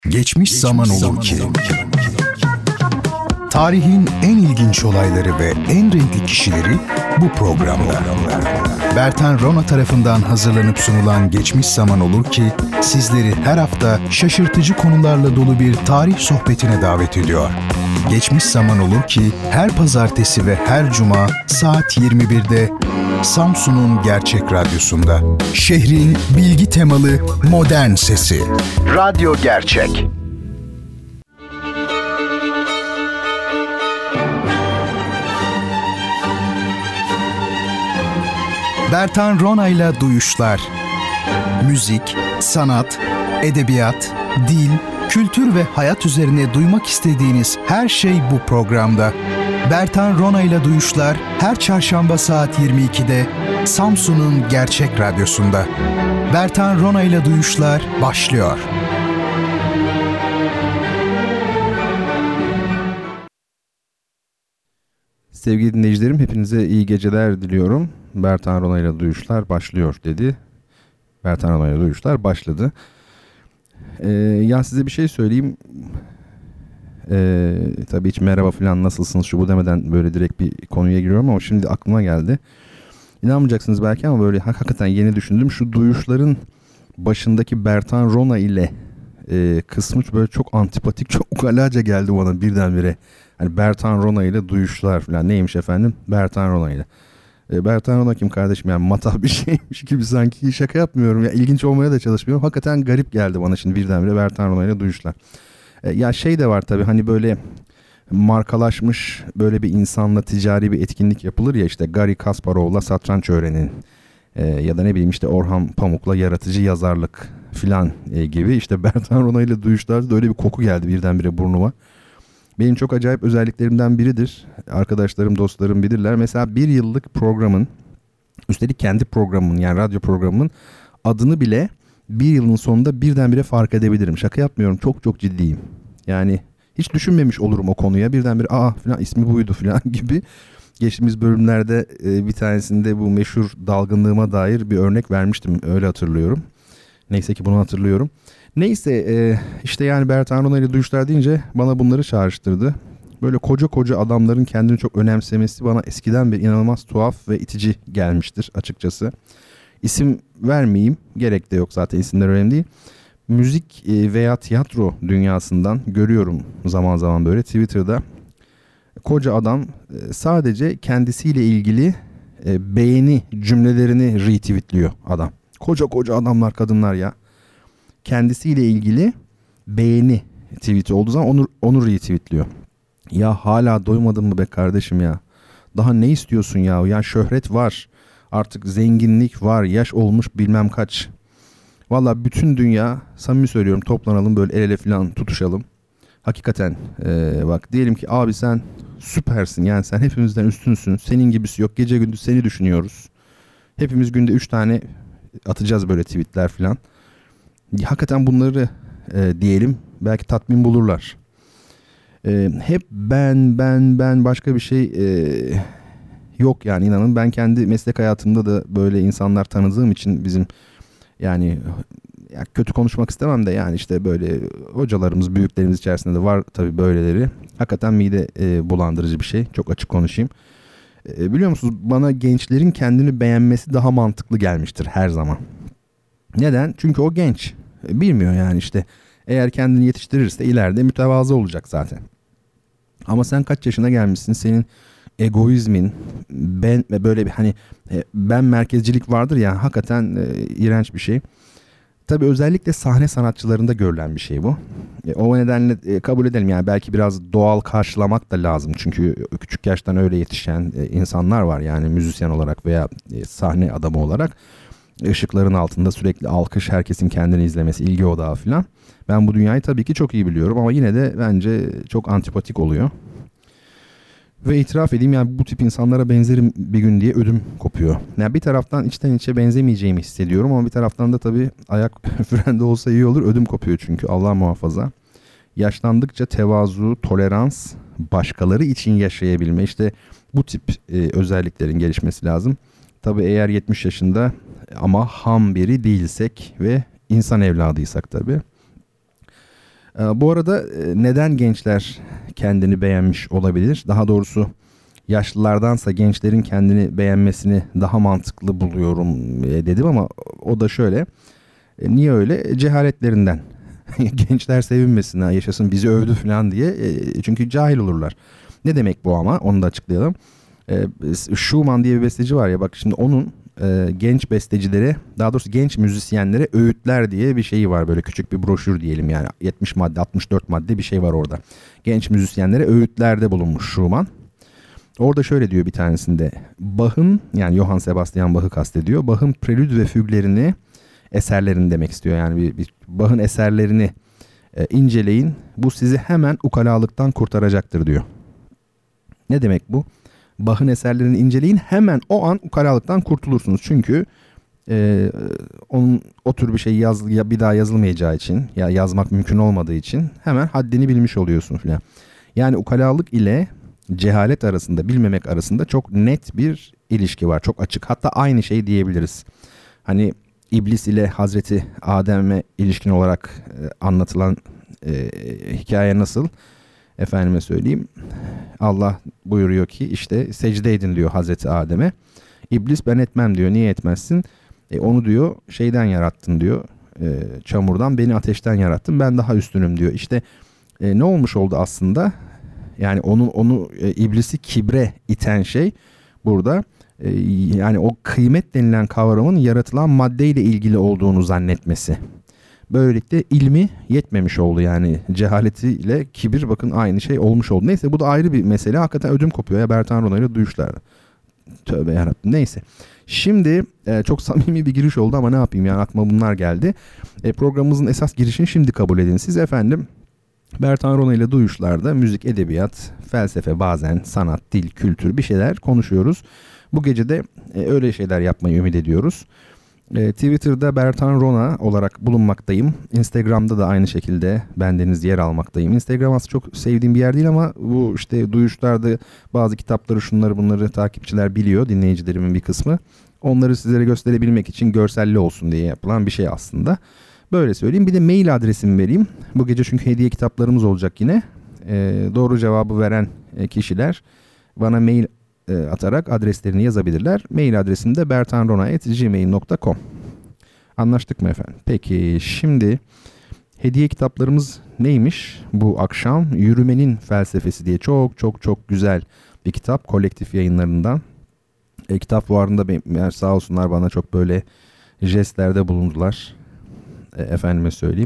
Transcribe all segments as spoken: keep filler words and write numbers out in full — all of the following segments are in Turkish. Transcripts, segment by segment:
Geçmiş zaman olur ki. Tarihin en ilginç olayları ve en renkli kişileri bu programda. Bertan Rona tarafından hazırlanıp sunulan Geçmiş Zaman Olur ki, sizleri her hafta şaşırtıcı konularla dolu bir tarih sohbetine davet ediyor. Geçmiş Zaman Olur ki, her pazartesi ve her cuma saat yirmi birde Samsun'un Gerçek Radyosu'nda. Şehrin bilgi temalı modern sesi. Radyo Gerçek. Bertan Rona'yla Duyuşlar. Müzik, sanat, edebiyat, dil, kültür ve hayat üzerine duymak istediğiniz her şey bu programda. Bertan Rona'yla Duyuşlar her çarşamba saat yirmi ikide Samsun'un Gerçek Radyosu'nda. Bertan Rona'yla Duyuşlar başlıyor. Sevgili dinleyicilerim, hepinize iyi geceler diliyorum. Bertan Rona'yla Duyuşlar başlıyor dedi. Bertan Rona'yla Duyuşlar başladı. Ee, ya size bir şey söyleyeyim. Ee, tabii hiç merhaba falan nasılsınız şu bu demeden böyle direkt bir konuya giriyorum ama şimdi aklıma geldi. İnanmayacaksınız belki ama böyle hakikaten yeni düşündüm. Şu duyuşların başındaki Bertan Rona ile e, kısmı böyle çok antipatik, çok ukalaca geldi bana birdenbire. Hani Bertan Rona ile duyuşlar falan neymiş efendim? Bertan Rona ile. E, Bertan Rona kim kardeşim, yani matah bir şeymiş gibi sanki, şaka yapmıyorum ya, ilginç olmaya da çalışmıyorum. Hakikaten garip geldi bana şimdi birdenbire Bertan Rona ile duyuşlar. E, ya şey de var tabii, hani böyle markalaşmış böyle bir insanla ticari bir etkinlik yapılır ya, işte Garry Kasparov'la satranç öğrenin e, ya da ne bileyim işte Orhan Pamuk'la yaratıcı yazarlık filan e, gibi. İşte Bertan Rona ile duyuşlarda da öyle bir koku geldi birdenbire burnuma. Benim çok acayip özelliklerimden biridir. Arkadaşlarım, dostlarım bilirler. Mesela bir yıllık programın, üstelik kendi programımın, yani radyo programımın adını bile bir yılın sonunda birdenbire fark edebilirim. Şaka yapmıyorum, çok çok ciddiyim. Yani hiç düşünmemiş olurum o konuya. Birdenbire aa falan ismi buydu falan gibi. Geçtiğimiz bölümlerde e, bir tanesinde bu meşhur dalgınlığıma dair bir örnek vermiştim. Öyle hatırlıyorum. Neyse ki bunu hatırlıyorum. Neyse e, işte yani Bertan Rona ile duyuşlar deyince bana bunları çağrıştırdı. Böyle koca koca adamların kendini çok önemsemesi bana eskiden bir inanılmaz tuhaf ve itici gelmiştir açıkçası. İsim vermeyeyim, gerek de yok zaten, isimler önemli değil. Müzik veya tiyatro dünyasından görüyorum zaman zaman böyle Twitter'da. Koca adam sadece kendisiyle ilgili beğeni cümlelerini retweetliyor adam. Koca koca adamlar, kadınlar ya. Kendisiyle ilgili beğeni tweet olduğu zaman onu, onu retweetliyor. Ya hala doymadın mı be kardeşim ya? Daha ne istiyorsun ya? Ya şöhret var, artık zenginlik var, yaş olmuş bilmem kaç. Valla bütün dünya, samimi söylüyorum, toplanalım böyle el ele falan tutuşalım. Hakikaten ee, bak diyelim ki abi sen süpersin, yani sen hepimizden üstünsün. Senin gibisi yok, gece gündüz seni düşünüyoruz. Hepimiz günde üç tane atacağız böyle tweetler falan. Hakikaten bunları e, diyelim, belki tatmin bulurlar. E, hep ben ben ben başka bir şey e, yok yani, inanın. Ben kendi meslek hayatımda da böyle insanlar tanıdığım için bizim yani, ya kötü konuşmak istemem de yani işte böyle hocalarımız, büyüklerimiz içerisinde de var tabii böyleleri. Hakikaten mide e, bulandırıcı bir şey, çok açık konuşayım. E, biliyor musunuz, bana gençlerin kendini beğenmesi daha mantıklı gelmiştir her zaman. Neden? Çünkü o genç. Bilmiyor yani işte. Eğer kendini yetiştirirse ileride mütevazı olacak zaten. Ama sen kaç yaşına gelmişsin? Senin egoizmin, ben böyle bir hani ben merkezcilik vardır ya, hakikaten e, iğrenç bir şey. Tabii özellikle sahne sanatçılarında görülen bir şey bu. E, o nedenle e, kabul edelim yani, belki biraz doğal karşılamak da lazım. Çünkü küçük yaştan öyle yetişen e, insanlar var yani, müzisyen olarak veya e, sahne adamı olarak. Işıkların altında sürekli alkış, herkesin kendini izlemesi, ilgi odağı falan. Ben bu dünyayı tabii ki çok iyi biliyorum ama yine de bence çok antipatik oluyor. Ve itiraf edeyim yani, bu tip insanlara benzerim bir gün diye ödüm kopuyor. Yani bir taraftan içten içe benzemeyeceğimi hissediyorum ama bir taraftan da tabii ayak frende olsa iyi olur, ödüm kopuyor çünkü, Allah muhafaza. Yaşlandıkça tevazu, tolerans, başkaları için yaşayabilme, işte bu tip e, özelliklerin gelişmesi lazım. Tabii eğer yetmiş yaşında ama ham biri değilsek ve insan evladıysak tabii. E, bu arada e, neden gençler kendini beğenmiş olabilir? Daha doğrusu yaşlılardansa gençlerin kendini beğenmesini daha mantıklı buluyorum e, dedim ama o da şöyle. E, niye öyle? Cehaletlerinden. Gençler sevinmesin, ha, yaşasın bizi övdü falan diye. E, çünkü cahil olurlar. Ne demek bu ama? Onu da açıklayalım. E, Schumann diye bir besteci var ya, bak şimdi onun e, genç bestecilere, daha doğrusu genç müzisyenlere öğütler diye bir şeyi var. Böyle küçük bir broşür diyelim yani. yetmiş madde, altmış dört madde bir şey var orada. Genç müzisyenlere öğütlerde bulunmuş Schumann. Orada şöyle diyor bir tanesinde. Bach'ın, yani Johann Sebastian Bach'ı kastediyor. Bach'ın prelüd ve füglerini, eserlerini demek istiyor. Yani bir, bir Bach'ın eserlerini e, inceleyin. Bu sizi hemen ukalalıktan kurtaracaktır diyor. Ne demek bu? Bach'ın eserlerini inceleyin, hemen o an ukalalıktan kurtulursunuz. Çünkü e, onun o tür bir şey yaz, ya bir daha yazılmayacağı için, ya yazmak mümkün olmadığı için hemen haddini bilmiş oluyorsun filan. Yani ukalalık ile cehalet arasında, bilmemek arasında çok net bir ilişki var. Çok açık. Hatta aynı şey diyebiliriz. Hani İblis ile Hazreti Adem'e ilişkin olarak e, anlatılan e, hikaye nasıl? Efendime söyleyeyim. Allah buyuruyor ki işte secde edin diyor Hazreti Adem'e. İblis ben etmem diyor. Niye etmezsin? E, onu diyor şeyden yarattın diyor. E, çamurdan, beni ateşten yarattın. Ben daha üstünüm diyor. İşte e, ne olmuş oldu aslında? Yani onu onu e, iblisi kibre iten şey burada e, yani o kıymet denilen kavramın yaratılan maddeyle ilgili olduğunu zannetmesi. Böylelikle ilmi yetmemiş oldu, yani cehaletiyle kibir bakın aynı şey olmuş oldu. Neyse bu da ayrı bir mesele. Hakikaten ödüm kopuyor ya Bertan Rona ile duyuşlar. Tövbe yarabbim, neyse. Şimdi e, çok samimi bir giriş oldu ama ne yapayım yani, aklıma bunlar geldi. E, programımızın esas girişini şimdi kabul edin siz efendim. Bertan Rona ile duyuşlarda müzik, edebiyat, felsefe, bazen sanat, dil, kültür bir şeyler konuşuyoruz. Bu gece de e, öyle şeyler yapmayı ümit ediyoruz. E, Twitter'da Bertan Rona olarak bulunmaktayım. Instagram'da da aynı şekilde bendeniz yer almaktayım. Instagram aslında çok sevdiğim bir yer değil ama bu işte duyuşlarda bazı kitapları, şunları bunları takipçiler biliyor, dinleyicilerimin bir kısmı. Onları sizlere gösterebilmek için görselli olsun diye yapılan bir şey aslında. Böyle söyleyeyim. Bir de mail adresimi vereyim. Bu gece çünkü hediye kitaplarımız olacak yine. E, doğru cevabı veren e, kişiler bana mail e, atarak adreslerini yazabilirler. Mail adresim de bertanrona at gmail nokta com. Anlaştık mı efendim? Peki şimdi hediye kitaplarımız neymiş bu akşam? Yürümenin Felsefesi diye çok çok çok güzel bir kitap. Kolektif Yayınlarından. E, kitap fuarında benim, sağ olsunlar bana çok böyle jestlerde bulundular. E, efendime söyleyeyim.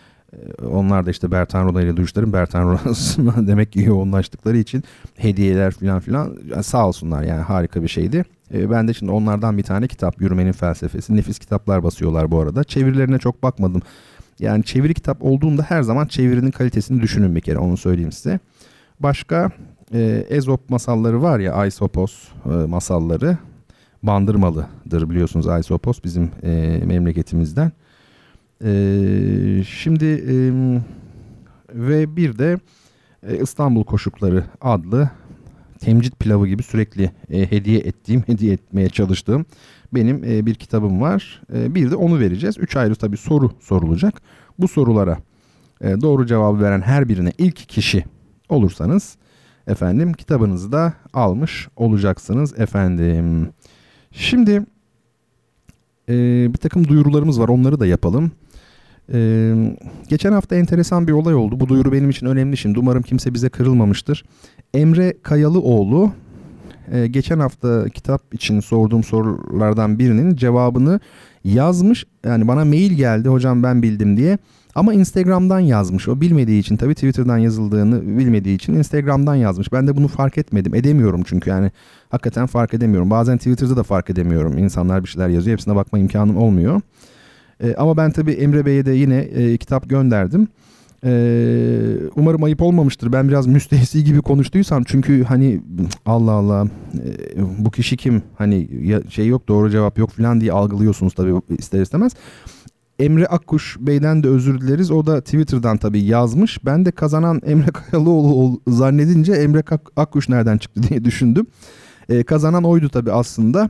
E, onlar da işte Bertan Rona ile duyuşların Bertan Rona'sına demek ki yoğunlaştıkları için hediyeler filan filan, yani sağ olsunlar, yani harika bir şeydi. E, ben de şimdi onlardan bir tane kitap, Yürümenin Felsefesi. Nefis kitaplar basıyorlar bu arada. Çevirilerine çok bakmadım. Yani çeviri kitap olduğunda her zaman çevirinin kalitesini düşünün bir kere, onu söyleyeyim size. Başka e, Ezop masalları var ya, Aesopos e, masalları. Bandırmalıdır biliyorsunuz Aesopos bizim e, memleketimizden. Ee, şimdi e, ve bir de e, İstanbul Koşukları adlı temcit pilavı gibi sürekli e, hediye ettiğim, hediye etmeye çalıştığım benim e, bir kitabım var. E, bir de onu vereceğiz. Üç ayrı tabii soru sorulacak. Bu sorulara e, doğru cevabı veren her birine ilk kişi olursanız efendim kitabınızı da almış olacaksınız efendim. Şimdi e, bir takım duyurularımız var, onları da yapalım. Ee, geçen hafta enteresan bir olay oldu. Bu duyuru benim için önemli şimdi. Umarım kimse bize kırılmamıştır. Emre Kayalıoğlu e, geçen hafta kitap için sorduğum sorulardan birinin cevabını yazmış. Yani bana mail geldi, hocam ben bildim diye. Ama Instagram'dan yazmış. O bilmediği için, tabii Twitter'dan yazıldığını bilmediği için Instagram'dan yazmış. Ben de bunu fark etmedim. Edemiyorum çünkü yani hakikaten fark edemiyorum. Bazen Twitter'da da fark edemiyorum. İnsanlar bir şeyler yazıyor. Hepsine bakma imkanım olmuyor. E, ama ben tabii Emre Bey'e de yine e, kitap gönderdim. E, umarım ayıp olmamıştır. Ben biraz müstehsi gibi konuştuysam, çünkü hani Allah Allah e, bu kişi kim? Hani ya, şey yok, doğru cevap yok falan diye algılıyorsunuz tabii ister istemez. Emre Akkuş Bey'den de özür dileriz. O da Twitter'dan tabii yazmış. Ben de kazanan Emre Kayalıoğlu zannedince Emre Akkuş nereden çıktı diye düşündüm. E, kazanan oydu tabii aslında.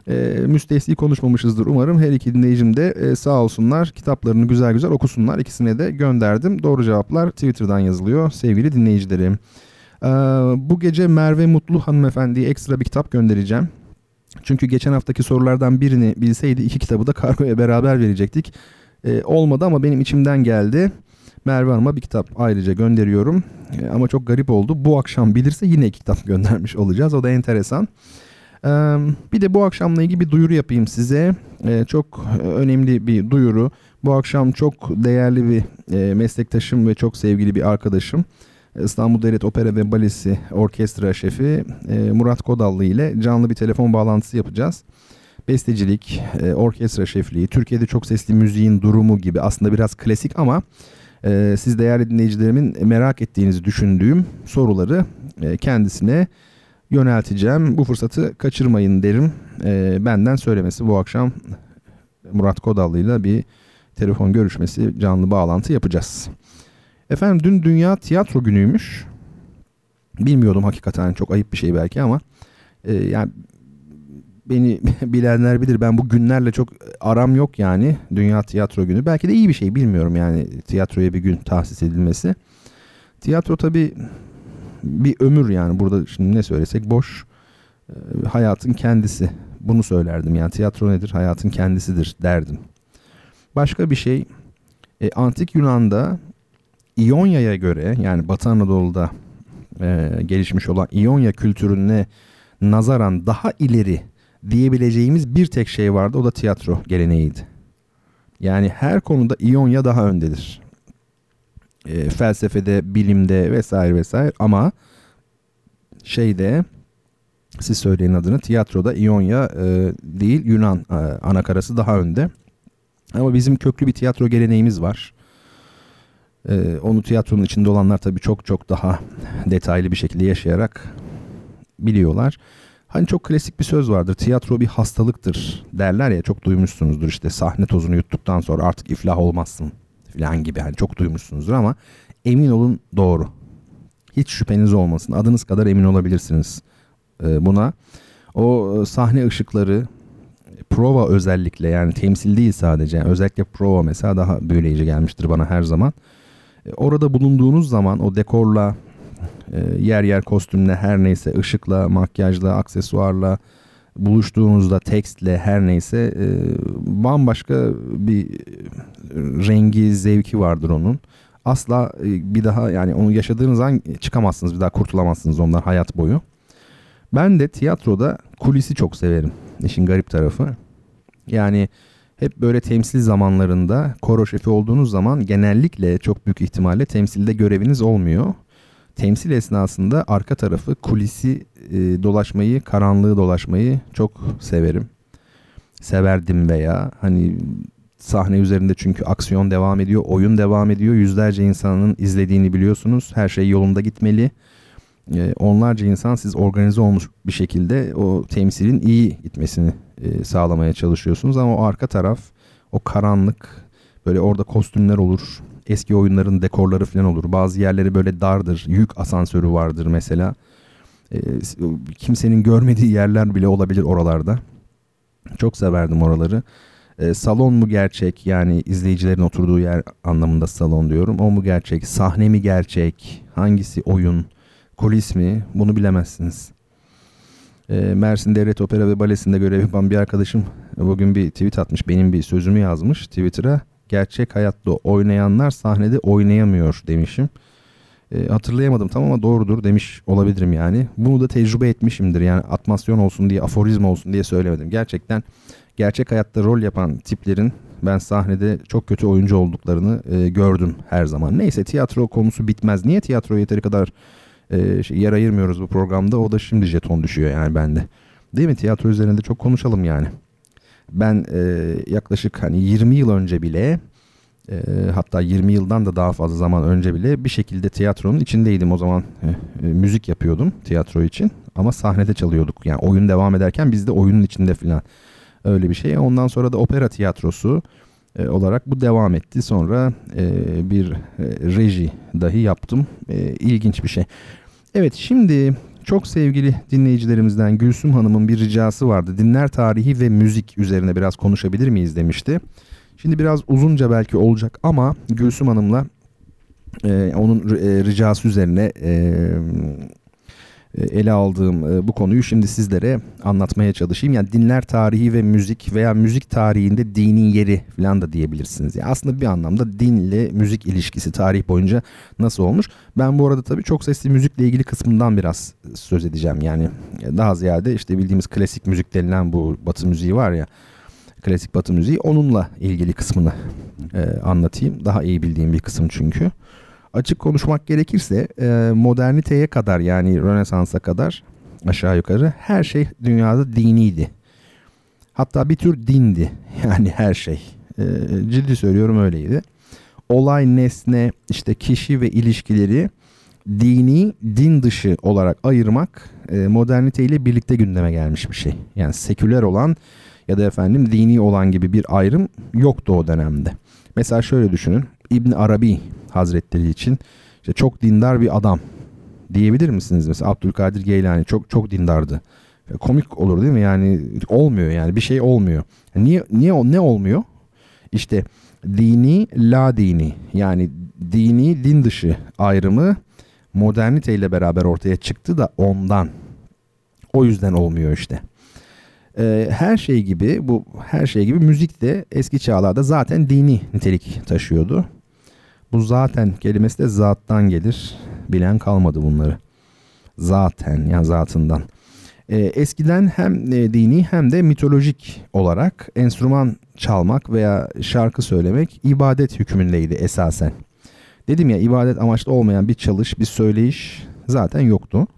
E, müstehsi konuşmamışızdır umarım. Her iki dinleyicim de e, sağ olsunlar. Kitaplarını güzel güzel okusunlar. İkisine de gönderdim. Doğru cevaplar Twitter'dan yazılıyor sevgili dinleyicilerim. E, bu gece Merve Mutlu hanımefendiye ekstra bir kitap göndereceğim. Çünkü geçen haftaki sorulardan birini bilseydi iki kitabı da kargoya beraber verecektik. E, olmadı ama benim içimden geldi. Merve Hanım'a bir kitap ayrıca gönderiyorum. E, ama çok garip oldu. Bu akşam bilirse yine iki kitap göndermiş olacağız. O da enteresan. E, bir de bu akşamla ilgili bir duyuru yapayım size. E, çok önemli bir duyuru. Bu akşam çok değerli bir e, meslektaşım ve çok sevgili bir arkadaşım. İstanbul Devlet Opera ve Balesi Orkestra Şefi e, Murat Kodallı ile canlı bir telefon bağlantısı yapacağız. Bestecilik, e, orkestra şefliği, Türkiye'de çok sesli müziğin durumu gibi aslında biraz klasik ama e, siz değerli dinleyicilerimin merak ettiğinizi düşündüğüm soruları e, kendisine yönelteceğim. Bu fırsatı kaçırmayın derim. E, benden söylemesi bu akşam Murat Kodallı ile bir telefon görüşmesi, canlı bağlantı yapacağız. Efendim dün Dünya Tiyatro Günü'ymüş. Bilmiyordum hakikaten, çok ayıp bir şey belki ama e, yani beni bilenler bilir, ben bu günlerle çok aram yok yani. Dünya Tiyatro Günü belki de iyi bir şey, bilmiyorum yani tiyatroya bir gün tahsis edilmesi. Tiyatro tabii bir ömür yani, burada şimdi ne söylesek boş. E, hayatın kendisi, bunu söylerdim yani, tiyatro nedir? Hayatın kendisidir derdim. Başka bir şey, e, Antik Yunan'da İonya'ya göre, yani Batı Anadolu'da e, gelişmiş olan İonya kültürüne nazaran daha ileri diyebileceğimiz bir tek şey vardı, o da tiyatro geleneğiydi. Yani her konuda İonya daha öndedir. E, felsefede, bilimde vesaire vesaire, ama şeyde, siz söyleyin adını, tiyatroda İonya e, değil Yunan e, anakarası daha önde. Ama bizim köklü bir tiyatro geleneğimiz var. Ee, onu tiyatronun içinde olanlar tabii çok çok daha detaylı bir şekilde yaşayarak biliyorlar. Hani çok klasik bir söz vardır. Tiyatro bir hastalıktır derler ya, çok duymuşsunuzdur, işte sahne tozunu yuttuktan sonra artık iflah olmazsın falan gibi. Yani çok duymuşsunuzdur ama emin olun doğru. Hiç şüpheniz olmasın. Adınız kadar emin olabilirsiniz ee, buna. O sahne ışıkları, prova özellikle, yani temsil değil sadece. Yani özellikle prova mesela daha büyüleyici gelmiştir bana her zaman. Orada bulunduğunuz zaman o dekorla, yer yer kostümle, her neyse, ışıkla, makyajla, aksesuarla buluştuğunuzda, tekstle, her neyse bambaşka bir rengi, zevki vardır onun. Asla bir daha, yani onu yaşadığınız an çıkamazsınız, bir daha kurtulamazsınız ondan hayat boyu. Ben de tiyatroda kulisi çok severim. İşin garip tarafı. Yani hep böyle temsil zamanlarında koro şefi olduğunuz zaman genellikle, çok büyük ihtimalle temsilde göreviniz olmuyor. Temsil esnasında arka tarafı, kulisi e, dolaşmayı, karanlığı dolaşmayı çok severim. Severdim veya hani sahne üzerinde, çünkü aksiyon devam ediyor, oyun devam ediyor. Yüzlerce insanın izlediğini biliyorsunuz. Her şey yolunda gitmeli. E, onlarca insan, siz organize olmuş bir şekilde o temsilin iyi gitmesini e, sağlamaya çalışıyorsunuz. Ama o arka taraf, o karanlık, böyle orada kostümler olur. Eski oyunların dekorları falan olur. Bazı yerleri böyle dardır. Yük asansörü vardır mesela. E, kimsenin görmediği yerler bile olabilir oralarda. Çok severdim oraları. E, salon mu gerçek, yani izleyicilerin oturduğu yer anlamında salon diyorum. O mu gerçek? Sahne mi gerçek? Hangisi oyun? Kulis mi? Bunu bilemezsiniz. E, Mersin Devlet Opera ve Balesi'nde görev yapan bir arkadaşım bugün bir tweet atmış. Benim bir sözümü yazmış Twitter'a. Gerçek hayatta oynayanlar sahnede oynayamıyor demişim. E, hatırlayamadım tam ama doğrudur demiş olabilirim yani. Bunu da tecrübe etmişimdir. Yani atmasyon olsun diye, aforizm olsun diye söylemedim. Gerçekten gerçek hayatta rol yapan tiplerin ben sahnede çok kötü oyuncu olduklarını e, gördüm her zaman. Neyse, tiyatro konusu bitmez. Niye tiyatroya yeteri kadar e, şey, yer ayırmıyoruz bu programda? O da şimdi jeton düşüyor yani bende. Değil mi? Tiyatro üzerinde çok konuşalım yani. Ben e, yaklaşık hani yirmi yıl önce bile, e, hatta yirmi yıldan da daha fazla zaman önce bile bir şekilde tiyatronun içindeydim. O zaman e, e, müzik yapıyordum tiyatro için ama sahnede çalıyorduk. Yani oyun devam ederken biz de oyunun içinde falan, öyle bir şey. Ondan sonra da opera tiyatrosu e, olarak bu devam etti. Sonra e, bir e, reji dahi yaptım. E, ilginç bir şey. Evet, şimdi çok sevgili dinleyicilerimizden Gülsüm Hanım'ın bir ricası vardı. Dinler tarihi ve müzik üzerine biraz konuşabilir miyiz demişti. Şimdi biraz uzunca belki olacak ama Gülsüm Hanım'la e, onun e, ricası üzerine e, ele aldığım e, bu konuyu şimdi sizlere anlatmaya çalışayım. Yani dinler tarihi ve müzik veya müzik tarihinde dinin yeri falan da diyebilirsiniz. Yani aslında bir anlamda dinle müzik ilişkisi tarih boyunca nasıl olmuş? Ben bu arada tabii çok sesli müzikle ilgili kısmından biraz söz edeceğim. Yani daha ziyade işte bildiğimiz klasik müzik denilen bu Batı müziği var ya, klasik Batı müziği, onunla ilgili kısmını e, anlatayım. Daha iyi bildiğim bir kısım çünkü. Açık konuşmak gerekirse e, moderniteye kadar, yani Rönesans'a kadar aşağı yukarı her şey dünyada diniydi. Hatta bir tür dindi. Yani her şey. E, ciddi söylüyorum, öyleydi. Olay, nesne, işte kişi ve ilişkileri dini, din dışı olarak ayırmak e, moderniteyle birlikte gündeme gelmiş bir şey. Yani seküler olan ya da efendim dini olan gibi bir ayrım yoktu o dönemde. Mesela şöyle düşünün. İbn Arabi Hazretleri için işte çok dindar bir adam diyebilir misiniz? Mesela Abdülkadir Geylani çok çok dindardı. Komik olur değil mi? Yani olmuyor, yani bir şey olmuyor. Niye niye ne olmuyor? İşte dini, la dini, yani dini, din dışı ayrımı moderniteyle beraber ortaya çıktı da ondan. O yüzden olmuyor işte. Ee, her şey gibi bu her şey gibi müzik de eski çağlarda zaten dini nitelik taşıyordu. Bu zaten kelimesi de zattan gelir. Bilen kalmadı bunları. Zaten, yani zatından. Ee, eskiden hem e, dini hem de mitolojik olarak enstrüman çalmak veya şarkı söylemek ibadet hükmündeydi esasen. Dedim ya, ibadet amaçlı olmayan bir çalış, bir söyleyiş zaten yoktu.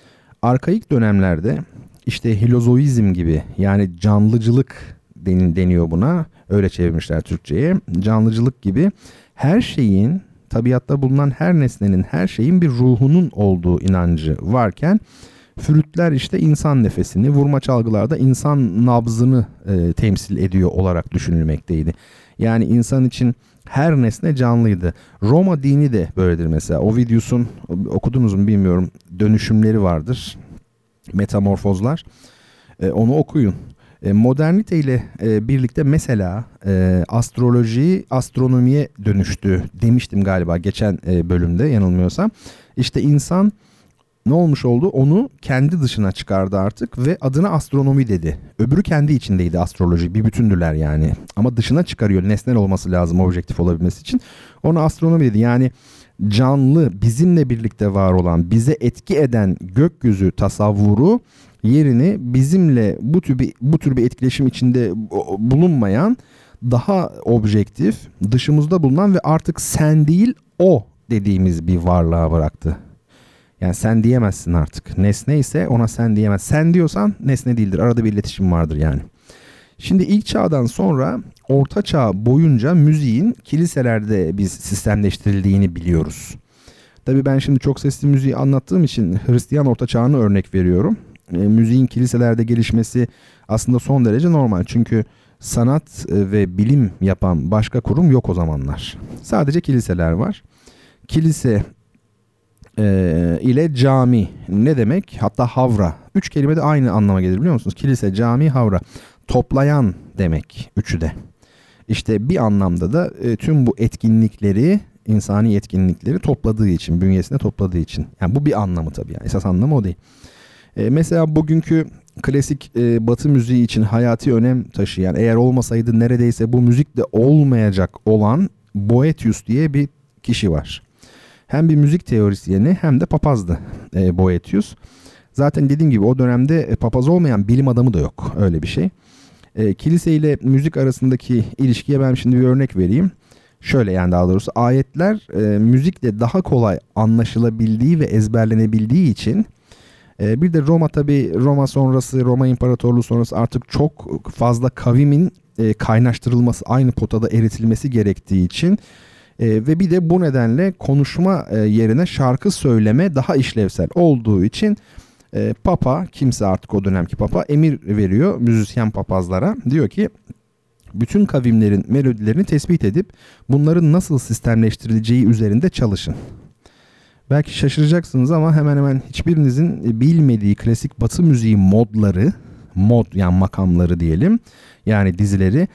Arkaik dönemlerde işte hilozoizm gibi, yani canlıcılık deniyor buna. Öyle çevirmişler Türkçe'ye. Canlıcılık gibi her şeyin, tabiatta bulunan her nesnenin, her şeyin bir ruhunun olduğu inancı varken flütler işte insan nefesini, vurma çalgılarda insan nabzını e, temsil ediyor olarak düşünülmekteydi. Yani insan için her nesne canlıydı. Roma dini de böyledir mesela. Ovidius'un, okudunuz mu bilmiyorum, dönüşümleri vardır. Metamorfozlar. E, onu okuyun. E, modernite ile e, birlikte mesela e, astroloji astronomiye dönüştü demiştim galiba geçen e, bölümde, yanılmıyorsam. İşte insan ne olmuş oldu? Onu kendi dışına çıkardı artık ve adına astronomi dedi. Öbürü kendi içindeydi, astroloji. Bir bütündüler yani. Ama dışına çıkarıyor. Nesnel olması lazım objektif olabilmesi için. Ona astronomi dedi. Yani canlı, bizimle birlikte var olan, bize etki eden gökyüzü tasavvuru yerini bizimle bu tür bir, bu tür bir etkileşim içinde bulunmayan, daha objektif, dışımızda bulunan ve artık sen değil o dediğimiz bir varlığa bıraktı. Yani sen diyemezsin artık. Nesne ise ona sen diyemez. Sen diyorsan nesne değildir. Arada bir iletişim vardır yani. Şimdi ilk çağdan sonra orta çağ boyunca müziğin kiliselerde biz sistemleştirildiğini biliyoruz. Tabii ben şimdi çok sesli müziği anlattığım için Hristiyan orta çağını örnek veriyorum. E, müziğin kiliselerde gelişmesi aslında son derece normal. Çünkü sanat ve bilim yapan başka kurum yok o zamanlar. Sadece kiliseler var. Kilise e, ile cami ne demek? Hatta havra. Üç kelime de aynı anlama gelir, biliyor musunuz? Kilise, cami, havra. Toplayan demek üçü de. İşte bir anlamda da e, tüm bu etkinlikleri, insani etkinlikleri topladığı için, bünyesine topladığı için. Yani bu bir anlamı tabii. Yani esas anlamı o değil. E, mesela bugünkü klasik e, Batı müziği için hayati önem taşıyan, eğer olmasaydı neredeyse bu müzik de olmayacak olan Boethius diye bir kişi var. Hem bir müzik teorisyeni hem de papazdı e, Boethius. Zaten dediğim gibi o dönemde e, papaz olmayan bilim adamı da yok, öyle bir şey. E, kilise ile müzik arasındaki ilişkiye ben şimdi bir örnek vereyim. Şöyle, yani daha doğrusu ayetler e, müzikle daha kolay anlaşılabildiği ve ezberlenebildiği için e, bir de Roma, tabii Roma sonrası, Roma İmparatorluğu sonrası artık çok fazla kavimin e, kaynaştırılması, aynı potada eritilmesi gerektiği için e, ve bir de bu nedenle konuşma e, yerine şarkı söyleme daha işlevsel olduğu için e, Papa, kimse artık o dönemki Papa, emir veriyor müzisyen papazlara. Diyor ki bütün kavimlerin melodilerini tespit edip bunların nasıl sistemleştirileceği üzerinde çalışın. Belki şaşıracaksınız ama hemen hemen hiçbirinizin bilmediği klasik Batı müziği modları, mod yani makamları diyelim, yani dizileri.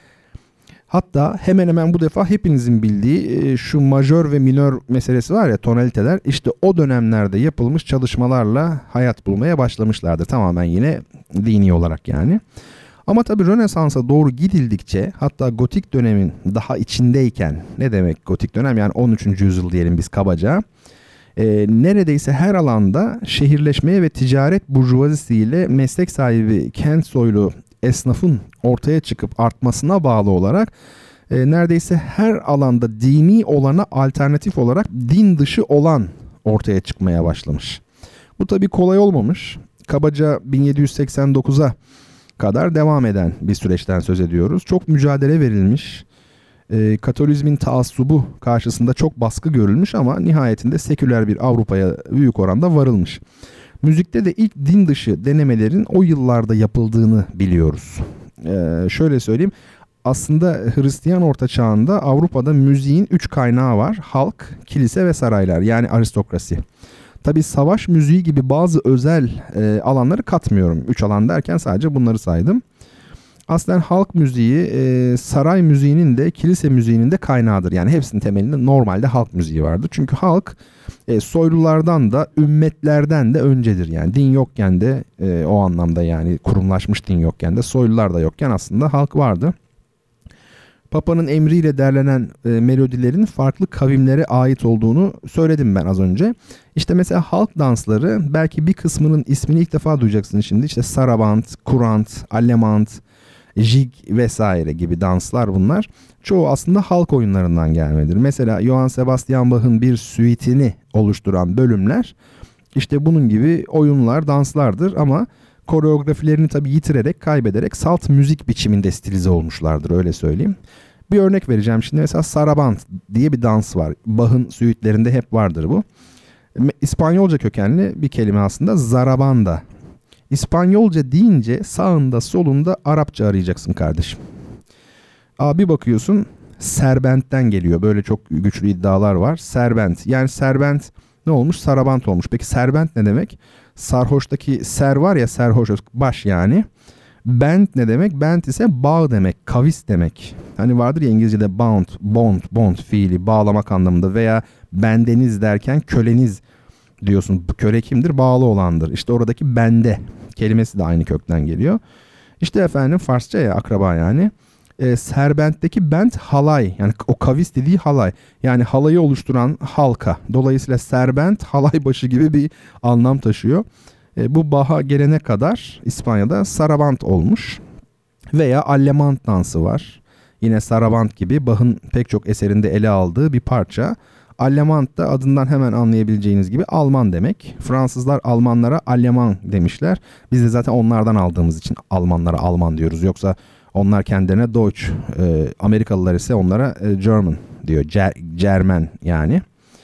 Hatta hemen hemen bu defa hepinizin bildiği şu majör ve minör meselesi var ya, tonaliteler, işte o dönemlerde yapılmış çalışmalarla hayat bulmaya başlamışlardır. Tamamen yine dini olarak yani. Ama tabii Rönesans'a doğru gidildikçe, hatta gotik dönemin daha içindeyken, ne demek gotik dönem, yani on üçüncü yüzyıl diyelim biz kabaca, e, neredeyse her alanda şehirleşmeye ve ticaret burjuvazisiyle meslek sahibi kent soylu esnafın ortaya çıkıp artmasına bağlı olarak e, neredeyse her alanda dini olana alternatif olarak din dışı olan ortaya çıkmaya başlamış. Bu tabii kolay olmamış. Kabaca bin yedi yüz seksen dokuza kadar devam eden bir süreçten söz ediyoruz. Çok mücadele verilmiş. E, Katolizmin taassubu karşısında çok baskı görülmüş ama nihayetinde seküler bir Avrupa'ya büyük oranda varılmış. Müzikte de ilk din dışı denemelerin o yıllarda yapıldığını biliyoruz. Ee, şöyle söyleyeyim. Aslında Hristiyan Orta Çağı'nda Avrupa'da müziğin üç kaynağı var. Halk, kilise ve saraylar, yani aristokrasi. Tabii savaş müziği gibi bazı özel e, alanları katmıyorum. Üç alan derken sadece bunları saydım. Aslen halk müziği e, saray müziğinin de kilise müziğinin de kaynağıdır. Yani hepsinin temelinde normalde halk müziği vardır. Çünkü halk e, soylulardan da ümmetlerden de öncedir. Yani din yokken de e, o anlamda, yani kurumlaşmış din yokken de, soylular da yokken aslında halk vardı. Papa'nın emriyle derlenen e, melodilerin farklı kavimlere ait olduğunu söyledim ben az önce. İşte mesela halk dansları, belki bir kısmının ismini ilk defa duyacaksınız şimdi. İşte saraband, kurant, allemand, jig vesaire gibi danslar bunlar. Çoğu aslında halk oyunlarından gelmedir. Mesela Johann Sebastian Bach'ın bir suite'ini oluşturan bölümler işte bunun gibi oyunlar, danslardır ama koreografilerini tabii yitirerek, kaybederek salt müzik biçiminde stilize olmuşlardır, öyle söyleyeyim. Bir örnek vereceğim şimdi. Mesela saraband diye bir dans var. Bach'ın suite'lerinde hep vardır bu. İspanyolca kökenli bir kelime aslında, zarabanda. İspanyolca deyince sağında solunda Arapça arayacaksın kardeşim. Abi bakıyorsun serbent'ten geliyor. Böyle çok güçlü iddialar var. Serbent. Yani serbent ne olmuş? Sarabant olmuş. Peki serbent ne demek? Sarhoştaki ser var ya, serhoş baş yani. Bent ne demek? Bent ise bağ demek, kavis demek. Hani vardır ya İngilizce'de bound, bond, bond fiili bağlamak anlamında veya bendeniz derken köleniz diyorsun. Köle kimdir? Bağlı olandır. İşte oradaki bende kelimesi de aynı kökten geliyor. İşte efendim Farsça ya, akraba yani. E, Serbent'teki bent halay, yani o kavis dediği halay. Yani halayı oluşturan halka. Dolayısıyla serbent halay başı gibi bir anlam taşıyor. E, bu Bach'a gelene kadar İspanya'da saraband olmuş. Veya allemand dansı var. Yine saraband gibi Bach'ın pek çok eserinde ele aldığı bir parça. Allemand da adından hemen anlayabileceğiniz gibi Alman demek. Fransızlar Almanlara Alman demişler. Biz de zaten onlardan aldığımız için Almanlara Alman diyoruz. Yoksa onlar kendilerine Deutsch, e, Amerikalılar ise onlara e, German diyor. Cer- Cermen yani.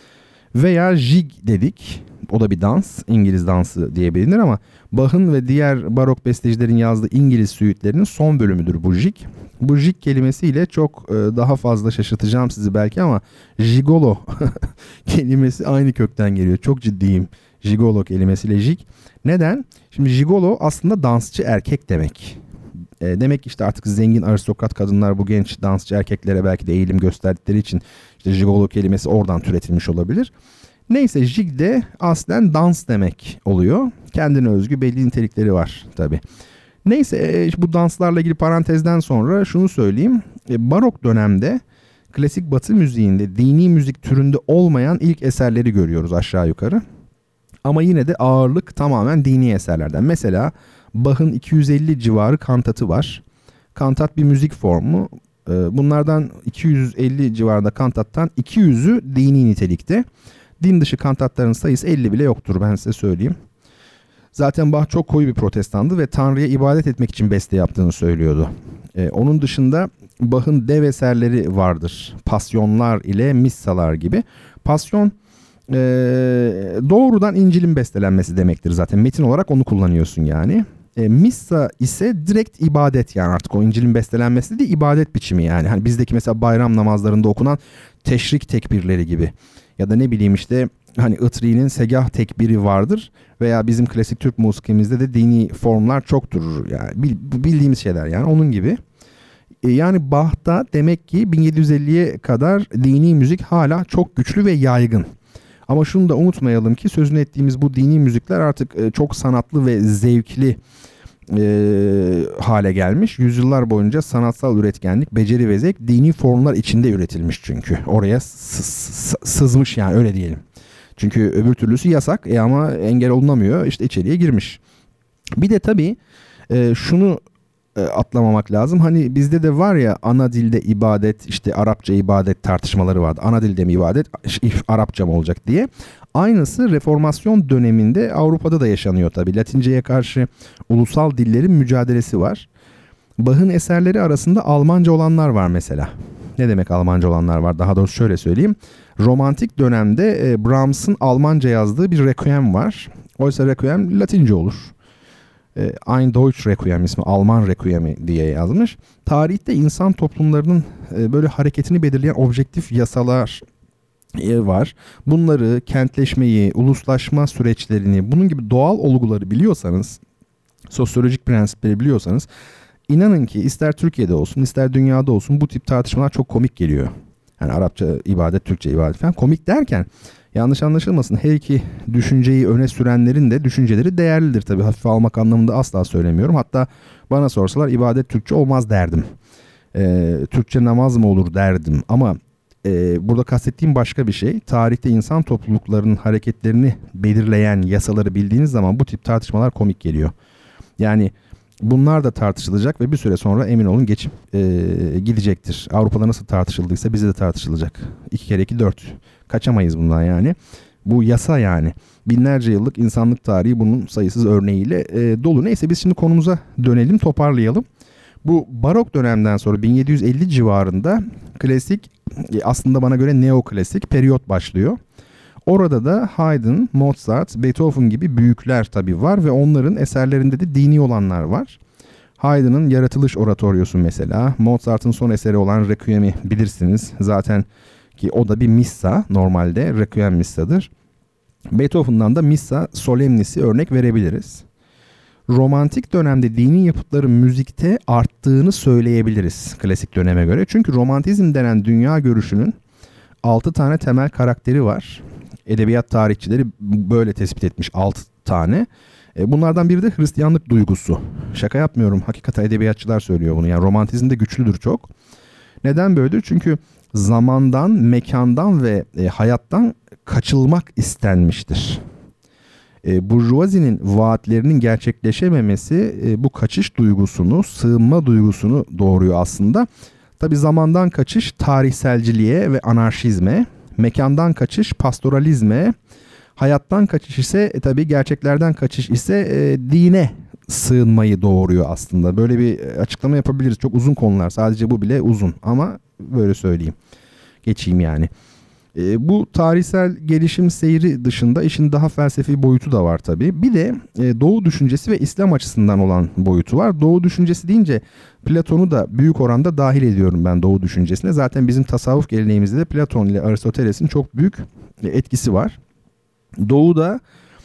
Veya jig dedik. O da bir dans. İngiliz dansı diye bilinir ama Bach'ın ve diğer barok bestecilerin yazdığı İngiliz süitlerinin son bölümüdür bu jig. Bu jig kelimesiyle çok e, daha fazla şaşırtacağım sizi belki ama jigolo kelimesi aynı kökten geliyor. Çok ciddiyim. Jigolo kelimesiyle jig. Neden? Şimdi jigolo aslında dansçı erkek demek. E, demek işte artık zengin aristokrat kadınlar bu genç dansçı erkeklere belki de eğilim gösterdikleri için işte jigolo kelimesi oradan türetilmiş olabilir. Neyse, jig de aslen dans demek oluyor. Kendine özgü belli nitelikleri var tabii. Neyse, bu danslarla ilgili parantezden sonra şunu söyleyeyim. Barok dönemde klasik Batı müziğinde dini müzik türünde olmayan ilk eserleri görüyoruz aşağı yukarı. Ama yine de ağırlık tamamen dini eserlerden. Mesela Bach'ın iki yüz elli civarı kantatı var. Kantat bir müzik formu. Bunlardan iki yüz elli civarında kantattan iki yüzü dini nitelikte. Din dışı kantatların sayısı elli bile yoktur, ben size söyleyeyim. Zaten Bach çok koyu bir protestandı ve Tanrı'ya ibadet etmek için beste yaptığını söylüyordu. Ee, onun dışında Bach'ın dev eserleri vardır. Pasyonlar ile missalar gibi. Pasyon ee, doğrudan İncil'in bestelenmesi demektir zaten. Metin olarak onu kullanıyorsun yani. E, missa ise direkt ibadet, yani artık o İncil'in bestelenmesi değil, ibadet biçimi yani. Hani bizdeki mesela bayram namazlarında okunan teşrik tekbirleri gibi. Ya da ne bileyim işte hani Itri'nin segah tekbiri vardır veya bizim klasik Türk musikimizde de dini formlar çoktur. Yani bildiğimiz şeyler yani onun gibi. Yani Bach'ta demek ki bin yedi yüz elliye kadar dini müzik hala çok güçlü ve yaygın. Ama şunu da unutmayalım ki sözünü ettiğimiz bu dini müzikler artık çok sanatlı ve zevkli e, hale gelmiş. Yüzyıllar boyunca sanatsal üretkenlik, beceri ve zevk dini formlar içinde üretilmiş çünkü. Oraya sızmış yani öyle diyelim. Çünkü öbür türlüsü yasak e ama engel olunamıyor. İşte içeriye girmiş. Bir de tabii e, şunu e, atlamamak lazım. Hani bizde de var ya ana dilde ibadet, işte Arapça ibadet tartışmaları vardı. Ana dilde mi ibadet, Arapça mı olacak diye. Aynısı Reformasyon döneminde Avrupa'da da yaşanıyor tabii. Latinceye karşı ulusal dillerin mücadelesi var. Bach'ın eserleri arasında Almanca olanlar var mesela. Ne demek Almanca olanlar var? Daha doğrusu şöyle söyleyeyim. Romantik dönemde e, Brahms'ın Almanca yazdığı bir Requiem var. Oysa Requiem Latince olur. E, Ein Deutsch Requiem ismi, Alman Requiem'i diye yazmış. Tarihte insan toplumlarının e, böyle hareketini belirleyen objektif yasalar var. Bunları, kentleşmeyi, uluslaşma süreçlerini, bunun gibi doğal olguları biliyorsanız, sosyolojik prensipleri biliyorsanız, inanın ki ister Türkiye'de olsun, ister dünyada olsun bu tip tartışmalar çok komik geliyor. Yani Arapça ibadet, Türkçe ibadet falan. Komik derken yanlış anlaşılmasın. Her iki düşünceyi öne sürenlerin de düşünceleri değerlidir tabii. Hafife almak anlamında asla söylemiyorum. Hatta bana sorsalar ibadet Türkçe olmaz derdim. Ee, Türkçe namaz mı olur derdim. Ama e, burada kastettiğim başka bir şey. Tarihte insan topluluklarının hareketlerini belirleyen yasaları bildiğiniz zaman bu tip tartışmalar komik geliyor. Yani bunlar da tartışılacak ve bir süre sonra emin olun geçip e, gidecektir. Avrupa'da nasıl tartışıldıysa bize de tartışılacak. İki kere iki dört. Kaçamayız bundan yani. Bu yasa yani. Binlerce yıllık insanlık tarihi bunun sayısız örneğiyle e, dolu. Neyse biz şimdi konumuza dönelim, toparlayalım. Bu barok dönemden sonra bin yedi yüz elli civarında klasik, e, aslında bana göre neoklasik periyot başlıyor. Orada da Haydn, Mozart, Beethoven gibi büyükler tabii var ve onların eserlerinde de dini olanlar var. Haydn'ın Yaratılış Oratoryosu mesela, Mozart'ın son eseri olan Requiem'i bilirsiniz. Zaten ki o da bir missa, normalde Requiem missadır. Beethoven'dan da Missa Solemnis'i örnek verebiliriz. Romantik dönemde dini yapıtların müzikte arttığını söyleyebiliriz klasik döneme göre. Çünkü romantizm denen dünya görüşünün altı tane temel karakteri var. Edebiyat tarihçileri böyle tespit etmiş altı tane. Bunlardan biri de Hristiyanlık duygusu. Şaka yapmıyorum. Hakikaten edebiyatçılar söylüyor bunu. Yani romantizm de güçlüdür çok. Neden böyledir? Çünkü zamandan, mekandan ve e, hayattan kaçılmak istenmiştir. E, Burjuvazi'nin vaatlerinin gerçekleşememesi e, bu kaçış duygusunu, sığınma duygusunu doğuruyor aslında. Tabii zamandan kaçış tarihselciliğe ve anarşizme, mekandan kaçış pastoralizme, hayattan kaçış ise e, tabii gerçeklerden kaçış ise e, dine sığınmayı doğuruyor aslında. Böyle bir açıklama yapabiliriz. Çok uzun konular. Sadece bu bile uzun ama böyle söyleyeyim. Geçeyim yani. E, bu tarihsel gelişim seyri dışında işin daha felsefi boyutu da var tabii. Bir de e, Doğu düşüncesi ve İslam açısından olan boyutu var. Doğu düşüncesi deyince Platon'u da büyük oranda dahil ediyorum ben Doğu düşüncesine. Zaten bizim tasavvuf geleneğimizde de Platon ile Aristoteles'in çok büyük e, etkisi var. Doğu'da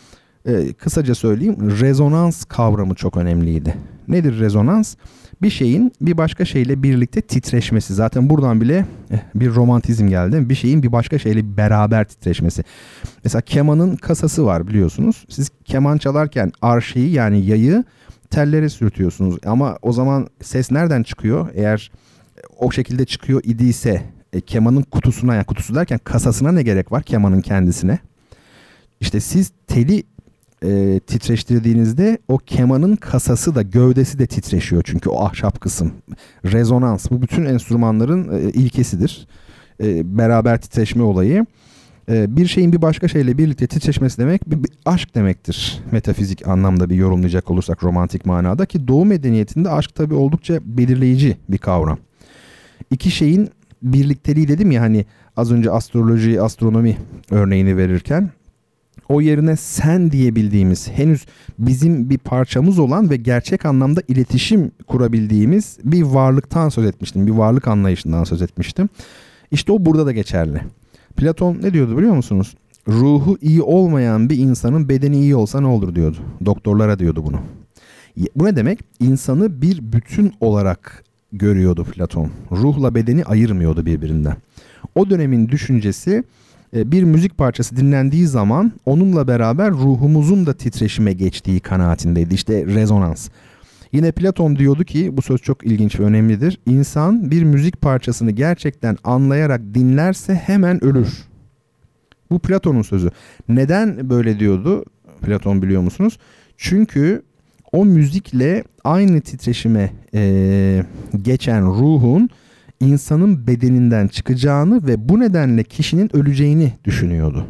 e, kısaca söyleyeyim, rezonans kavramı çok önemliydi. Nedir rezonans? Bir şeyin bir başka şeyle birlikte titreşmesi. Zaten buradan bile bir romantizm geldi. Bir şeyin bir başka şeyle beraber titreşmesi. Mesela kemanın kasası var biliyorsunuz. Siz keman çalarken arşeyi yani yayı tellere sürtüyorsunuz. Ama o zaman ses nereden çıkıyor? Eğer o şekilde çıkıyor idiyse e, kemanın kutusuna, yani kutusu derken kasasına ne gerek var? Kemanın kendisine. İşte siz teli E, titreştirdiğinizde o kemanın kasası da gövdesi de titreşiyor çünkü o ahşap kısım. Rezonans bu bütün enstrümanların e, ilkesidir. E, beraber titreşme olayı. E, bir şeyin bir başka şeyle birlikte titreşmesi demek bir, bir aşk demektir. Metafizik anlamda bir yorumlayacak olursak romantik manada ki Doğu medeniyetinde aşk tabii oldukça belirleyici bir kavram. İki şeyin birlikteliği dedim ya hani az önce astroloji, astronomi örneğini verirken. O yerine sen diyebildiğimiz, henüz bizim bir parçamız olan ve gerçek anlamda iletişim kurabildiğimiz bir varlıktan söz etmiştim. Bir varlık anlayışından söz etmiştim. İşte o burada da geçerli. Platon ne diyordu biliyor musunuz? ruhu iyi olmayan bir insanın bedeni iyi olsa ne olur diyordu. Doktorlara diyordu bunu. Bu ne demek? İnsanı bir bütün olarak görüyordu Platon. Ruhla bedeni ayırmıyordu birbirinden. O dönemin düşüncesi, bir müzik parçası dinlendiği zaman onunla beraber ruhumuzun da titreşime geçtiği kanaatindeydi. İşte rezonans. Yine Platon diyordu ki, bu söz çok ilginç ve önemlidir. İnsan bir müzik parçasını gerçekten anlayarak dinlerse hemen ölür. Bu Platon'un sözü. Neden böyle diyordu Platon biliyor musunuz? Çünkü o müzikle aynı titreşime e, geçen ruhun insanın bedeninden çıkacağını ve bu nedenle kişinin öleceğini düşünüyordu.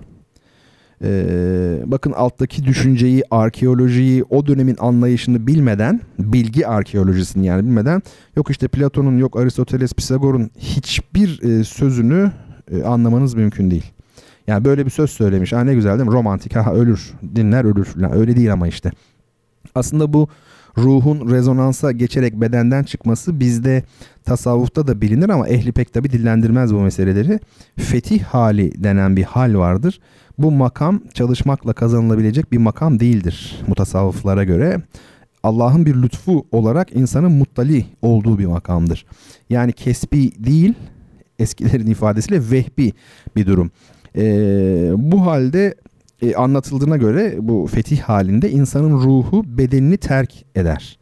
Ee, bakın alttaki düşünceyi, arkeolojiyi, o dönemin anlayışını bilmeden, bilgi arkeolojisini yani bilmeden, yok işte Platon'un, yok Aristoteles, Pisagor'un hiçbir e, sözünü e, anlamanız mümkün değil. Yani böyle bir söz söylemiş. Ha ne güzel değil mi? Romantik, ha ölür, dinler ölür falan. Öyle değil ama işte. Aslında bu ruhun rezonansa geçerek bedenden çıkması bizde tasavvufta da bilinir ama ehli pek tabi dillendirmez bu meseleleri. Fetih hali denen bir hal vardır. Bu makam çalışmakla kazanılabilecek bir makam değildir mutasavvıflara göre. Allah'ın bir lütfu olarak insanın muttali olduğu bir makamdır. Yani kesbi değil, eskilerin ifadesiyle vehbi bir durum. Ee, bu halde e, anlatıldığına göre bu fetih halinde insanın ruhu bedenini terk eder.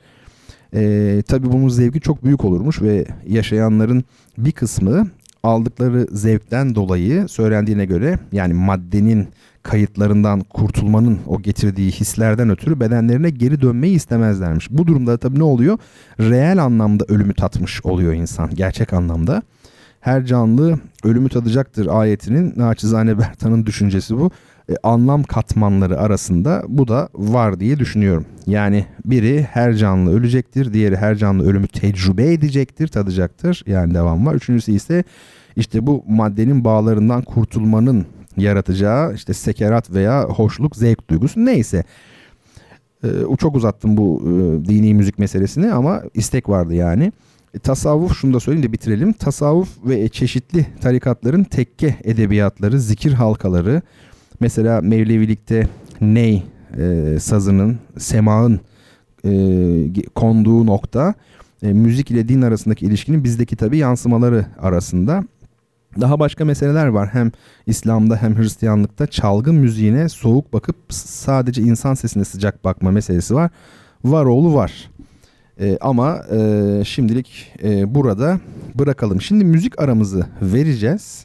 Ee, tabii bunun zevki çok büyük olurmuş ve yaşayanların bir kısmı aldıkları zevkten dolayı söylendiğine göre, yani maddenin kayıtlarından kurtulmanın o getirdiği hislerden ötürü bedenlerine geri dönmeyi istemezlermiş. Bu durumda tabii ne oluyor? Reel anlamda ölümü tatmış oluyor insan, gerçek anlamda. Her canlı ölümü tadacaktır ayetinin naçizane Bertan'ın düşüncesi bu. E, anlam katmanları arasında bu da var diye düşünüyorum. Yani biri her canlı ölecektir, diğeri her canlı ölümü tecrübe edecektir, tadacaktır. Yani devam var. Üçüncüsü ise işte bu maddenin bağlarından kurtulmanın yaratacağı işte sekerat veya hoşluk, zevk duygusu neyse. E, çok uzattım bu e, dini müzik meselesini ama istek vardı yani. E, tasavvuf, şunu da söyleyeyim de bitirelim. Tasavvuf ve çeşitli tarikatların tekke edebiyatları, zikir halkaları, mesela Mevlevilikte ney e, sazının, semağın e, konduğu nokta, e, müzik ile din arasındaki ilişkinin bizdeki tabii yansımaları arasında. Daha başka meseleler var. Hem İslam'da hem Hristiyanlıkta çalgı müziğine soğuk bakıp sadece insan sesine sıcak bakma meselesi var. Var oğlu var. E, ama e, şimdilik e, burada bırakalım. Şimdi müzik aramızı vereceğiz.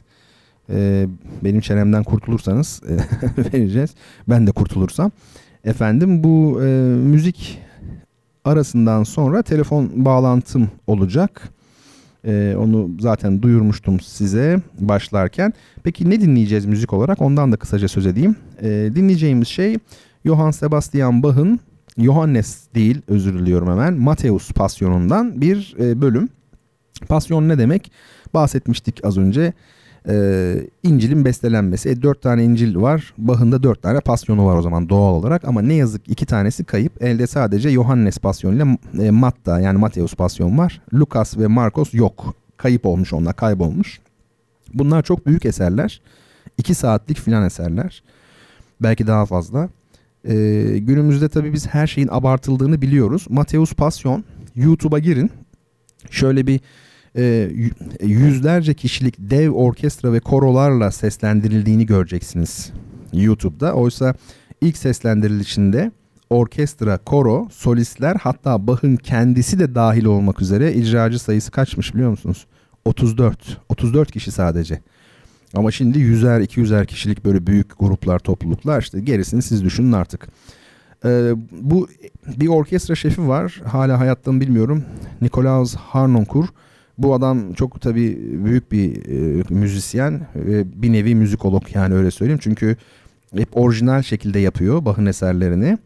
E, benim çenemden kurtulursanız e, vereceğiz. Ben de kurtulursam. Efendim bu e, müzik arasından sonra telefon bağlantım olacak. E, onu zaten duyurmuştum size başlarken. Peki ne dinleyeceğiz müzik olarak? Ondan da kısaca söz edeyim. E, dinleyeceğimiz şey Johann Sebastian Bach'ın, Johannes değil, özür diliyorum hemen, Matthäus Pasyonu'ndan bir e, bölüm. Pasyon ne demek? Bahsetmiştik az önce. Ee, İncil'in bestelenmesi. E, dört tane İncil var. Bach'ın da dört tane pasyonu var o zaman doğal olarak. Ama ne yazık iki tanesi kayıp. Elde sadece Johannes Pasyon ile e, Matta yani Matthäus Pasyon var. Lukas ve Markos yok. Kayıp olmuş onlar. Kaybolmuş. Bunlar çok büyük eserler. iki saatlik filan eserler. Belki daha fazla. Ee, günümüzde tabii biz her şeyin abartıldığını biliyoruz. Matthäus Pasyon, YouTube'a girin. Şöyle bir e, yüzlerce kişilik dev orkestra ve korolarla seslendirildiğini göreceksiniz YouTube'da. Oysa ilk seslendirilişinde orkestra, koro, solistler, hatta Bach'ın kendisi de dahil olmak üzere icracı sayısı kaçmış biliyor musunuz? otuz dört. otuz dört kişi sadece. Ama şimdi yüzer, iki yüzer kişilik böyle büyük gruplar, topluluklar, işte gerisini siz düşünün artık. Ee, bu bir orkestra şefi var. Hala hayatta mı bilmiyorum. Nikolaus Harnoncourt. Bu adam çok tabii büyük bir e, müzisyen. E, bir nevi müzikolog yani, öyle söyleyeyim. Çünkü hep orijinal şekilde yapıyor Bach'ın eserlerini.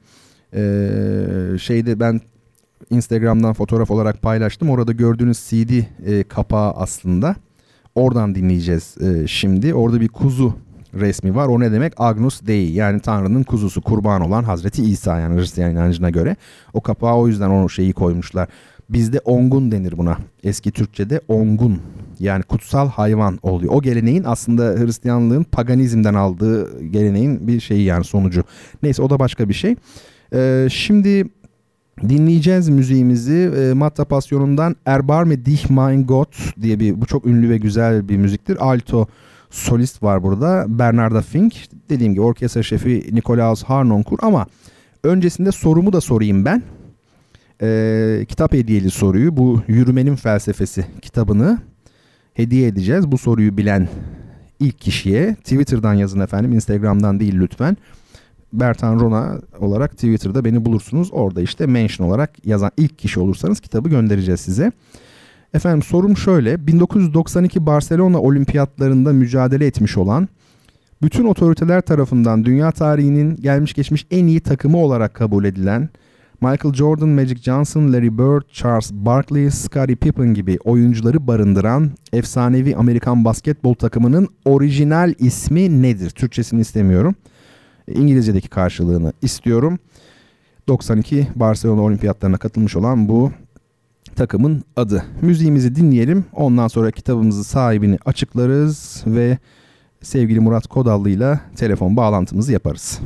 E, şeyde ben Instagram'dan fotoğraf olarak paylaştım. Orada gördüğünüz C D e, kapağı aslında. Oradan dinleyeceğiz e, şimdi. Orada bir kuzu resmi var. O ne demek? Agnus Dei, yani Tanrı'nın kuzusu, kurban olan Hazreti İsa, yani Hristiyan inancına göre. O kapağı o yüzden o şeyi koymuşlar. Bizde ongun denir buna. Eski Türkçe'de ongun Yani kutsal hayvan oluyor. O geleneğin aslında Hristiyanlığın paganizmden aldığı geleneğin bir şeyi, yani sonucu. Neyse, o da başka bir şey. Ee, şimdi dinleyeceğiz müziğimizi. E, Matta Passionu'ndan Erbarme dich mein Gott diye bir, bu çok ünlü ve güzel bir müziktir. Alto solist var burada, Bernarda Fink. Dediğim gibi orkestra şefi Nikolaus Harnoncourt. Ama öncesinde sorumu da sorayım ben. E, kitap hediyeli soruyu, bu Yürümenin Felsefesi kitabını hediye edeceğiz. Bu soruyu bilen ilk kişiye Twitter'dan yazın efendim, Instagram'dan değil lütfen. Bertan Rona olarak Twitter'da beni bulursunuz. Orada işte mention olarak yazan ilk kişi olursanız kitabı göndereceğiz size. Efendim, sorum şöyle. bin dokuz yüz doksan iki Barcelona Olimpiyatlarında mücadele etmiş olan, bütün otoriteler tarafından dünya tarihinin gelmiş geçmiş en iyi takımı olarak kabul edilen Michael Jordan, Magic Johnson, Larry Bird, Charles Barkley, Scottie Pippen gibi oyuncuları barındıran efsanevi Amerikan basketbol takımının orijinal ismi nedir? Türkçesini istemiyorum. İngilizce'deki karşılığını istiyorum. doksan iki Barcelona Olimpiyatlarına katılmış olan bu takımın adı. Müziğimizi dinleyelim. Ondan sonra kitabımızın sahibini açıklarız ve sevgili Murat Kodallı ile telefon bağlantımızı yaparız.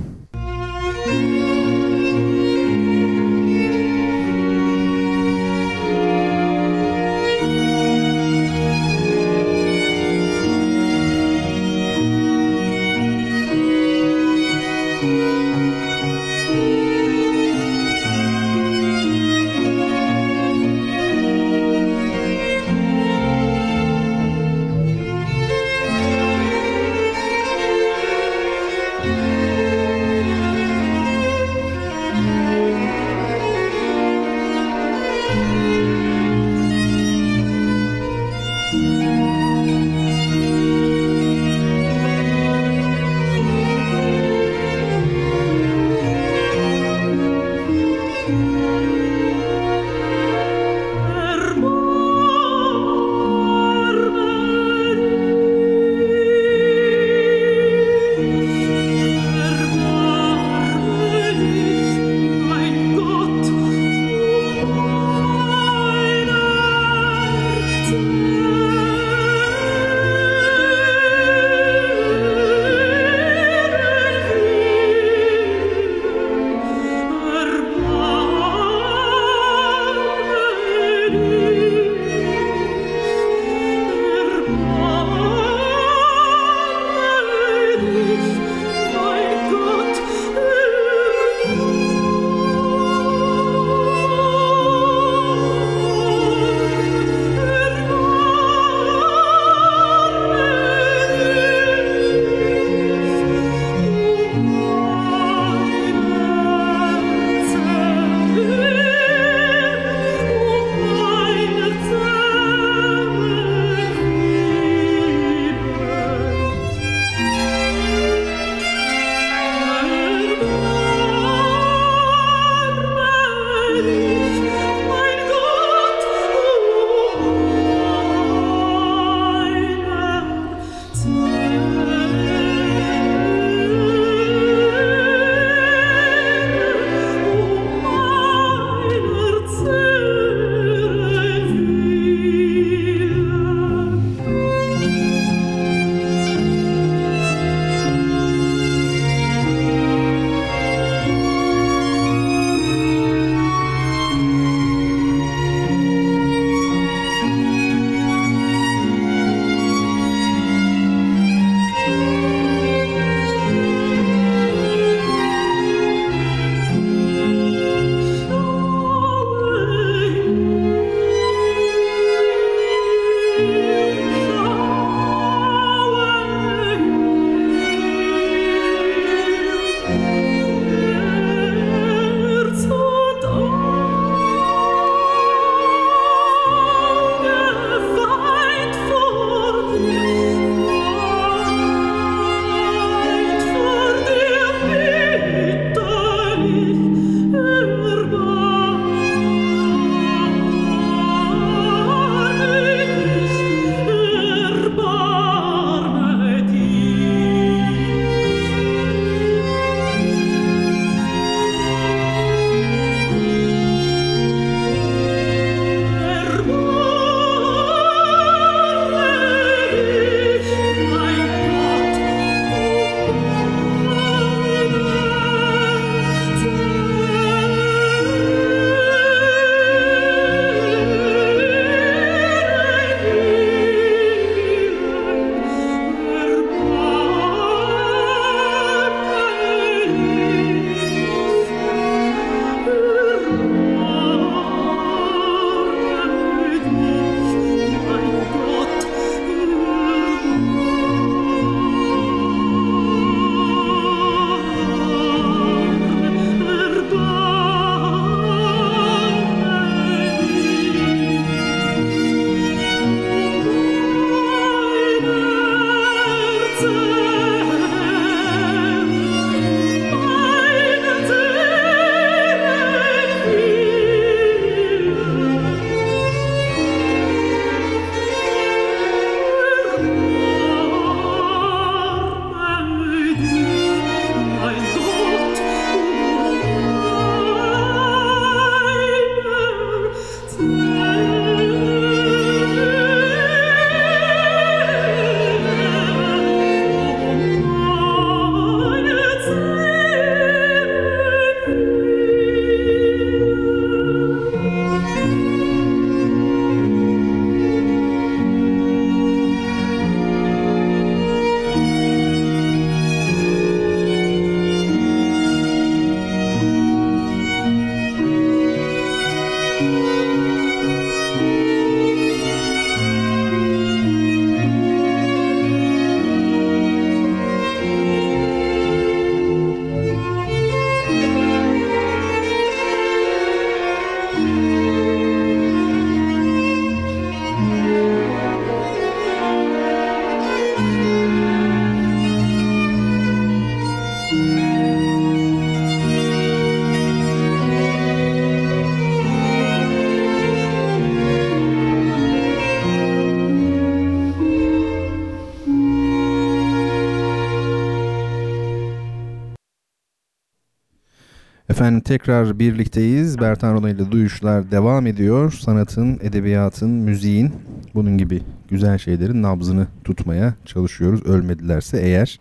Efendim tekrar birlikteyiz. Bertan Rona ile Duyuşlar devam ediyor. Sanatın, edebiyatın, müziğin, bunun gibi güzel şeylerin nabzını tutmaya çalışıyoruz. Ölmedilerse eğer.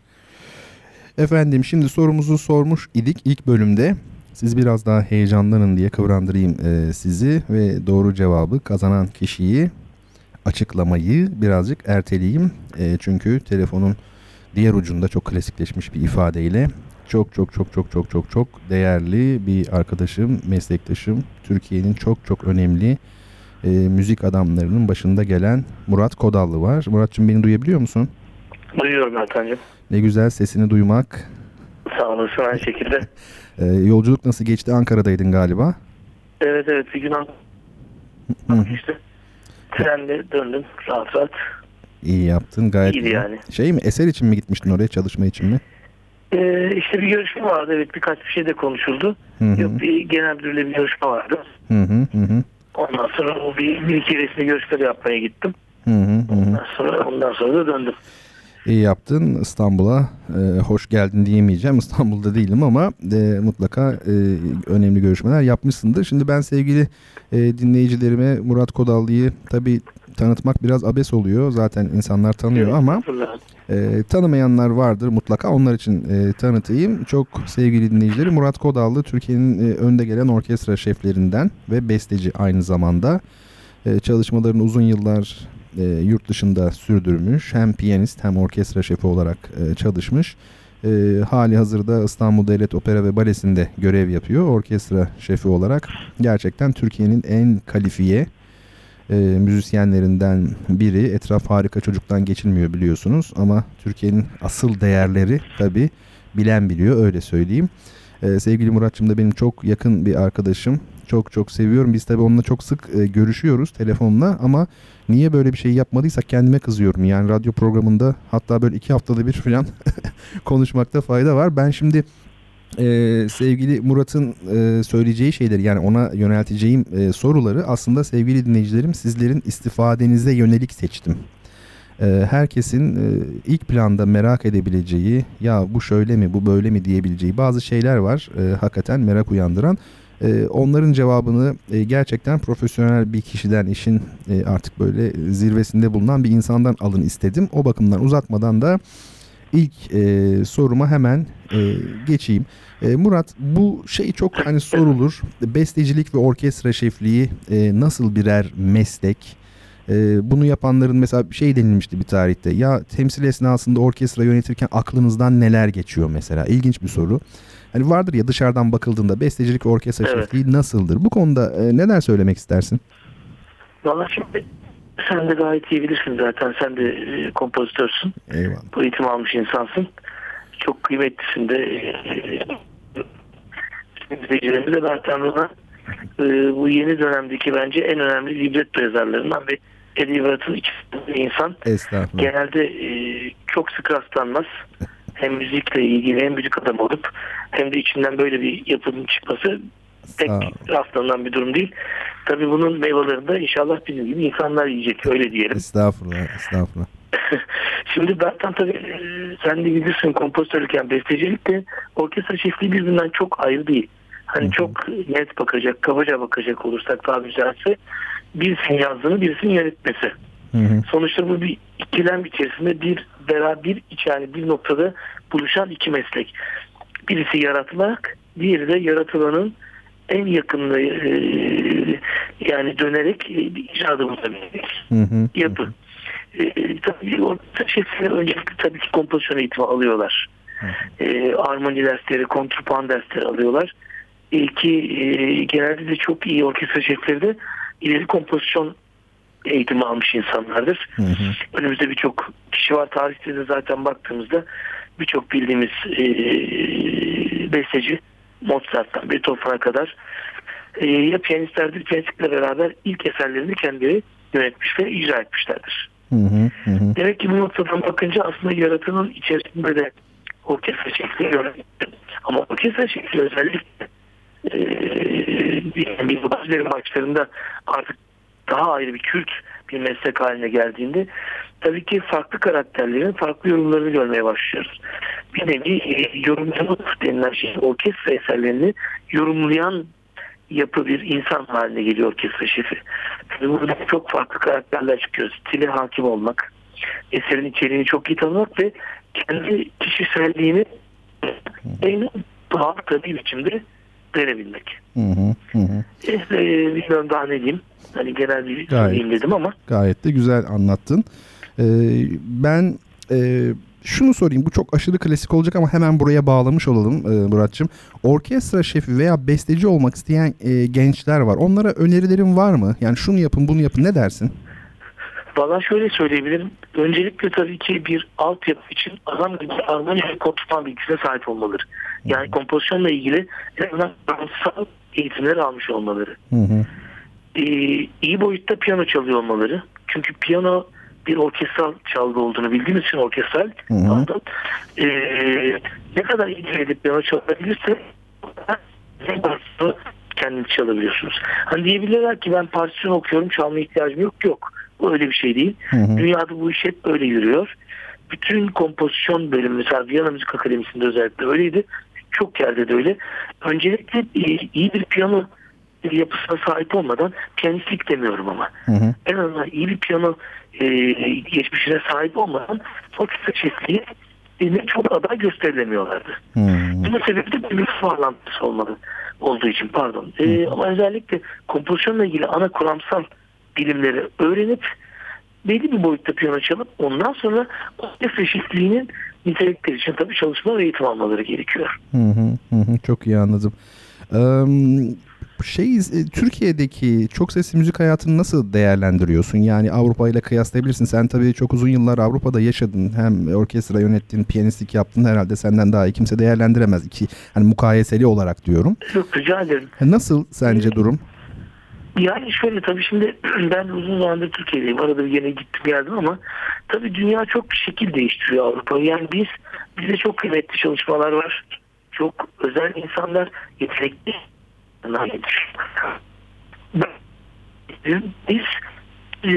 Efendim şimdi sorumuzu sormuş idik ilk bölümde. Siz biraz daha heyecanlanın diye kıvrandırayım e, sizi ve doğru cevabı kazanan kişiyi açıklamayı birazcık erteleyeyim. E, çünkü telefonun diğer ucunda çok klasikleşmiş bir ifadeyle çok çok çok çok çok çok çok değerli bir arkadaşım, meslektaşım, Türkiye'nin çok çok önemli e, müzik adamlarının başında gelen Murat Kodallı var. Murat'cığım beni duyabiliyor musun? Duyuyorum Ertan'cığım. Ne güzel sesini duymak. Sağ olasın aynı şekilde. e, yolculuk nasıl geçti? Ankara'daydın galiba. Evet evet bir gün Ankara'da işte. Trenle döndüm rahat rahat. İyi yaptın gayet. İyiydi iyi. yani. Şey mi, eser için mi gitmiştin oraya, çalışma için mi? Ee, işte bir görüşme vardı, evet, birkaç bir şey de konuşuldu. Hı hı. Yok, bir genel müdürle bir görüşme vardı. Hı hı hı hı. Ondan sonra o bir, bir iki resmi görüşmeleri yapmaya gittim. Hı hı hı. Ondan sonra, ondan sonra da döndüm. İyi yaptın. İstanbul'a e, hoş geldin diyemeyeceğim. İstanbul'da değilim ama e, mutlaka e, önemli görüşmeler yapmışsındır. Şimdi ben sevgili e, dinleyicilerime Murat Kodallı'yı tabii tanıtmak biraz abes oluyor. Zaten insanlar tanıyor Evet, ama hatırladım. e, tanımayanlar vardır mutlaka. Onlar için e, tanıtayım. Çok sevgili dinleyicileri, Murat Kodallı Türkiye'nin e, önde gelen orkestra şeflerinden ve besteci aynı zamanda. E, çalışmalarını uzun yıllar e, yurt dışında sürdürmüş. Hem piyanist hem orkestra şefi olarak e, çalışmış. E, hali hazırda İstanbul Devlet Opera ve Balesi'nde görev yapıyor orkestra şefi olarak. Gerçekten Türkiye'nin en kalifiye e, müzisyenlerinden biri. Etraf harika çocuktan geçilmiyor biliyorsunuz. Ama Türkiye'nin asıl değerleri tabii bilen biliyor, öyle söyleyeyim. Ee, sevgili Murat'cığım da benim çok yakın bir arkadaşım. Çok çok seviyorum. Biz tabii onunla çok sık e, görüşüyoruz telefonla ama niye böyle bir şey yapmadıysak kendime kızıyorum. Yani radyo programında hatta böyle iki haftada bir falan konuşmakta fayda var. Ben şimdi e, sevgili Murat'ın e, söyleyeceği şeyleri, yani ona yönelteceğim e, soruları aslında sevgili dinleyicilerim sizlerin istifadenize yönelik seçtim. Herkesin ilk planda merak edebileceği, ya bu şöyle mi bu böyle mi diyebileceği bazı şeyler var hakikaten merak uyandıran. Onların cevabını gerçekten profesyonel bir kişiden, işin artık böyle zirvesinde bulunan bir insandan alın istedim. O bakımdan uzatmadan da ilk soruma hemen geçeyim. Murat, bu şey çok hani sorulur. Bestecilik ve orkestra şefliği nasıl birer meslek? Ee, bunu yapanların mesela şey denilmişti bir tarihte. Ya temsil esnasında orkestra yönetirken aklınızdan neler geçiyor mesela? İlginç bir soru. Hani vardır ya, dışarıdan bakıldığında bestecilik ve orkestra Evet. şefliği nasıldır? Bu konuda e, neler söylemek istersin? Valla şimdi sen de gayet iyi bilirsin zaten. Sen de e, kompozitörsün. Eyvallah. Bu eğitim almış insansın. Çok kıymetlisin de. İzleyicilerimiz de Bertan Rona e, bu yeni dönemdeki bence en önemli libretto yazarlarından ve edebiyatın içinde insan. Estağfurullah. Genelde e, çok sık rastlanmaz. Hem müzikle ilgili hem müzik adamı olup hem de içinden böyle bir yapının çıkması pek rastlanan bir durum değil. Tabii bunun meyvelerini de inşallah bizim gibi insanlar yiyecek, öyle diyelim. Estağfurullah, estağfurullah. Şimdi Bertan tabii e, sen de bilirsin, kompozitörlükken bestecilik de orkestra şefliği birbirinden çok ayrı değil. Hani Hı-hı. çok net bakacak, kabaca bakacak olursak daha güzelse birisinin yazdığını birisinin yönetmesi. Hı-hı. Sonuçta bu bir ikilem içerisinde bir beraber iç, yani bir noktada buluşan iki meslek. Birisi yaratmak, diğeri de yaratılanın en yakınında e, yani dönerek e, bir icadı bulabilmek. Yapı. E, tabii orkestra şefleri öncelikle tabii ki kompozisyon eğitimi alıyorlar. E, armoni dersleri, kontrpuan dersleri alıyorlar. E, ki e, genelde de çok iyi orkestra şefleri de ileri kompozisyon eğitimi almış insanlardır. Hı hı. Önümüzde birçok kişi var. Tarihte de zaten baktığımızda birçok bildiğimiz e, besteci, Mozart'tan Beethoven'a kadar e, ya piyanistlerdir, piyanistle beraber ilk eserlerini kendileri yönetmiş ve icra etmişlerdir. Hı hı hı. Demek ki bu noktadan bakınca aslında yaratının içerisinde de orkestra şekli yönetiyor. Ama orkestra şekli özellikle e, bir bazıları maçlarında artık daha ayrı bir kült bir meslek haline geldiğinde tabii ki farklı karakterlerin farklı yorumlarını görmeye başlıyoruz. bir nevi e, yorumlama denilen şey, orkestra eserlerini yorumlayan yapı bir insan haline geliyor orkestra şefi. Ve burada çok farklı karakterler çıkıyor. Stile hakim olmak, eserin içeriğini çok iyi tanımak ve kendi kişiselliğini en doğal tabii biçimde verebilmek. Hı hı, hı. E, e, bilmiyorum daha ne diyeyim. Hani genel bir söyleyeyim dedim ama. Gayet de güzel anlattın. Ee, ben e, şunu sorayım. Bu çok aşırı klasik olacak ama hemen buraya bağlamış olalım e, Muratçığım. Orkestra şefi veya besteci olmak isteyen e, gençler var. Onlara önerilerin var mı? Yani şunu yapın, bunu yapın. Ne dersin? Valla şöyle söyleyebilirim. Öncelikle tabii ki bir altyapı için adam gibi armoni ve konuşma bilgisine sahip olmalıdır. Yani kompozisyonla ilgili en azından dansal eğitimler almış olmaları. Hı hı. Ee, iyi boyutta piyano çalıyor olmaları. Çünkü piyano bir orkestral çalgı olduğunu bildiğimiz için orkestral. Hı hı. Ee, ne kadar iyi edip piyano çalabilirse kendiniz çalabiliyorsunuz. Hani diyebilirler ki ben partisyon okuyorum, çalmaya ihtiyacım yok. Yok. Bu öyle bir şey değil. Hı hı. Dünyada bu iş hep öyle yürüyor. Bütün kompozisyon bölümü, mesela Viyana Müzik Akademisi'nde özellikle öyleydi. Çok yerde de öyle. Öncelikle iyi bir piyano yapısına sahip olmadan, piyanistlik demiyorum ama, Hı hı. en azından iyi bir piyano e, geçmişine sahip olmadan orkestra şefliği ne çok aday gösterilemiyorlardı. Hı hı. Bunun sebebi de bir bağlantısı olmalı olduğu için pardon. E, ama özellikle kompozisyonla ilgili ana kuramsal bilimleri öğrenip belli bir boyutta piyano çalıp ondan sonra orkestra şefliğinin nitelikleri için tabii çalışma ve eğitim almaları gerekiyor. Hı hı, hı hı, çok iyi anladım. Ee, şey e, Türkiye'deki çok sesli müzik hayatını nasıl değerlendiriyorsun? Yani Avrupa ile kıyaslayabilirsin. Sen tabii çok uzun yıllar Avrupa'da yaşadın. Hem orkestra yönettin, piyanistlik yaptın. Herhalde senden daha iyi kimse değerlendiremez. İki, hani mukayeseli olarak diyorum. Çok rica ederim. Nasıl sence durum? Yani şöyle tabii şimdi ben uzun zamandır Türkiye'deyim. Arada bir yine gittim geldim ama tabii dünya çok şekil değiştiriyor Avrupa. Yani biz bizde çok kıymetli çalışmalar var. Çok özel insanlar, yetenekli insanlar yetişiyor. Biz e,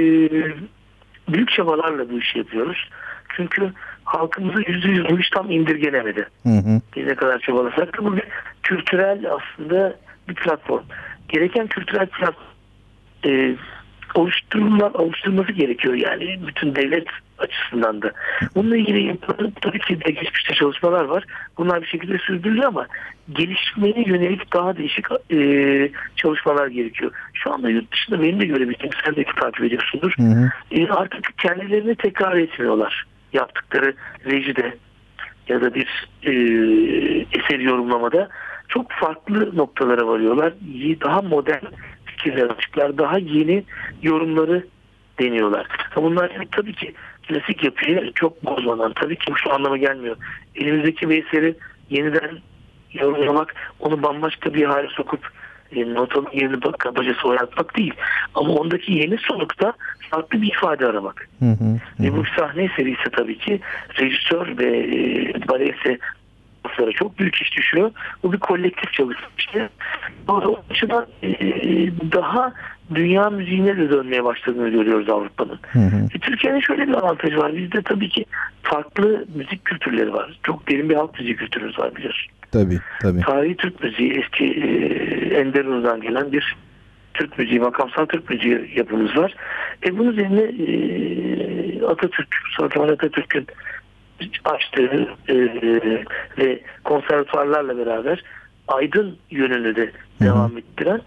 büyük çabalarla bu işi yapıyoruz. Çünkü halkımızın yüzde yüz bu iş tam indirgenemedi. Hı hı. Biz ne kadar çabalasak da bu bir kültürel aslında bir platform. Gereken kültürel platform e, oluşturulma, oluşturulması gerekiyor. Yani bütün devlet açısından da. Bununla ilgili yapılan tabii ki de geçmişte çalışmalar var. Bunlar bir şekilde sürdürülüyor ama gelişmeye yönelik daha değişik e, çalışmalar gerekiyor. Şu anda yurt dışında benim de görebildiğim, sen de takip ediyorsundur. Hı hı. E, artık kendilerini tekrar etmiyorlar. Yaptıkları rejide ya da bir e, eser yorumlamada çok farklı noktalara varıyorlar. Daha modern fikirler açıklar, daha yeni yorumları deniyorlar. Bunlar tabii ki klasik yapıyı çok bozmadan, tabii ki bu şu anlama gelmiyor. Elimizdeki bir eseri yeniden yorumlamak, onu bambaşka bir hale sokup e, notanın yerini kabacası oynatmak değil. Ama ondaki yeni solukta farklı bir ifade aramak. Hı hı. Ve bu sahne eseri ise tabii ki rejisör ve e, balesi çok büyük iş düşüyor. Bu bir kolektif çalışma işte. O açıdan e, daha dünya müziğine de dönmeye başladığını görüyoruz Avrupa'nın. Hı hı. E, Türkiye'nin şöyle bir avantajı var. Bizde tabii ki farklı müzik kültürleri var. Çok derin bir halk müziği kültürümüz var biliyorsun. Tabii, tabii. Tarihi Türk müziği, eski e, Enderun'dan gelen bir Türk müziği, makamsal Türk müziği yapımız var. E, bunun üzerine e, Atatürk, Sultan Kemal Atatürk'ün açtığı e, ve konservatuarlarla beraber aydın yönünü de devam Hı-hı. ettiren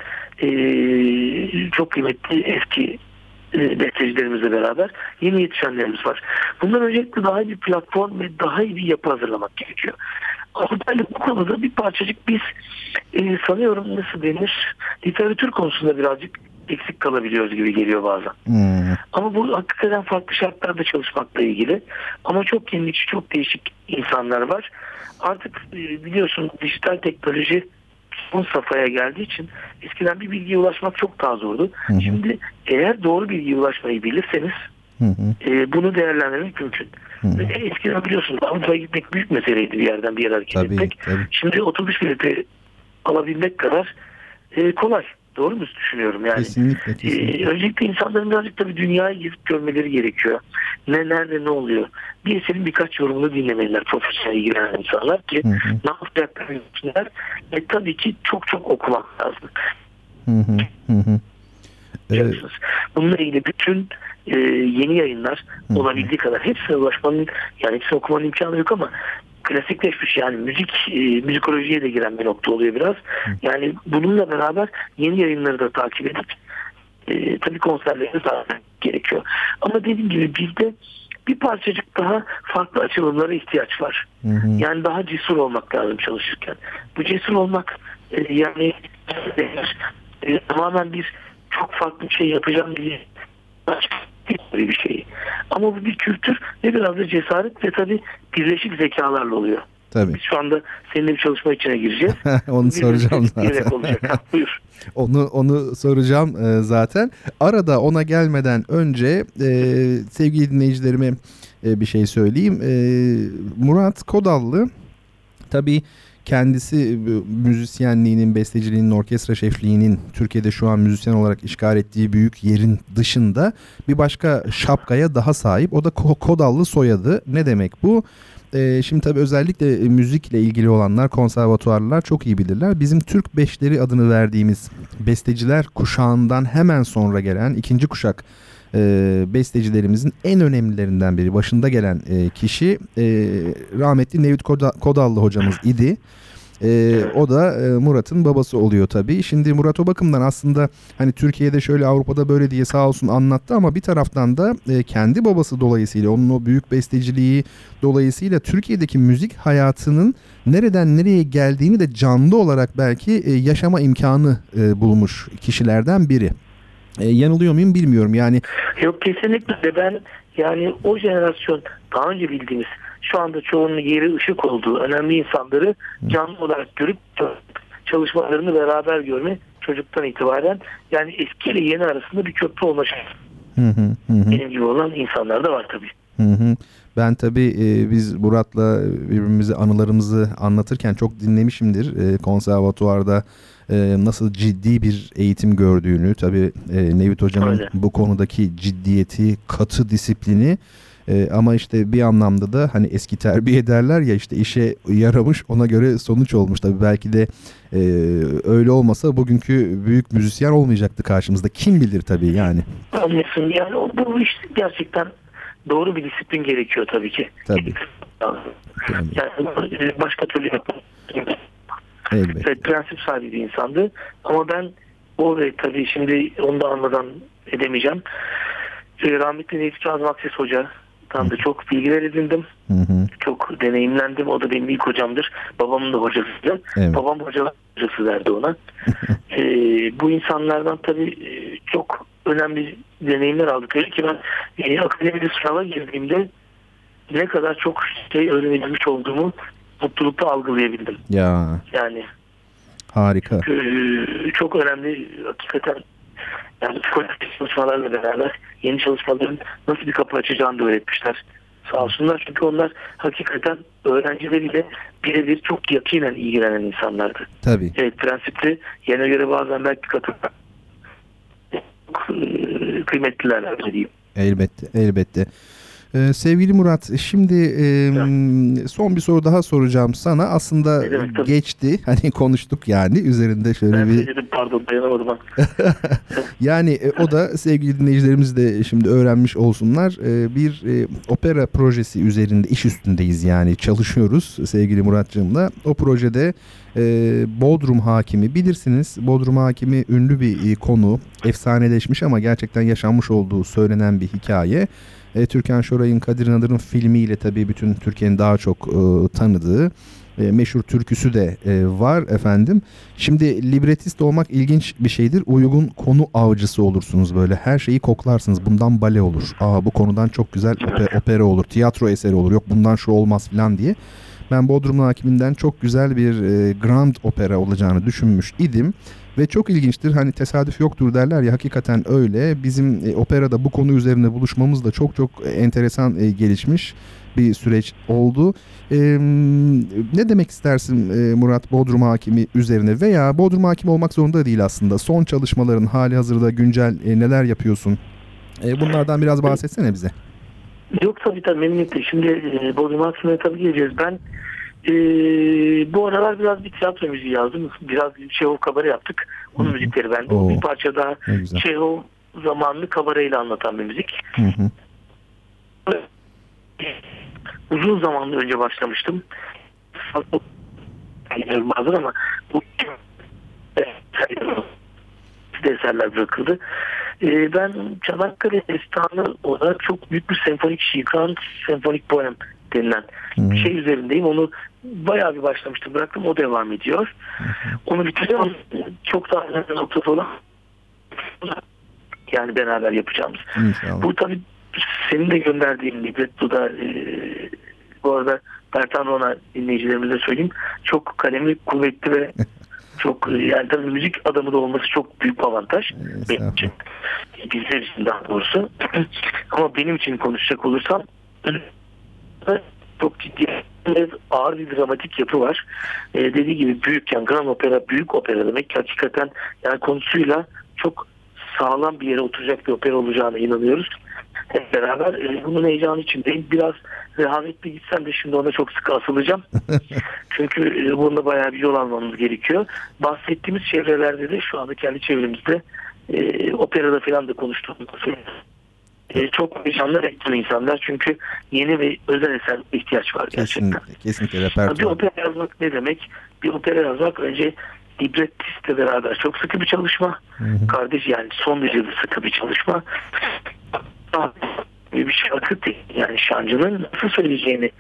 e, çok kıymetli eski e, bestecilerimizle beraber yeni yetişenlerimiz var. Bundan öncelikle daha iyi bir platform ve daha iyi bir yapı hazırlamak gerekiyor. Avrupa'yla bu konuda bir parçacık biz e, sanıyorum nasıl denir, literatür konusunda birazcık eksik kalabiliyoruz gibi geliyor bazen. Hmm. Ama bu hakikaten farklı şartlarda çalışmakla ilgili. Ama çok yenilikçi, çok değişik insanlar var. Artık e, biliyorsun dijital teknoloji son safhaya geldiği için eskiden bir bilgiye ulaşmak çok daha zordu. Hı hı. Şimdi eğer doğru bilgiye ulaşmayı bilirseniz hı hı. E, bunu değerlendirmek mümkün. Hı hı. Ve eskiden biliyorsun Avrupa'ya gitmek büyük meseleydi, bir yerden bir yere hareket tabii, etmek. Tabii. Şimdi otobüs bileti alabilmek kadar e, kolay. Doğru mu düşünüyorum yani? Kesinlikle, kesinlikle. Ee, öncelikle insanların birazcık da bir dünyayı gezip görmeleri gerekiyor. Ne nerede ne oluyor? Bir eserin birkaç yorumunu dinlemeliler profesyonel ilgilenen insanlar ki Hı hı. ne yapacaklarını düşünürler. Ve tabii ki çok çok okumak lazım. Hı hı. Hı hı. Evet. Bununla ilgili bütün e, yeni yayınlar Hı hı. olabildiği kadar hepsine ulaşmanın, yani hepsini okumanın imkanı yok ama klasikleşmiş, yani müzik e, müzikolojiye de giren bir nokta oluyor biraz. Yani bununla beraber yeni yayınları da takip edip e, tabii konserleri de takip etmek gerekiyor. Ama dediğim gibi bizde bir parçacık daha farklı açılımlara ihtiyaç var. Hı hı. Yani daha cesur olmak lazım çalışırken. Bu cesur olmak e, yani e, tamamen bir çok farklı bir şey yapacağım diye başka bir şey. Ama bu bir kültür ve biraz da cesaret ve tabii birleşik zekalarla oluyor. Tabii. Biz şu anda seninle bir çalışma içine gireceğiz. Onu Bir soracağım zaten. olacak. Ha, buyur. Onu onu soracağım e, zaten. Arada ona gelmeden önce e, sevgili dinleyicilerime e, bir şey söyleyeyim. E, Murat Kodallı tabii kendisi müzisyenliğinin, besteciliğinin, orkestra şefliğinin Türkiye'de şu an müzisyen olarak işgal ettiği büyük yerin dışında bir başka şapkaya daha sahip. O da Kodallı soyadı. Ne demek bu? Ee, şimdi tabii özellikle müzikle ilgili olanlar, konservatuarlılar çok iyi bilirler. Bizim Türk Beşleri adını verdiğimiz besteciler kuşağından hemen sonra gelen ikinci kuşak e, bestecilerimizin en önemlilerinden biri, başında gelen e, kişi e, rahmetli Nevit Kodallı hocamız idi. Ee, o da e, Murat'ın babası oluyor tabii. Şimdi Murat o bakımdan aslında hani Türkiye'de şöyle, Avrupa'da böyle diye sağ olsun anlattı ama bir taraftan da e, kendi babası dolayısıyla, onun o büyük besteciliği dolayısıyla Türkiye'deki müzik hayatının nereden nereye geldiğini de canlı olarak belki e, yaşama imkanı e, bulmuş kişilerden biri. E, yanılıyor muyum bilmiyorum yani. Yok, kesinlikle. Ben yani o jenerasyon, daha önce bildiğimiz, şu anda çoğunun yeri ışık olduğu önemli insanları canlı olarak görüp çalışmalarını beraber görme çocuktan itibaren, yani eski ile yeni arasında bir köprü olma şansı. Benim gibi olan insanlar da var tabii. Hı hı. Ben tabii e, biz Murat'la birbirimize anılarımızı anlatırken çok dinlemişimdir. E, konservatuvarda e, nasıl ciddi bir eğitim gördüğünü, tabii e, Nevit Hocam'ın Öyle. bu konudaki ciddiyeti, katı disiplini. Ee, ama işte bir anlamda da hani eski terbiye derler ya, işte işe yaramış, ona göre sonuç olmuş. Tabii belki de e, öyle olmasa bugünkü büyük müzisyen olmayacaktı karşımızda. Kim bilir tabii yani. Anlıyorsun yani, o, bu işte gerçekten doğru bir disiplin gerekiyor tabii ki. Tabii. Yani başka türlü yapamam. Elbette. Ve prensip sahibi bir insandı. Ama ben o ve tabii şimdi onu da anmadan edemeyeceğim. Rahmetli Nevit Kazım Akses Hoca'dan da çok bilgiler edindim. Hı hı. Çok deneyimlendim. O da benim ilk hocamdır. Babamın da hocasıydı. Evet. Babam hocalar hocası verdi ona. ee, bu insanlardan tabii çok önemli deneyimler aldık. Öyle ki ben e, akademide sınava girdiğimde ne kadar çok şey öğrenebilmiş olduğumu mutlulukla algılayabildim. Ya. Yani Harika. e, çok önemli hakikaten. Yani psikolojik çalışmalarla beraber yeni çalışmaların nasıl bir kapı açacağını da öğretmişler. Sağ olsunlar, çünkü onlar hakikaten öğrencileriyle birebir çok yakinen ilgilenen insanlardı. Tabii. Evet, prensipli, yerine göre bazen belki katı çok kıymetliler, öyle diyeyim. Elbette, elbette. Ee, sevgili Murat, şimdi e, son bir soru daha soracağım sana. Aslında Ne demek, tabii. geçti, hani konuştuk yani üzerinde şöyle Ben bir... dedim, pardon, dayanamadım. Yani e, o da sevgili dinleyicilerimiz de şimdi öğrenmiş olsunlar. E, bir e, opera projesi üzerinde iş üstündeyiz, yani çalışıyoruz sevgili Muratcığımla. O projede e, Bodrum Hakimi, bilirsiniz, Bodrum Hakimi ünlü bir e, konu, efsaneleşmiş ama gerçekten yaşanmış olduğu söylenen bir hikaye. E, Türkan Şoray'ın Kadir İnanır'ın filmiyle tabii bütün Türkiye'nin daha çok e, tanıdığı e, meşhur türküsü de e, var efendim. Şimdi libretist olmak ilginç bir şeydir. Uygun konu avcısı olursunuz böyle. Her şeyi koklarsınız. Bundan bale olur. Aa, bu konudan çok güzel opera, opera olur. Tiyatro eseri olur. Yok bundan şu olmaz falan diye. Ben Bodrum Hakimi'nden çok güzel bir e, grand opera olacağını düşünmüş idim. Ve çok ilginçtir, hani tesadüf yoktur derler ya, hakikaten öyle. Bizim e, operada bu konu üzerine buluşmamız da çok çok enteresan e, gelişmiş bir süreç oldu. E, ne demek istersin e, Murat Bodrum Hakimi üzerine, veya Bodrum Hakimi olmak zorunda değil aslında. Son çalışmaların, hali hazırda güncel e, neler yapıyorsun? E, bunlardan biraz bahsetsene bize. Yok tabii tabii memnuniyetle. Şimdi e, Bodrum Hakimi'ne tabii geleceğiz. Ben e, bu aralar biraz bir tiyatro müziği yazdım. Biraz Çehov kabare yaptık. Onun Hı-hı. müzikleri bende. Oo. Bir parça daha Çehov zamanını kabareyle anlatan bir müzik. Hı-hı. Uzun zaman önce başlamıştım. Bazen ama bu eserler bırakıldı. Ee, ben Çanakkale Destanı olarak çok büyük bir senfonik şiir, Grand senfonik poem denilen hmm. şey üzerindeyim. Onu bayağı bir başlamıştım, bıraktım. O devam ediyor. Hmm. Onu bitiriyorum. Çok daha önemli noktası olan yani beraber yapacağımız. İnşallah. Bu tabii senin de gönderdiğin librettoda e, bu arada Bertan Rona dinleyicilerimize söyleyeyim. Çok kalemi kuvvetli ve çok yani tabii müzik adamı da olması çok büyük bir avantaj. Benim için. Bizler için daha doğrusu. Ama benim için konuşacak olursam çok ciddi ağır bir dramatik yapı var. Ee, dediği gibi büyük, yani grand opera büyük opera demek ki hakikaten yani konusuyla çok sağlam bir yere oturacak bir opera olacağına inanıyoruz. Hep beraber e, bunun heyecanı içindeyim. Biraz rehavetli gitsem de şimdi ona çok sıkı asılacağım. Çünkü e, bunda bayağı bir yol almamız gerekiyor. Bahsettiğimiz çevrelerde de şu anda kendi çevremizde e, operada falan da konuştuğumuz e, çok heyecanlı bekliyor insanlar. Çünkü yeni ve özel eser ihtiyaç var gerçekten. Kesinlikle, kesinlikle repertuar. Bir opera yazmak ne demek? Bir opera yazmak önce librettistle beraber çok sıkı bir çalışma. Hı hı. Kardeş yani son derece sıkı bir çalışma. Bir şarkı değil. Yani şancının nasıl söyleyeceğini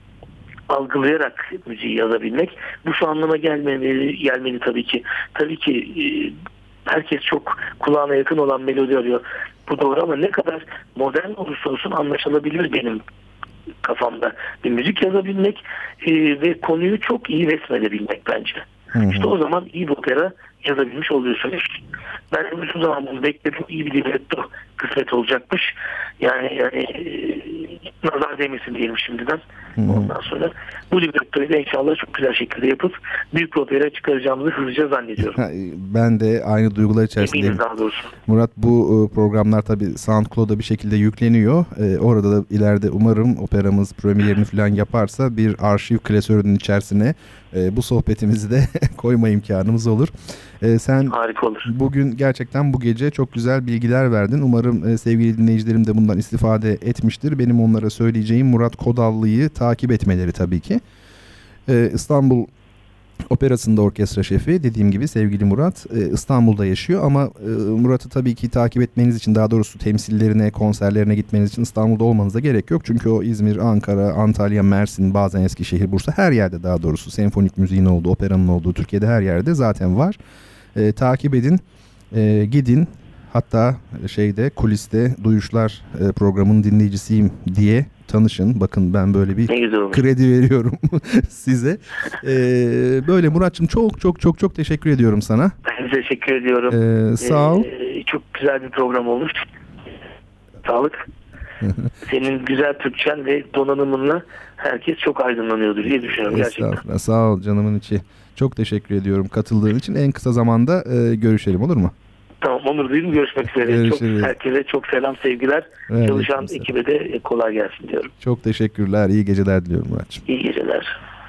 algılayarak müziği yazabilmek. Bu şu anlama gelmeli, gelmeli tabii ki. Tabii ki e, herkes çok kulağına yakın olan melodi arıyor. Bu doğru ama ne kadar modern olursa olsun anlaşılabilir benim kafamda. Bir müzik yazabilmek e, ve konuyu çok iyi resmedebilmek bence. Hı hı. İşte o zaman iyi bir opera yazabilmiş oluyorsunuz. Ben uzun zaman bunu bekledim. İyi bir libretto kısmet olacakmış. Yani yani e, nazar değmesin diyelim şimdiden. Hı hı. Ondan sonra bu librettoyu da inşallah çok güzel şekilde yapıp büyük bir opera çıkaracağımızı hızlıca zannediyorum. Ben de aynı duygular içerisindeyim. Daha doğrusu. Murat, bu programlar tabii SoundCloud'a bir şekilde yükleniyor. Ee, orada da ileride umarım operamız premierini falan yaparsa bir arşiv klasörünün içerisine e, bu sohbetimizi de koyma imkanımız olur. Ee, sen harika olur. Bugün gerçekten bu gece çok güzel bilgiler verdin. Umarım e, sevgili dinleyicilerim de bundan istifade etmiştir. Benim onlara söyleyeceğim Murat Kodallı'yı takip etmeleri tabii ki. Ee, İstanbul Operası'nda orkestra şefi, dediğim gibi sevgili Murat e, İstanbul'da yaşıyor ama e, Murat'ı tabii ki takip etmeniz için, daha doğrusu temsillerine, konserlerine gitmeniz için İstanbul'da olmanıza gerek yok. Çünkü o İzmir, Ankara, Antalya, Mersin, bazen Eskişehir, Bursa, her yerde daha doğrusu senfonik müziğin olduğu, operanın olduğu Türkiye'de her yerde zaten var. E, takip edin, e, gidin. Hatta şeyde, kuliste Duyuşlar e, programının dinleyicisiyim diye tanışın. Bakın ben böyle bir kredi veriyorum size. Ee, böyle Murat'cığım çok çok çok çok teşekkür ediyorum sana. Ben teşekkür ediyorum. Ee, sağ ol. Ee, çok güzel bir program olmuş. Sağlık. Senin güzel Türkçen ve donanımınla herkes çok aydınlanıyordur diye düşünüyorum gerçekten. Sağ ol canımın içi. Çok teşekkür ediyorum katıldığın için. En kısa zamanda e, görüşelim, olur mu? Tamam, onur duydum. Görüşmek üzere. Çok, herkese çok selam, sevgiler. Evet, çalışan ekibe de kolay gelsin diyorum. Çok teşekkürler. İyi geceler diliyorum Murat'cığım. İyi geceler.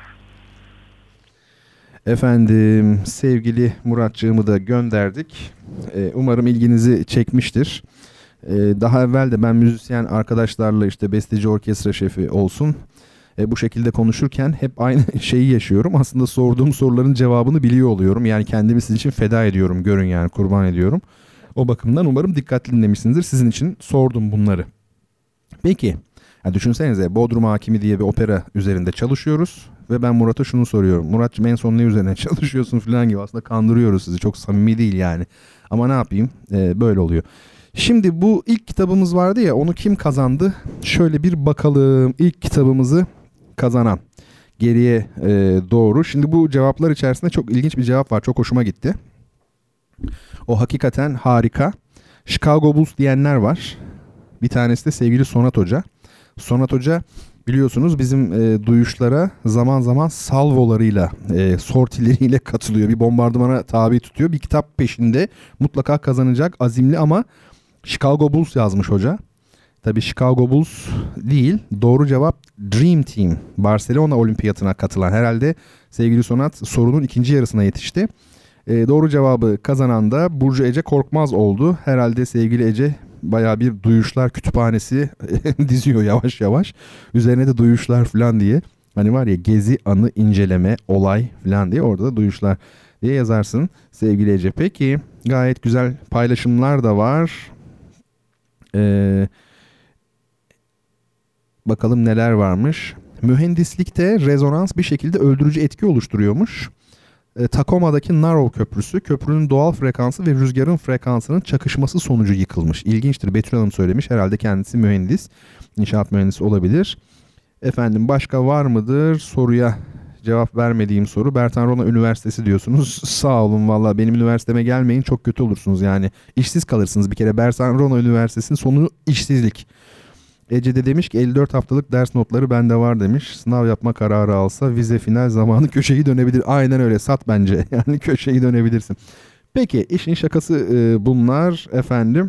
Efendim, sevgili Murat'cığımı da gönderdik. Ee, umarım ilginizi çekmiştir. Ee, daha evvel de ben müzisyen arkadaşlarla, işte besteci, orkestra şefi olsun, E, bu şekilde konuşurken hep aynı şeyi yaşıyorum. Aslında sorduğum soruların cevabını biliyor oluyorum. Yani kendimi sizin için feda ediyorum. Görün yani, kurban ediyorum. O bakımdan umarım dikkatli dinlemişsinizdir. Sizin için sordum bunları. Peki. Ya düşünsenize, Bodrum Hakimi diye bir opera üzerinde çalışıyoruz. Ve ben Murat'a şunu soruyorum. Murat'cığım en son ne üzerine çalışıyorsun falan gibi. Aslında kandırıyoruz sizi. Çok samimi değil yani. Ama ne yapayım? Ee, böyle oluyor. Şimdi bu ilk kitabımız vardı ya, onu kim kazandı? Şöyle bir bakalım. İlk kitabımızı kazanan geriye e, doğru. Şimdi bu cevaplar içerisinde çok ilginç bir cevap var. Çok hoşuma gitti. O hakikaten harika. Chicago Bulls diyenler var. Bir tanesi de sevgili Sonat Hoca. Sonat Hoca biliyorsunuz bizim e, duyuşlara zaman zaman salvolarıyla, e, sortileriyle katılıyor. Bir bombardımana tabi tutuyor. Bir kitap peşinde, mutlaka kazanacak, azimli, ama Chicago Bulls yazmış hoca. Tabii Chicago Bulls değil. Doğru cevap Dream Team. Barcelona Olimpiyatına katılan, herhalde sevgili Sonat sorunun ikinci yarısına yetişti. E, doğru cevabı kazanan da Burcu Ece Korkmaz oldu. Herhalde sevgili Ece bayağı bir duyuşlar kütüphanesi diziyor yavaş yavaş. Üzerine de duyuşlar falan diye. Hani var ya, gezi, anı, inceleme, olay falan diye, orada da duyuşlar diye yazarsın sevgili Ece. Peki, gayet güzel paylaşımlar da var. Ee, bakalım neler varmış. Mühendislikte rezonans bir şekilde öldürücü etki oluşturuyormuş. E, Takoma'daki Narrow Köprüsü, köprünün doğal frekansı ve rüzgarın frekansının çakışması sonucu yıkılmış. İlginçtir. Betül Hanım söylemiş. Herhalde kendisi mühendis. İnşaat mühendisi olabilir. Efendim, başka var mıdır? Soruya cevap vermediğim soru. Bertan Rona Üniversitesi diyorsunuz. Sağ olun valla, benim üniversiteme gelmeyin, çok kötü olursunuz yani. İşsiz kalırsınız bir kere. Bertan Rona Üniversitesi'nin sonu işsizlik. Ece de demiş ki elli dört haftalık ders notları bende var demiş. Sınav yapma kararı alsa vize final zamanı köşeyi dönebilir. Aynen öyle, sat bence. Yani köşeyi dönebilirsin. Peki, işin şakası e, bunlar efendim.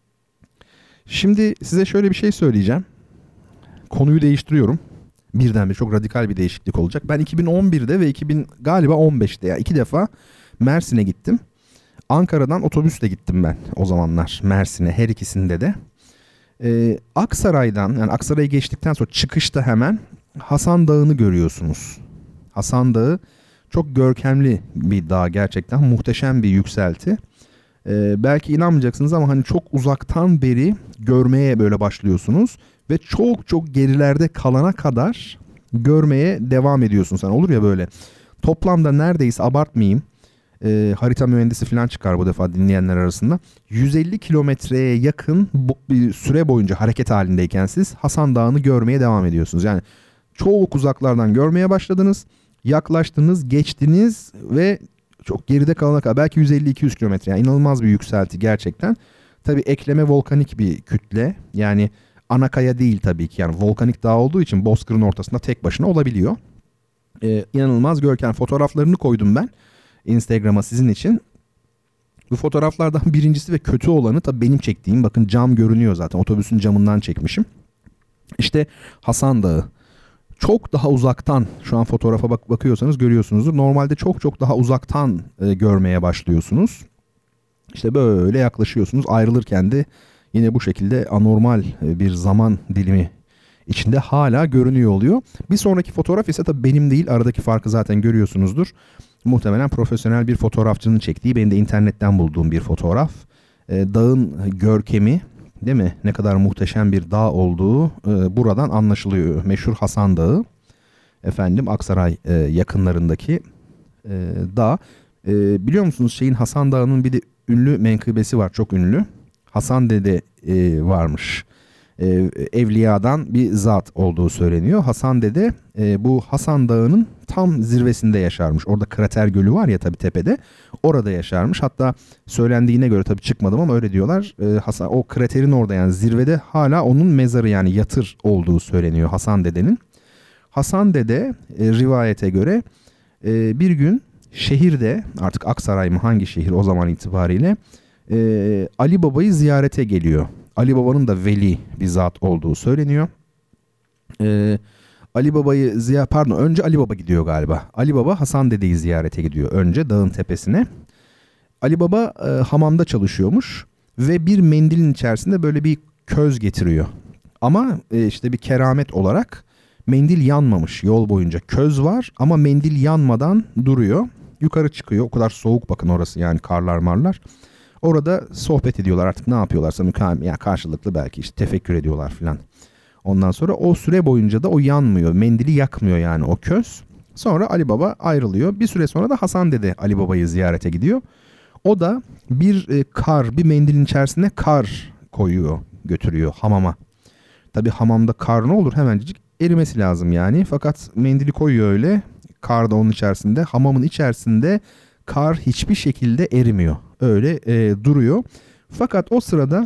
Şimdi size şöyle bir şey söyleyeceğim. Konuyu değiştiriyorum. Birdenbire çok radikal bir değişiklik olacak. Ben iki bin on birde ve iki bin galiba on beşte ya yani iki defa Mersin'e gittim. Ankara'dan otobüsle gittim ben o zamanlar Mersin'e, her ikisinde de. Ee, Aksaray'dan, yani Aksaray'ı geçtikten sonra çıkışta hemen Hasan Dağı'nı görüyorsunuz. Hasan Dağı çok görkemli bir dağ, gerçekten muhteşem bir yükselti. Ee, belki inanmayacaksınız ama hani çok uzaktan beri görmeye böyle başlıyorsunuz ve çok çok gerilerde kalana kadar görmeye devam ediyorsunuz. Yani olur ya böyle, toplamda neredeyse, abartmayayım, e, harita mühendisi falan çıkar bu defa dinleyenler arasında, yüz elli kilometreye yakın bu, bir süre boyunca hareket halindeyken siz Hasan Dağı'nı görmeye devam ediyorsunuz. Yani çok uzaklardan görmeye başladınız, yaklaştınız, geçtiniz ve çok geride kalana kadar belki yüz elli iki yüz kilometre, yani inanılmaz bir yükselti gerçekten. Tabii ekleme volkanik bir kütle, yani ana kaya değil tabii ki, yani volkanik dağ olduğu için bozkırın ortasında tek başına olabiliyor. Ee, inanılmaz görkem, fotoğraflarını koydum ben Instagram'a sizin için. Bu fotoğraflardan birincisi ve kötü olanı tabii benim çektiğim, bakın cam görünüyor zaten, otobüsün camından çekmişim. İşte Hasan Dağı. Çok daha uzaktan, şu an fotoğrafa bak bakıyorsanız görüyorsunuzdur. Normalde çok çok daha uzaktan e, görmeye başlıyorsunuz. İşte böyle yaklaşıyorsunuz. Ayrılırken de yine bu şekilde anormal e, bir zaman dilimi içinde hala görünüyor oluyor. Bir sonraki fotoğraf ise tabii benim değil. Aradaki farkı zaten görüyorsunuzdur. Muhtemelen profesyonel bir fotoğrafçının çektiği, benim de internetten bulduğum bir fotoğraf. E, dağın görkemi, değil mi? Ne kadar muhteşem bir dağ olduğu e, buradan anlaşılıyor. Meşhur Hasan Dağı. Efendim, Aksaray e, yakınlarındaki e, dağ. E, biliyor musunuz şeyin, Hasan Dağı'nın bir de ünlü menkıbesi var, çok ünlü. Hasan Dede e, varmış. E, Evliyadan bir zat olduğu söyleniyor. Hasan Dede e, bu Hasan Dağı'nın tam zirvesinde yaşarmış. Orada krater gölü var ya tabii tepede. Orada yaşarmış. Hatta söylendiğine göre, tabii çıkmadım ama öyle diyorlar. E, Hasan, o kraterin orada, yani zirvede hala onun mezarı, yani yatır olduğu söyleniyor Hasan Dede'nin. Hasan Dede e, rivayete göre e, bir gün şehirde, artık Aksaray mı hangi şehir o zaman itibariyle, e, Ali Baba'yı ziyarete geliyor. Ali Baba'nın da veli bir zat olduğu söyleniyor. Ee, Ali Baba'yı ziyaret, pardon önce Ali Baba gidiyor galiba. Ali Baba Hasan Dede'yi ziyarete gidiyor önce dağın tepesine. Ali Baba e, hamamda çalışıyormuş ve bir mendilin içerisinde böyle bir köz getiriyor. Ama e, işte bir keramet olarak mendil yanmamış yol boyunca. Köz var ama mendil yanmadan duruyor. Yukarı çıkıyor, o kadar soğuk bakın orası, yani karlar marlar. Orada sohbet ediyorlar, artık ne yapıyorlarsa mükemmel, yani karşılıklı belki işte tefekkür ediyorlar filan. Ondan sonra o süre boyunca da o yanmıyor, mendili yakmıyor yani o köz. Sonra Ali Baba ayrılıyor. Bir süre sonra da Hasan Dede Ali Baba'yı ziyarete gidiyor. O da bir e, kar, bir mendilin içerisine kar koyuyor, götürüyor hamama. Tabii hamamda kar ne olur, hemencik erimesi lazım yani. Fakat mendili koyuyor öyle. Kar da onun içerisinde. Hamamın içerisinde kar hiçbir şekilde erimiyor. Öyle e, duruyor. Fakat o sırada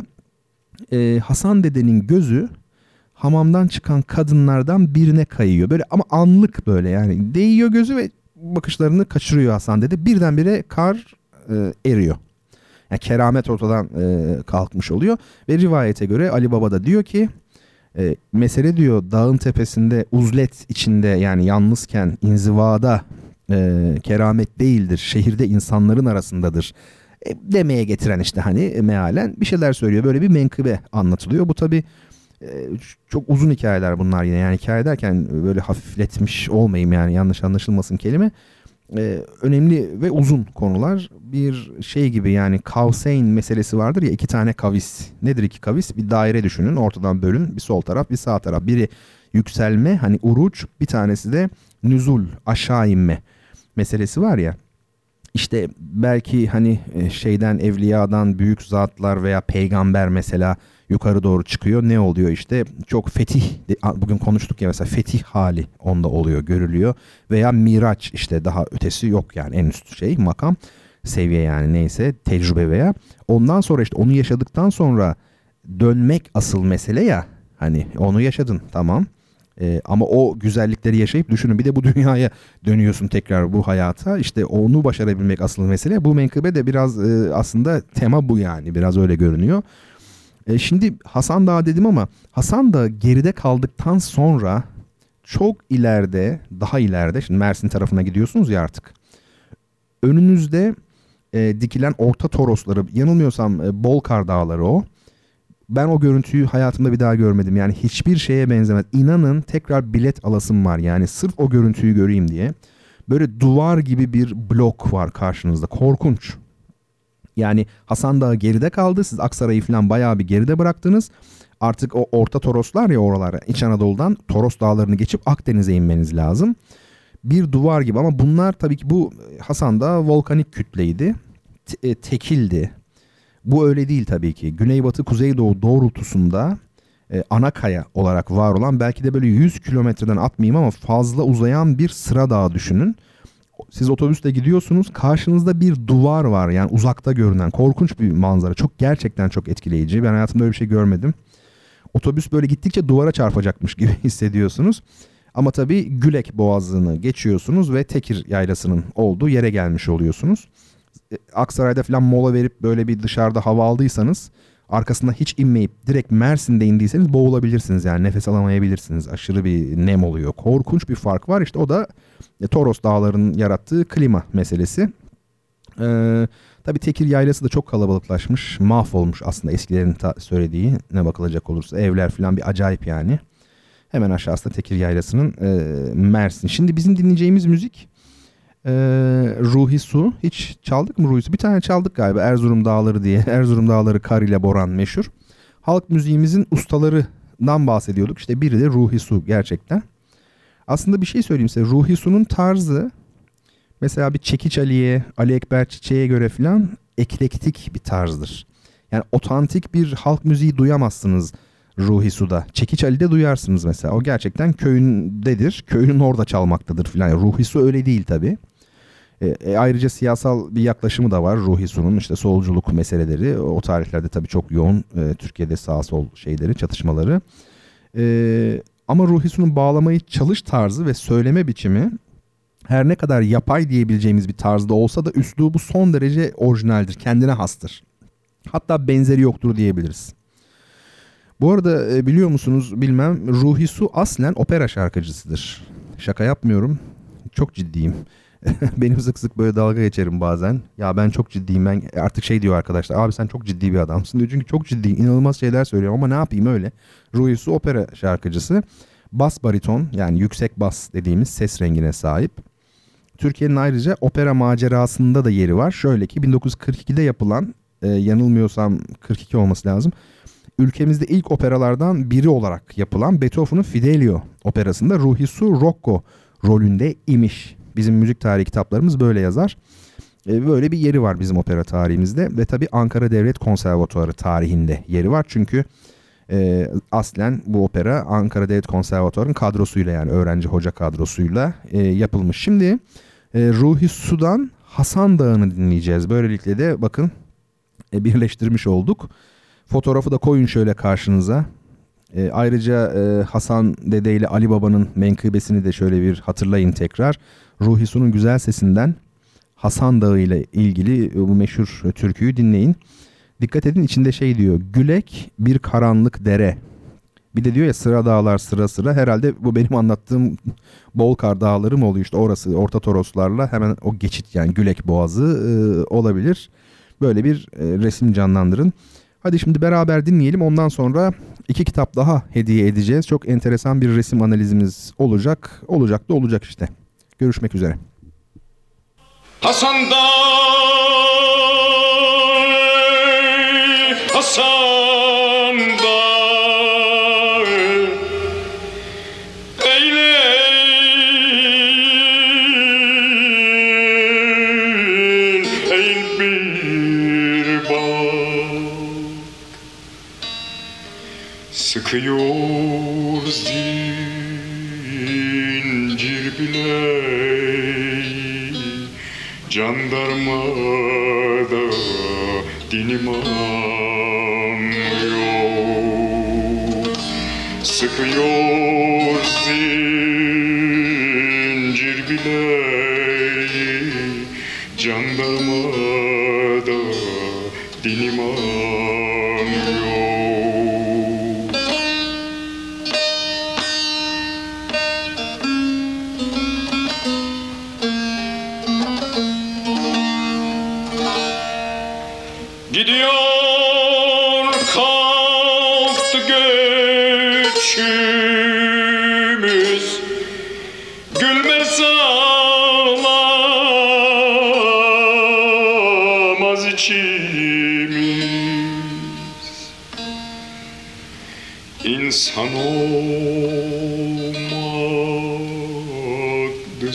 e, Hasan dedenin gözü hamamdan çıkan kadınlardan birine kayıyor. Böyle ama anlık böyle yani değiyor gözü ve bakışlarını kaçırıyor Hasan dede. Birdenbire kar e, eriyor. Yani keramet ortadan e, kalkmış oluyor. Ve rivayete göre Ali Baba da diyor ki e, mesele diyor dağın tepesinde uzlet içinde yani yalnızken inzivada e, keramet değildir. Şehirde insanların arasındadır. E, demeye getiren işte hani mealen bir şeyler söylüyor. Böyle bir menkıbe anlatılıyor. Bu tabii e, çok uzun hikayeler bunlar yine. Yani hikaye derken böyle hafifletmiş olmayayım yani yanlış anlaşılmasın kelime. Ee, önemli ve uzun konular. Bir şey gibi yani Kavseyn meselesi vardır ya, iki tane kavis. Nedir iki kavis? Bir daire düşünün, ortadan bölün, bir sol taraf bir sağ taraf. Biri yükselme hani uruç, bir tanesi de nüzul aşağı inme meselesi var ya. İşte belki hani şeyden, evliyadan büyük zatlar veya peygamber mesela yukarı doğru çıkıyor. Ne oluyor işte? Çok fetih, bugün konuştuk ya mesela, fetih hali onda oluyor, görülüyor. Veya miraç, işte daha ötesi yok yani, en üst şey makam, seviye yani, neyse tecrübe veya. Ondan sonra işte onu yaşadıktan sonra dönmek asıl mesele ya. Hani onu yaşadın, tamam. Ee, ama o güzellikleri yaşayıp düşünün, bir de bu dünyaya dönüyorsun tekrar, bu hayata, işte onu başarabilmek asıl mesele. Bu menkıbe de biraz e, aslında tema bu yani, biraz öyle görünüyor. E, şimdi Hasan Dağı dedim ama Hasan Dağı geride kaldıktan sonra çok ileride, daha ileride, şimdi Mersin tarafına gidiyorsunuz ya artık, önünüzde e, dikilen orta torosları, yanılmıyorsam e, Bolkar Dağları o. Ben o görüntüyü hayatımda bir daha görmedim. Yani hiçbir şeye benzemez. İnanın tekrar bilet alasım var. Yani sırf o görüntüyü göreyim diye. Böyle duvar gibi bir blok var karşınızda. Korkunç. Yani Hasan Dağı geride kaldı. Siz Aksaray'ı falan bayağı bir geride bıraktınız. Artık o orta Toroslar ya oralara, İç Anadolu'dan Toros Dağları'nı geçip Akdeniz'e inmeniz lazım. Bir duvar gibi ama bunlar tabii ki, bu Hasan Dağı volkanik kütleydi. Te- tekildi. Bu öyle değil tabii ki. Güneybatı Kuzeydoğu doğrultusunda e, ana kaya olarak var olan, belki de böyle yüz kilometreden atmayayım ama fazla uzayan bir sıra dağı düşünün. Siz otobüsle gidiyorsunuz, karşınızda bir duvar var yani, uzakta görünen korkunç bir manzara. Çok, gerçekten çok etkileyici. Ben hayatımda öyle bir şey görmedim. Otobüs böyle gittikçe duvara çarpacakmış gibi hissediyorsunuz. Ama tabii Gülek Boğazı'nı geçiyorsunuz ve Tekir Yaylası'nın olduğu yere gelmiş oluyorsunuz. Aksaray'da falan mola verip böyle bir dışarıda hava aldıysanız, arkasında hiç inmeyip direkt Mersin'de indiyseniz boğulabilirsiniz yani, nefes alamayabilirsiniz. Aşırı bir nem oluyor. Korkunç bir fark var. İşte o da e, Toros Dağları'nın yarattığı klima meselesi. Ee, tabii Tekir Yaylası da çok kalabalıklaşmış. Mahvolmuş aslında eskilerin ta- söylediği, ne bakılacak olursa. Evler falan bir acayip yani. Hemen aşağısında Tekir Yaylası'nın e, Mersin. Şimdi bizim dinleyeceğimiz müzik Ee, Ruhi Su. Hiç çaldık mı Ruhi Su? Bir tane çaldık galiba, Erzurum Dağları diye. Erzurum Dağları kar ile boran meşhur. Halk müziğimizin ustalarından bahsediyorduk. İşte biri de Ruhi Su gerçekten. Aslında bir şey söyleyeyim size. Ruhi Su'nun tarzı mesela bir Çekiç Ali'ye, Ali Ekber Çiçek'e göre falan eklektik bir tarzdır. Yani otantik bir halk müziği duyamazsınız Ruhi Su'da. Çekiç Ali'de duyarsınız mesela. O gerçekten köyündedir. Köyünün orada çalmaktadır falan. Yani Ruhi Su öyle değil tabii. E, e, ayrıca siyasal bir yaklaşımı da var Ruhi Su'nun, işte solculuk meseleleri. O tarihlerde tabii çok yoğun, e, Türkiye'de sağ sol şeyleri, çatışmaları. E, ama Ruhi Su'nun bağlamayı çalış tarzı ve söyleme biçimi her ne kadar yapay diyebileceğimiz bir tarzda olsa da üslubu son derece orijinaldir, kendine hastır. Hatta benzeri yoktur diyebiliriz. Bu arada e, biliyor musunuz bilmem, Ruhi Su aslen opera şarkıcısıdır. Şaka yapmıyorum, çok ciddiyim. Benim sık sık böyle dalga geçerim bazen. Ya ben çok ciddiyim, ben artık şey diyor arkadaşlar, abi sen çok ciddi bir adamsın diyor. Çünkü çok ciddiyim, inanılmaz şeyler söylüyorum ama ne yapayım öyle. Ruhi Su opera şarkıcısı. Bas bariton, yani yüksek bas dediğimiz ses rengine sahip. Türkiye'nin ayrıca opera macerasında da yeri var. Şöyle ki bin dokuz yüz kırk ikide yapılan, e, yanılmıyorsam kırk iki olması lazım, ülkemizde ilk operalardan biri olarak yapılan Beethoven'ın Fidelio operasında Ruhi Su Rocco rolünde imiş. Bizim müzik tarihi kitaplarımız böyle yazar. E, böyle bir yeri var bizim opera tarihimizde ve tabii Ankara Devlet Konservatuarı tarihinde yeri var. Çünkü E, aslen bu opera Ankara Devlet Konservatuvarı'nın kadrosuyla, yani öğrenci hoca kadrosuyla e, yapılmış. Şimdi e, Ruhi Su'dan Hasan Dağı'nı dinleyeceğiz. Böylelikle de bakın e, birleştirmiş olduk. Fotoğrafı da koyun şöyle karşınıza. E, ayrıca e, Hasan Dede ile Ali Baba'nın menkıbesini de şöyle bir hatırlayın tekrar. Ruhi Su'nun güzel sesinden Hasan Dağı ile ilgili bu meşhur türküyü dinleyin. Dikkat edin, içinde şey diyor: Gülek bir karanlık dere. Bir de diyor ya, sıra dağlar sıra sıra. Herhalde bu benim anlattığım Bolkar Dağları mı oluyor işte, orası Orta Toroslarla hemen o geçit, yani Gülek Boğazı e, olabilir. Böyle bir e, resim canlandırın. Hadi şimdi beraber dinleyelim, ondan sonra iki kitap daha hediye edeceğiz. Çok enteresan bir resim analizimiz olacak. Olacak da olacak işte. Görüşmek üzere. Hasan Dağı, Hasan Dağı, eyle eğil bir bak, sıkıyor zincir bileği, jandarmada dinimam yok. Sıkıyor zincir bileği, jandarmada dinimam yok. Gidiyor kalktı göçümüz, gülmez ağlamaz içimiz. İnsan olmadı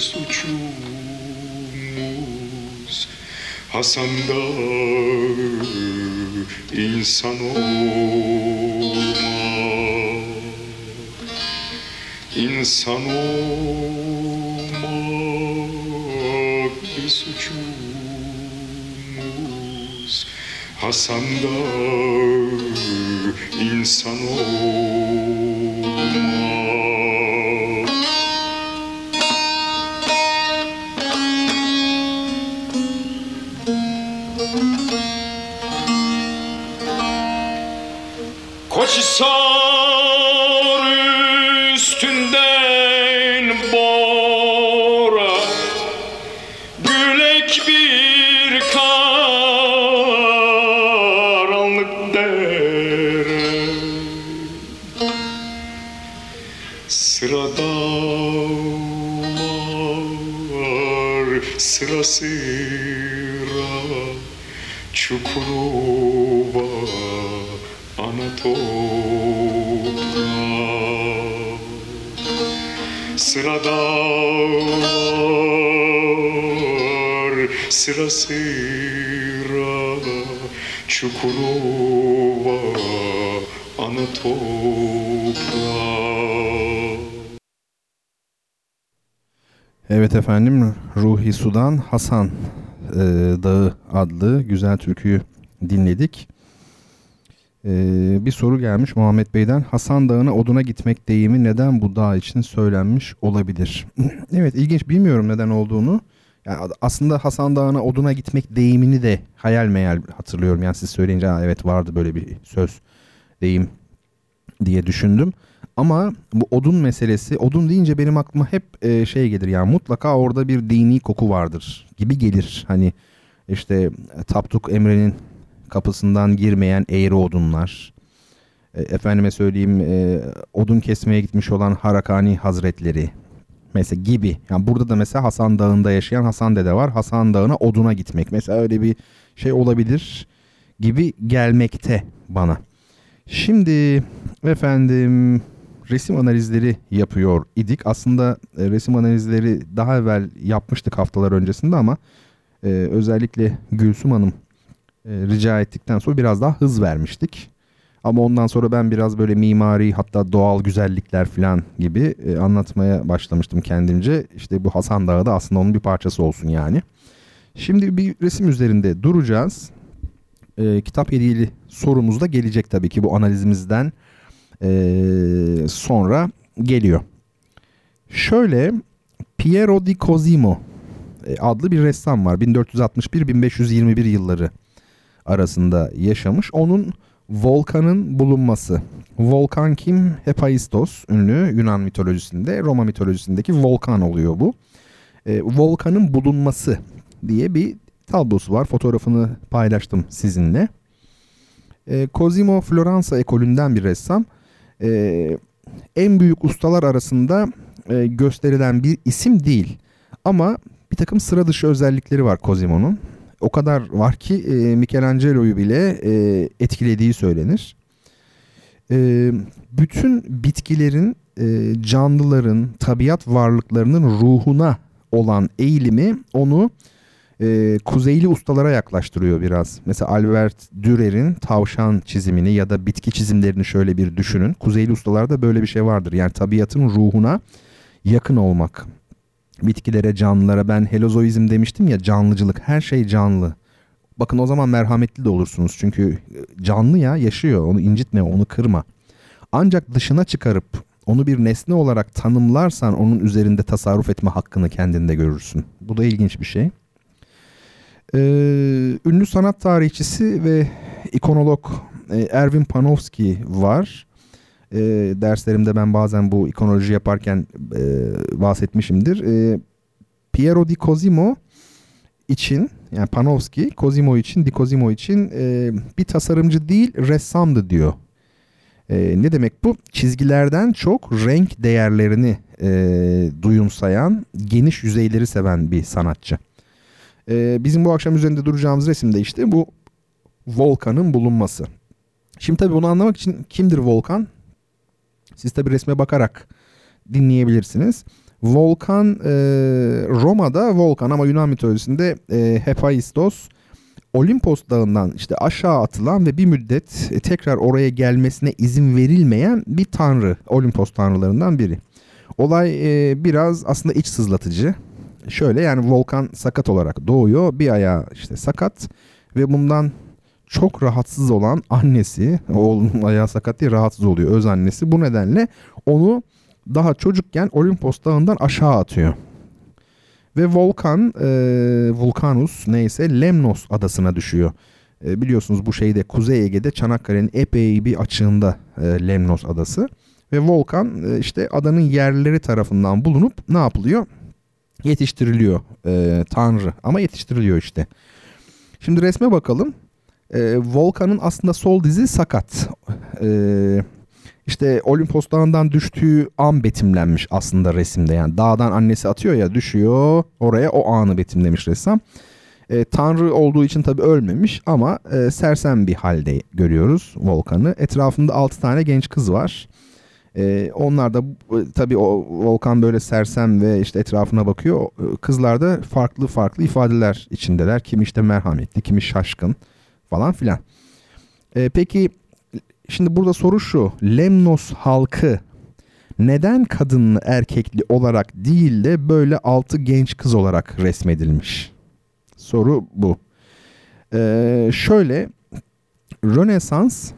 suçumuz, Hasan Dağı insan olmak, insan olmak bir suçumuz, Hasan Dağı insan olmak. Koçhisar üstünden bora, gülek bir karanlık dere, sıra dağlar sıra sıra, Çukurova ana toprağı, sıra dağlar sıra sıra, Çukurova ana toprağı. Evet efendim, Ruhi Su'dan Hasan e, Dağı adlı güzel türküyü dinledik. Ee, bir soru gelmiş Muhammed Bey'den. Hasan Dağı'na oduna gitmek deyimi neden bu dağ için söylenmiş olabilir? Evet, ilginç, bilmiyorum neden olduğunu. Yani aslında Hasan Dağı'na oduna gitmek deyimini de hayal meyal hatırlıyorum. Yani siz söyleyince ha, evet vardı böyle bir söz, deyim diye düşündüm. Ama bu odun meselesi, odun deyince benim aklıma hep e, şey gelir, yani mutlaka orada bir dini koku vardır gibi gelir. Hani işte Tapduk Emre'nin kapısından girmeyen eğri odunlar, e, efendime söyleyeyim e, odun kesmeye gitmiş olan Harakani Hazretleri mesela gibi. Yani burada da mesela Hasan Dağı'nda yaşayan Hasan Dede var. Hasan Dağı'na oduna gitmek mesela, öyle bir şey olabilir gibi gelmekte bana. Şimdi efendim resim analizleri yapıyor idik. Aslında e, resim analizleri daha evvel yapmıştık haftalar öncesinde ama e, özellikle Gülsüm Hanım e, rica ettikten sonra biraz daha hız vermiştik. Ama ondan sonra ben biraz böyle mimari, hatta doğal güzellikler falan gibi e, anlatmaya başlamıştım kendimce. İşte bu Hasan Dağı da aslında onun bir parçası olsun yani. Şimdi bir resim üzerinde duracağız. E, kitap hediyeli sorumuz da gelecek tabii ki bu analizimizden e, sonra geliyor. Şöyle, Piero di Cosimo adlı bir ressam var. bin dört yüz altmış bir bin beş yüz yirmi bir yılları arasında yaşamış. Onun Volkan'ın bulunması. Volkan kim? Hephaistos, ünlü Yunan mitolojisinde, Roma mitolojisindeki Volkan oluyor bu. E, Volkan'ın bulunması diye bir tablosu var. Fotoğrafını paylaştım sizinle. E, Cosimo Floransa ekolünden bir ressam. E, en büyük ustalar arasında e, gösterilen bir isim değil. Ama bir takım sıra dışı özellikleri var Cosimo'nun. O kadar var ki e, Michelangelo'yu bile e, etkilediği söylenir. E, bütün bitkilerin, e, canlıların, tabiat varlıklarının ruhuna olan eğilimi onu e, kuzeyli ustalara yaklaştırıyor biraz. Mesela Albert Dürer'in tavşan çizimini ya da bitki çizimlerini şöyle bir düşünün. Kuzeyli ustalarda böyle bir şey vardır. Yani tabiatın ruhuna yakın olmak. Bitkilere, canlılara, ben helozoizm demiştim ya, canlıcılık, her şey canlı. Bakın o zaman merhametli de olursunuz. Çünkü canlı ya, yaşıyor, onu incitme, onu kırma. Ancak dışına çıkarıp onu bir nesne olarak tanımlarsan onun üzerinde tasarruf etme hakkını kendinde görürsün. Bu da ilginç bir şey. Ee, ünlü sanat tarihçisi ve ikonolog Erwin Panofsky var. E, derslerimde ben bazen bu ikonoloji yaparken e, bahsetmişimdir. E, Piero di Cosimo için, yani Panofsky, Cosimo için, di Cosimo için e, bir tasarımcı değil, ressamdı diyor. E, ne demek bu? Çizgilerden çok renk değerlerini e, duyumsayan, geniş yüzeyleri seven bir sanatçı. E, bizim bu akşam üzerinde duracağımız resimde işte bu Volkan'ın bulunması. Şimdi tabii bunu anlamak için kimdir Volkan? Siz tabii resme bakarak dinleyebilirsiniz. Volkan e, Roma'da Volkan ama Yunan mitolojisinde e, Hephaistos, Olimpos dağından işte aşağı atılan ve bir müddet e, tekrar oraya gelmesine izin verilmeyen bir tanrı. Olimpos tanrılarından biri. Olay e, biraz aslında iç sızlatıcı. Şöyle, yani Volkan sakat olarak doğuyor. Bir ayağı işte sakat ve bundan çok rahatsız olan annesi, oğlunun ayağı sakat diye rahatsız oluyor, öz annesi. Bu nedenle onu daha çocukken Olimpos dağından aşağı atıyor. Ve Volkan, e, Vulcanus neyse Lemnos adasına düşüyor. E, biliyorsunuz bu şeyde Kuzey Ege'de Çanakkale'nin epey bir açığında e, Lemnos adası. Ve Volkan e, işte adanın yerlileri tarafından bulunup ne yapılıyor? Yetiştiriliyor e, tanrı, ama yetiştiriliyor işte. Şimdi resme bakalım. Ee, Volkan'ın aslında sol dizi sakat. Ee, işte Olimpos dağından düştüğü an betimlenmiş aslında resimde. Yani dağdan annesi atıyor ya, düşüyor oraya, o anı betimlemiş ressam. Ee, Tanrı olduğu için tabii ölmemiş ama e, sersem bir halde görüyoruz Volkan'ı. Etrafında altı tane genç kız var. Ee, onlar da tabii o Volkan böyle sersem ve işte etrafına bakıyor. Kızlar da farklı farklı ifadeler içindeler. Kimi işte merhametli, kimi şaşkın falan filan. Ee, peki şimdi burada soru şu. Lemnos halkı neden kadınlı erkekli olarak değil de böyle altı genç kız olarak resmedilmiş? Soru bu. Ee, şöyle, Rönesans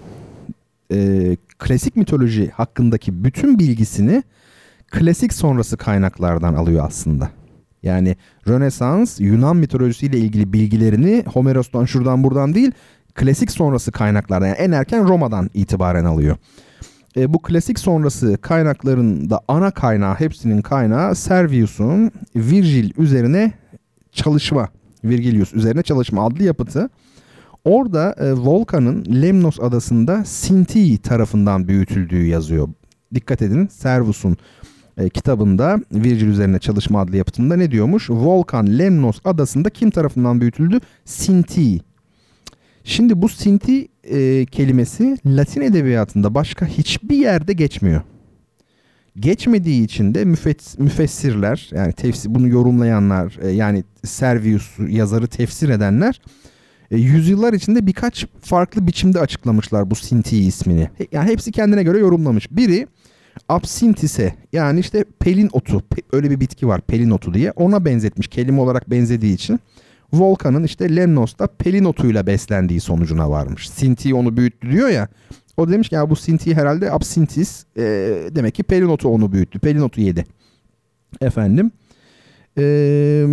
e, klasik mitoloji hakkındaki bütün bilgisini klasik sonrası kaynaklardan alıyor aslında. Yani Rönesans Yunan mitolojisiyle ilgili bilgilerini Homeros'tan şuradan buradan değil, klasik sonrası kaynaklardan, yani en erken Roma'dan itibaren alıyor. E, bu klasik sonrası kaynakların da ana kaynağı, hepsinin kaynağı Servius'un Virgil üzerine çalışma, Virgilius üzerine çalışma adlı yapıtı. Orada e, Volkan'ın Lemnos adasında Sinti tarafından büyütüldüğü yazıyor. Dikkat edin, Servus'un e, kitabında Virgil üzerine çalışma adlı yapıtında ne diyormuş? Volkan Lemnos adasında kim tarafından büyütüldü? Sinti. Şimdi bu Sinti e, kelimesi Latin edebiyatında başka hiçbir yerde geçmiyor. Geçmediği için de müfet, müfessirler, yani tefsir, bunu yorumlayanlar, e, yani Servius yazarı tefsir edenler E, yüzyıllar içinde birkaç farklı biçimde açıklamışlar bu Sinti ismini. Yani hepsi kendine göre yorumlamış. Biri Absintise, yani işte pelin otu, öyle bir bitki var pelin otu diye, ona benzetmiş kelime olarak benzediği için. Volkan'ın işte Lemnos'ta pelin otuyla beslendiği sonucuna varmış. Sinti onu büyüttü diyor ya. O demiş ki ya bu Sinti herhalde Absintis, e, demek ki pelin otu onu büyüttü. Pelin otu yedi. Efendim. Eee...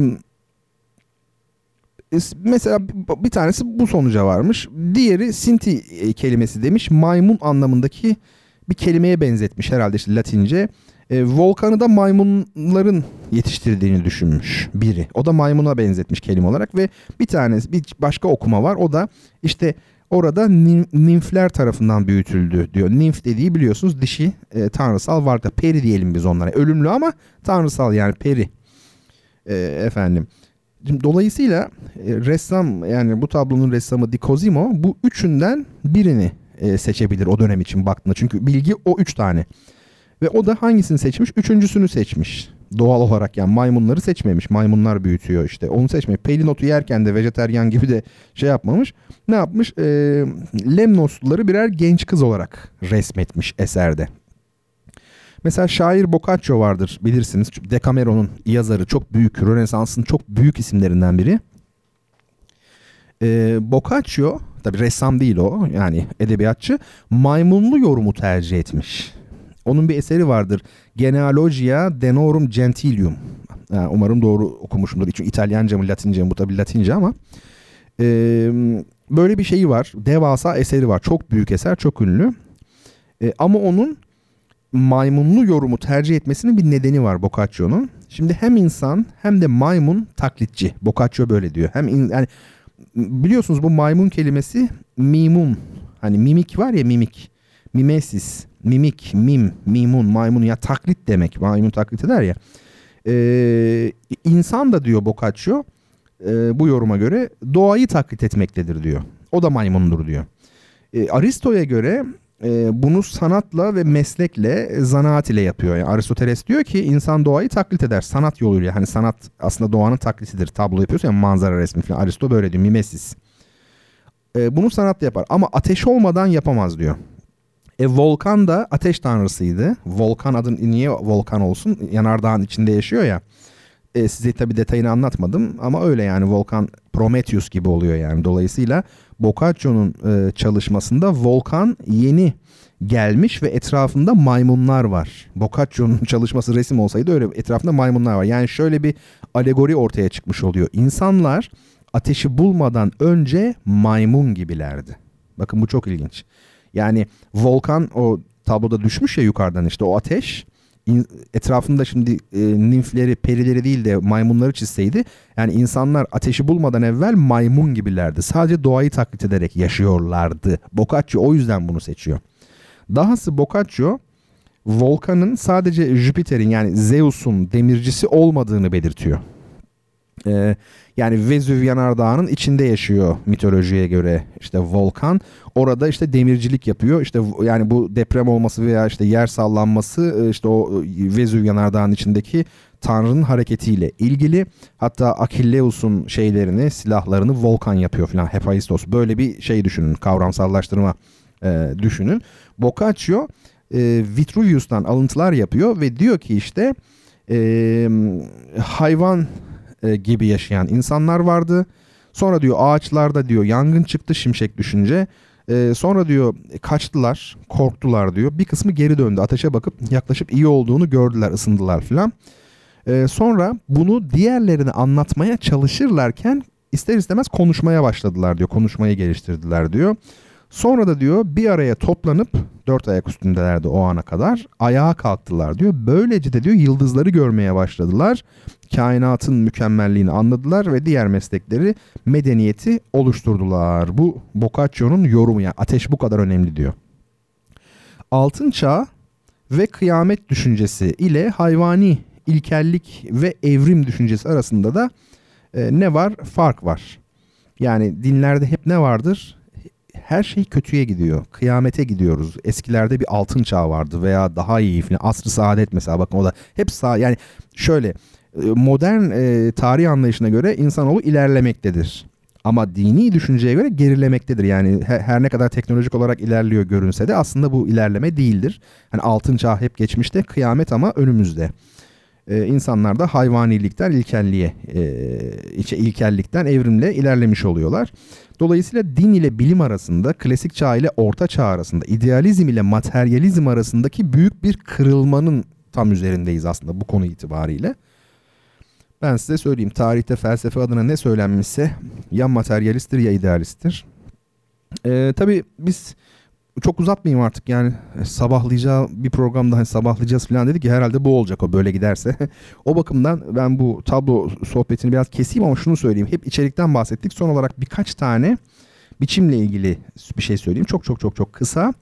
Mesela bir tanesi bu sonuca varmış. Diğeri Sinti kelimesi demiş. Maymun anlamındaki bir kelimeye benzetmiş herhalde işte Latince. E, volkanı da maymunların yetiştirdiğini düşünmüş biri. O da maymuna benzetmiş kelime olarak ve bir tanesi bir başka okuma var. O da işte orada nimfler tarafından büyütüldü diyor. Nimf dediği biliyorsunuz dişi e, tanrısal varlıklar. Peri diyelim biz onlara. Ölümlü ama tanrısal, yani peri. E, efendim. Dolayısıyla e, ressam, yani bu tablonun ressamı Di Cosimo bu üçünden birini e, seçebilir o dönem için baktığında. Çünkü bilgi o üç tane. Ve o da hangisini seçmiş? Üçüncüsünü seçmiş. Doğal olarak, yani maymunları seçmemiş. Maymunlar büyütüyor işte. Onu seçmemiş. Pelin otu yerken de vejeteryan gibi de şey yapmamış. Ne yapmış? E, Lemnosluları birer genç kız olarak resmetmiş eserde. Mesela şair Boccaccio vardır, bilirsiniz. Decameron'un yazarı, çok büyük, Rönesans'ın çok büyük isimlerinden biri. Ee, Boccaccio, tabi ressam değil o, yani edebiyatçı, maymunlu yorumu tercih etmiş. Onun bir eseri vardır, Genealogia Danorum Gentilium. Yani umarım doğru okumuşumdur. Çünkü İtalyanca mı Latince mi, bu tabi Latince ama. Ee, böyle bir şeyi var, devasa eseri var, çok büyük eser, çok ünlü. Ee, ama onun maymunlu yorumu tercih etmesinin bir nedeni var Boccaccio'nun. Şimdi hem insan hem de maymun taklitçi. Boccaccio böyle diyor. Hem in, yani biliyorsunuz bu maymun kelimesi mimun. Hani mimik var ya, mimik. Mimesis, mimik, mim, mimun, maymun, ya taklit demek. Maymun taklit eder ya. Ee, insan da diyor Boccaccio e, bu yoruma göre doğayı taklit etmektedir diyor. O da maymundur diyor. E, Aristo'ya göre e, bunu sanatla ve meslekle, zanaat ile yapıyor. Yani Aristoteles diyor ki insan doğayı taklit eder sanat yoluyla. Hani sanat aslında doğanın taklitidir. Tablo yapıyorsun ya, manzara resmi falan. Aristo böyle diyor, mimesis. E, bunu sanatla yapar ama ateş olmadan yapamaz diyor. E, Volkan da ateş tanrısıydı. Volkan adın niye volkan olsun? Yanardağın içinde yaşıyor ya. E, size tabii detayını anlatmadım ama öyle yani, Volkan Prometheus gibi oluyor yani. Dolayısıyla Boccaccio'nun e, çalışmasında Volkan yeni gelmiş ve etrafında maymunlar var. Boccaccio'nun çalışması resim olsaydı öyle, etrafında maymunlar var. Yani şöyle bir alegori ortaya çıkmış oluyor. İnsanlar ateşi bulmadan önce maymun gibilerdi. Bakın bu çok ilginç. Yani Volkan o tabloda düşmüş ya yukarıdan, işte o ateş etrafında şimdi e, nimfleri, perileri değil de maymunları çizseydi, yani insanlar ateşi bulmadan evvel maymun gibilerdi. Sadece doğayı taklit ederek yaşıyorlardı. Boccaccio o yüzden bunu seçiyor. Dahası Boccaccio Volkan'ın sadece Jüpiter'in, yani Zeus'un demircisi olmadığını belirtiyor. Ee, yani Vezüv yanardağının içinde yaşıyor mitolojiye göre işte Volkan. Orada işte demircilik yapıyor. İşte yani bu deprem olması veya işte yer sallanması işte o Vezüv yanardağının içindeki Tanrı'nın hareketiyle ilgili. Hatta Akilleus'un şeylerini, silahlarını Volkan yapıyor falan. Hephaistos. Böyle bir şey düşünün. Kavramsallaştırma e, düşünün. Boccaccio e, Vitruvius'tan alıntılar yapıyor ve diyor ki işte e, hayvan gibi yaşayan insanlar vardı. Sonra diyor ağaçlarda diyor yangın çıktı şimşek düşünce. Ee, sonra diyor kaçtılar, korktular diyor. Bir kısmı geri döndü. Ateşe bakıp yaklaşıp iyi olduğunu gördüler, ısındılar filan. Ee, sonra bunu diğerlerine anlatmaya çalışırlarken ister istemez konuşmaya başladılar diyor. Konuşmayı geliştirdiler diyor. Sonra da diyor bir araya toplanıp, dört ayak üstündelerdi o ana kadar, ayağa kalktılar diyor. Böylece de diyor yıldızları görmeye başladılar. Kainatın mükemmelliğini anladılar ve diğer meslekleri, medeniyeti oluşturdular. Bu Boccaccio'nun yorumu, yani ateş bu kadar önemli diyor. Altın çağ ve kıyamet düşüncesi ile hayvani ilkellik ve evrim düşüncesi arasında da e, ne var? Fark var. Yani dinlerde hep ne vardır? Her şey kötüye gidiyor. Kıyamete gidiyoruz. Eskilerde bir altın çağ vardı veya daha iyi falan. Asr-ı saadet mesela, bakın o da hep sağ, yani şöyle modern e, tarih anlayışına göre insanoğlu ilerlemektedir. Ama dini düşünceye göre gerilemektedir. Yani her, her ne kadar teknolojik olarak ilerliyor görünse de aslında bu ilerleme değildir. Yani altın çağ hep geçmişte, kıyamet ama önümüzde. Ee, insanlar da hayvanilikten ilkelliğe, e, ilkellikten evrimle ilerlemiş oluyorlar. Dolayısıyla din ile bilim arasında, klasik çağ ile orta çağ arasında, idealizm ile materyalizm arasındaki büyük bir kırılmanın tam üzerindeyiz aslında bu konu itibariyle. Ben size söyleyeyim, tarihte felsefe adına ne söylenmişse ya materyalisttir ya idealisttir. Ee, tabii biz çok uzatmayayım artık, yani sabahlayacağı bir programda hani sabahlayacağız falan dedik ki herhalde bu olacak o böyle giderse. O bakımdan ben bu tablo sohbetini biraz keseyim ama şunu söyleyeyim. Hep içerikten bahsettik. Son olarak birkaç tane biçimle ilgili bir şey söyleyeyim. Çok çok çok çok kısa.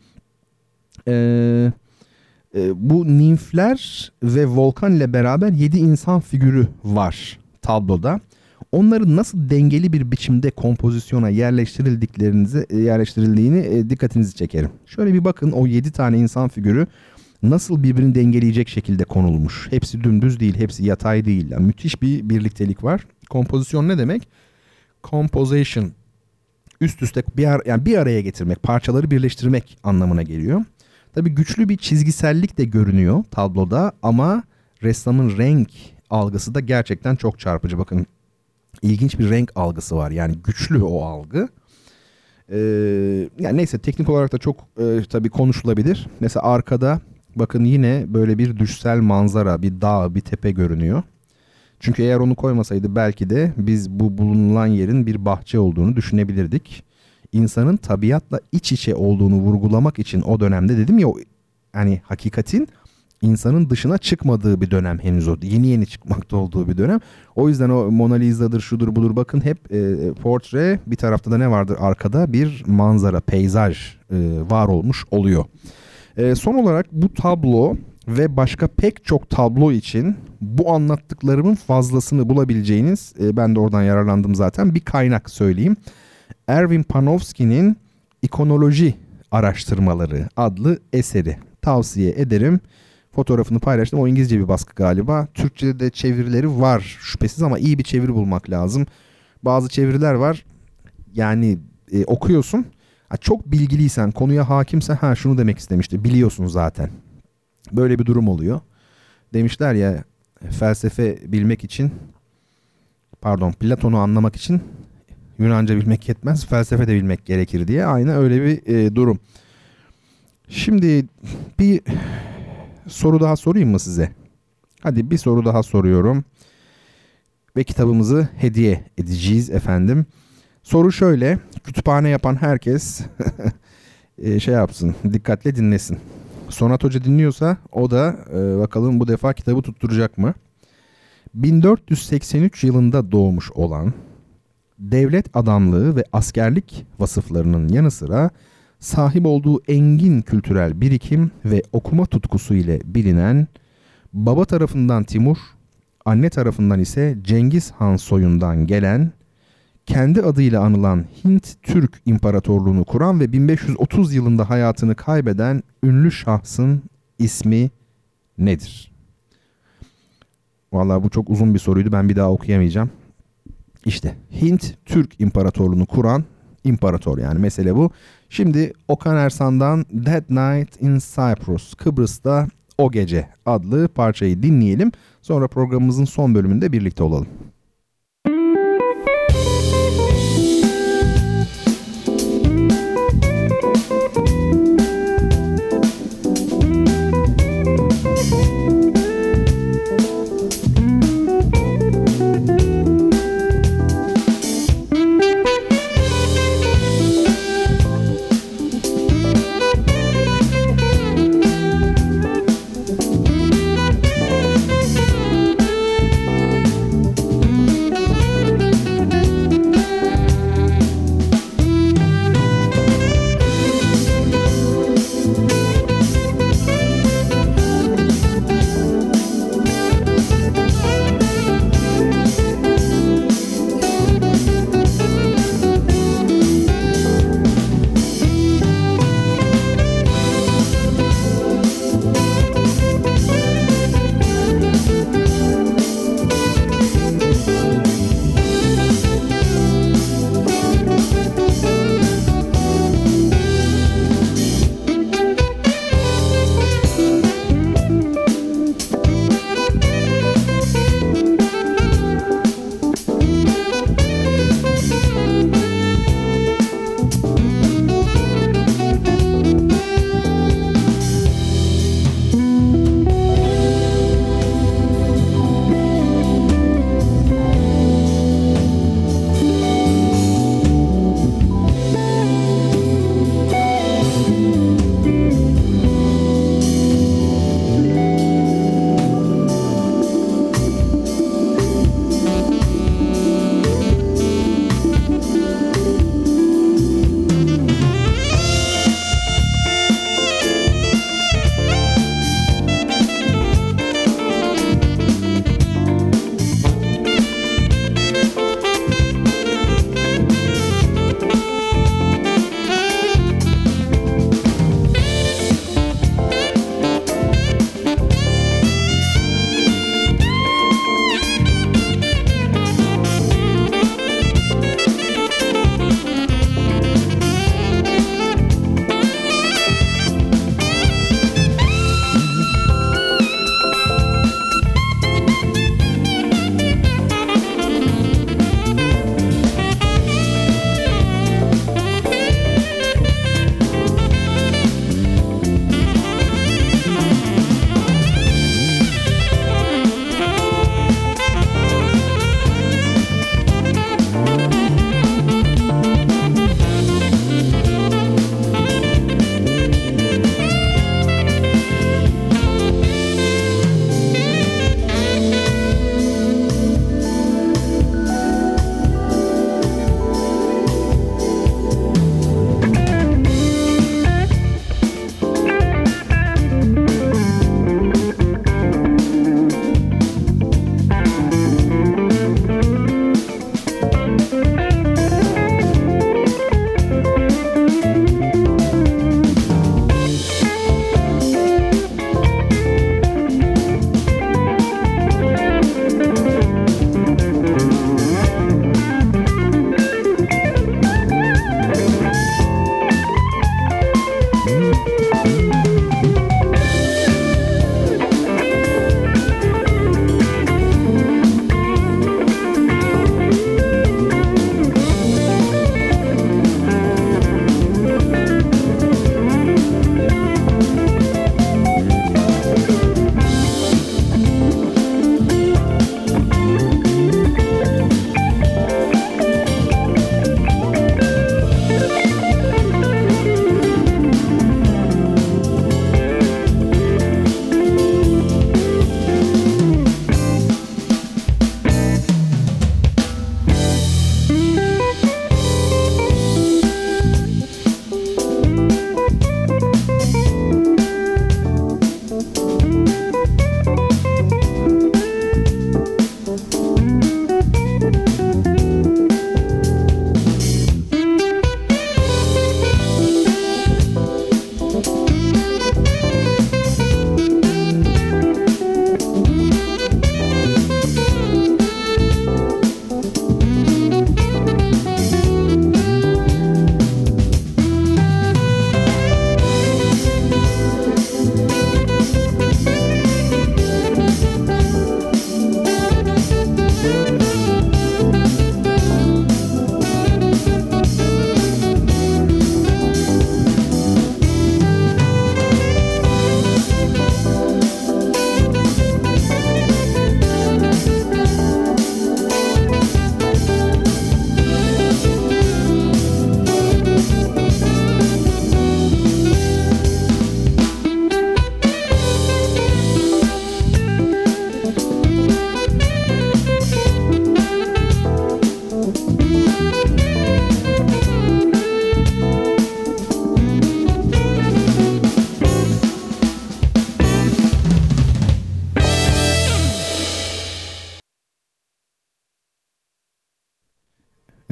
Eee... Bu nimfler ve volkan ile beraber yedi insan figürü var tabloda. Onların nasıl dengeli bir biçimde kompozisyona yerleştirildiklerinizi yerleştirildiğini dikkatinizi çekerim. Şöyle bir bakın, o yedi tane insan figürü nasıl birbirini dengeleyecek şekilde konulmuş. Hepsi dümdüz değil, hepsi yatay değil. Yani müthiş bir birliktelik var. Kompozisyon ne demek? Composition, üst üste bir, ar- yani bir araya getirmek, parçaları birleştirmek anlamına geliyor. Tabii güçlü bir çizgisellik de görünüyor tabloda ama ressamın renk algısı da gerçekten çok çarpıcı. Bakın, ilginç bir renk algısı var. Yani güçlü o algı. Ee, yani neyse, teknik olarak da çok e, tabii konuşulabilir. Mesela arkada bakın yine böyle bir düşsel manzara, bir dağ, bir tepe görünüyor. Çünkü eğer onu koymasaydı belki de biz bu bulunan yerin bir bahçe olduğunu düşünebilirdik. İnsanın tabiatla iç içe olduğunu vurgulamak için o dönemde dedim ya, yani hakikatin insanın dışına çıkmadığı bir dönem henüz o. Yeni yeni çıkmakta olduğu bir dönem. O yüzden o Mona Lisa'dır, şudur budur, bakın hep e, portre, bir tarafta da ne vardır arkada? Bir manzara, peyzaj e, var olmuş oluyor. E, son olarak bu tablo ve başka pek çok tablo için bu anlattıklarımın fazlasını bulabileceğiniz, e, ben de oradan yararlandım zaten, bir kaynak söyleyeyim. Erwin Panofsky'nin İkonoloji Araştırmaları adlı eseri. Tavsiye ederim. Fotoğrafını paylaştım. O İngilizce bir baskı galiba. Türkçe'de de çevirileri var şüphesiz ama iyi bir çeviri bulmak lazım. Bazı çeviriler var. Yani e, okuyorsun. Ha, çok bilgiliysen, konuya hakimsen ha şunu demek istemişti. Biliyorsun zaten. Böyle bir durum oluyor. Demişler ya, felsefe bilmek için, pardon Platon'u anlamak için Yunanca bilmek yetmez, felsefe de bilmek gerekir diye. Aynen öyle bir e, durum. Şimdi bir soru daha sorayım mı size? Hadi bir soru daha soruyorum. Ve kitabımızı hediye edeceğiz efendim. Soru şöyle. Kütüphane yapan herkes e, şey yapsın, dikkatle dinlesin. Sonat Hoca dinliyorsa o da e, bakalım bu defa kitabı tutturacak mı? bin dört yüz seksen üç yılında doğmuş olan, devlet adamlığı ve askerlik vasıflarının yanı sıra sahip olduğu engin kültürel birikim ve okuma tutkusu ile bilinen, baba tarafından Timur, anne tarafından ise Cengiz Han soyundan gelen, kendi adıyla anılan Hint-Türk İmparatorluğunu kuran ve bin beş yüz otuz yılında hayatını kaybeden ünlü şahsın ismi nedir? Vallahi bu çok uzun bir soruydu, ben bir daha okuyamayacağım. İşte Hint-Türk İmparatorluğunu kuran imparator, yani mesele bu. Şimdi Okan Ersan'dan That Night in Cyprus, Kıbrıs'ta O Gece adlı parçayı dinleyelim. Sonra programımızın son bölümünde birlikte olalım.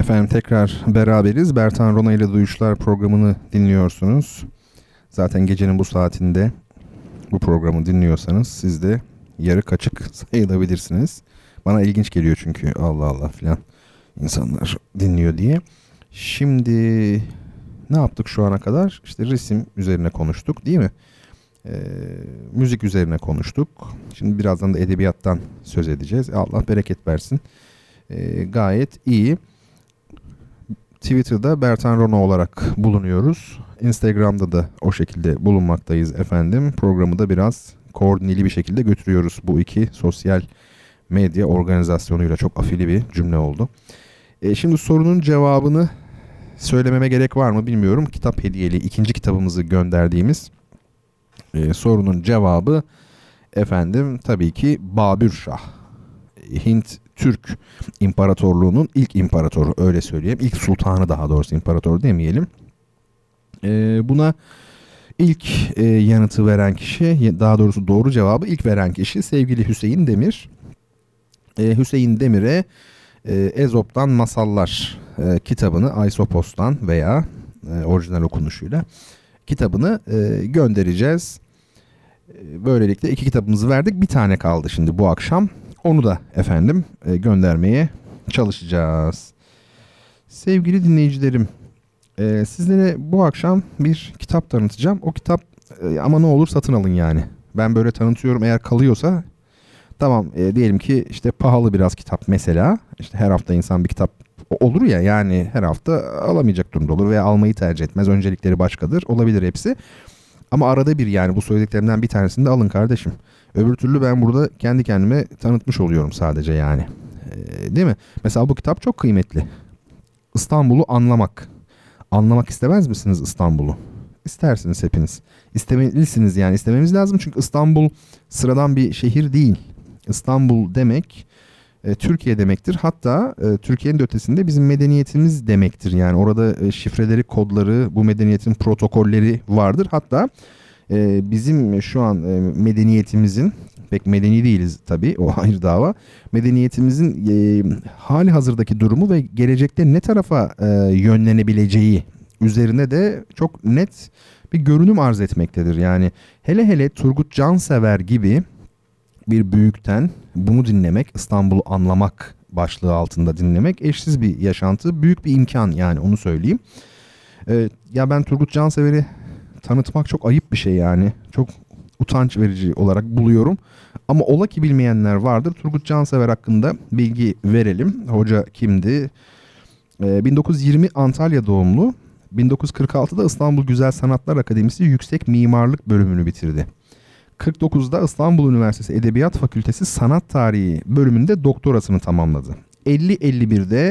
Efendim tekrar beraberiz. Bertan Rona ile Duyuşlar programını dinliyorsunuz. Zaten gecenin bu saatinde bu programı dinliyorsanız siz de yarı kaçık sayılabilirsiniz. Bana ilginç geliyor çünkü Allah Allah filan insanlar dinliyor diye. Şimdi ne yaptık şu ana kadar? İşte resim üzerine konuştuk değil mi? Ee, müzik üzerine konuştuk. Şimdi birazdan da edebiyattan söz edeceğiz. Allah bereket versin. Ee, gayet iyi. Twitter'da Bertan Rona olarak bulunuyoruz. Instagram'da da o şekilde bulunmaktayız efendim. Programı da biraz koordineli bir şekilde götürüyoruz. Bu iki sosyal medya organizasyonuyla çok afili bir cümle oldu. E şimdi sorunun cevabını söylememe gerek var mı bilmiyorum. Kitap hediyeli ikinci kitabımızı gönderdiğimiz e, sorunun cevabı efendim tabii ki Babür Şah. Hint Türk İmparatorluğu'nun ilk imparatoru, öyle söyleyeyim. İlk sultanı, daha doğrusu imparator demeyelim. E, buna ilk e, yanıtı veren kişi, daha doğrusu doğru cevabı ilk veren kişi sevgili Hüseyin Demir. E, Hüseyin Demir'e e, Ezop'tan Masallar e, kitabını Aysopos'tan veya e, orijinal okunuşuyla kitabını e, göndereceğiz. E, böylelikle iki kitabımızı verdik. Bir tane kaldı şimdi bu akşam. Onu da efendim e, göndermeye çalışacağız. Sevgili dinleyicilerim, e, sizlere bu akşam bir kitap tanıtacağım. O kitap e, ama ne olur satın alın yani. Ben böyle tanıtıyorum, eğer kalıyorsa tamam, e, diyelim ki işte pahalı biraz kitap mesela. İşte her hafta insan bir kitap olur ya, yani her hafta alamayacak durumda olur veya almayı tercih etmez. Öncelikleri başkadır, olabilir hepsi. Ama arada bir, yani bu söylediklerimden bir tanesini de alın kardeşim. Öbür türlü ben burada kendi kendime tanıtmış oluyorum sadece yani. Ee, değil mi? Mesela bu kitap çok kıymetli. İstanbul'u anlamak. Anlamak istemez misiniz İstanbul'u? İstersiniz hepiniz. İstemelisiniz yani, istememiz lazım. Çünkü İstanbul sıradan bir şehir değil. İstanbul demek e, Türkiye demektir. Hatta e, Türkiye'nin de ötesinde bizim medeniyetimiz demektir. Yani orada e, şifreleri, kodları, bu medeniyetin protokolleri vardır. Hatta e, bizim şu an e, medeniyetimizin, pek medeni değiliz tabii, o ayrı dava. Medeniyetimizin e, hali hazırdaki durumu ve gelecekte ne tarafa e, yönlenebileceği üzerine de çok net bir görünüm arz etmektedir. Yani hele hele Turgut Cansever gibi bir büyükten bunu dinlemek, İstanbul'u anlamak başlığı altında dinlemek eşsiz bir yaşantı, büyük bir imkan, yani onu söyleyeyim. Ee, ya ben Turgut Cansever'i tanıtmak çok ayıp bir şey yani. Çok utanç verici olarak buluyorum. Ama ola ki bilmeyenler vardır. Turgut Cansever hakkında bilgi verelim. Hoca kimdi? Ee, bin dokuz yüz yirmi Antalya doğumlu. bin dokuz yüz kırk altıda İstanbul Güzel Sanatlar Akademisi Yüksek Mimarlık bölümünü bitirdi. kırk dokuzda İstanbul Üniversitesi Edebiyat Fakültesi Sanat Tarihi bölümünde doktorasını tamamladı. elli elli birde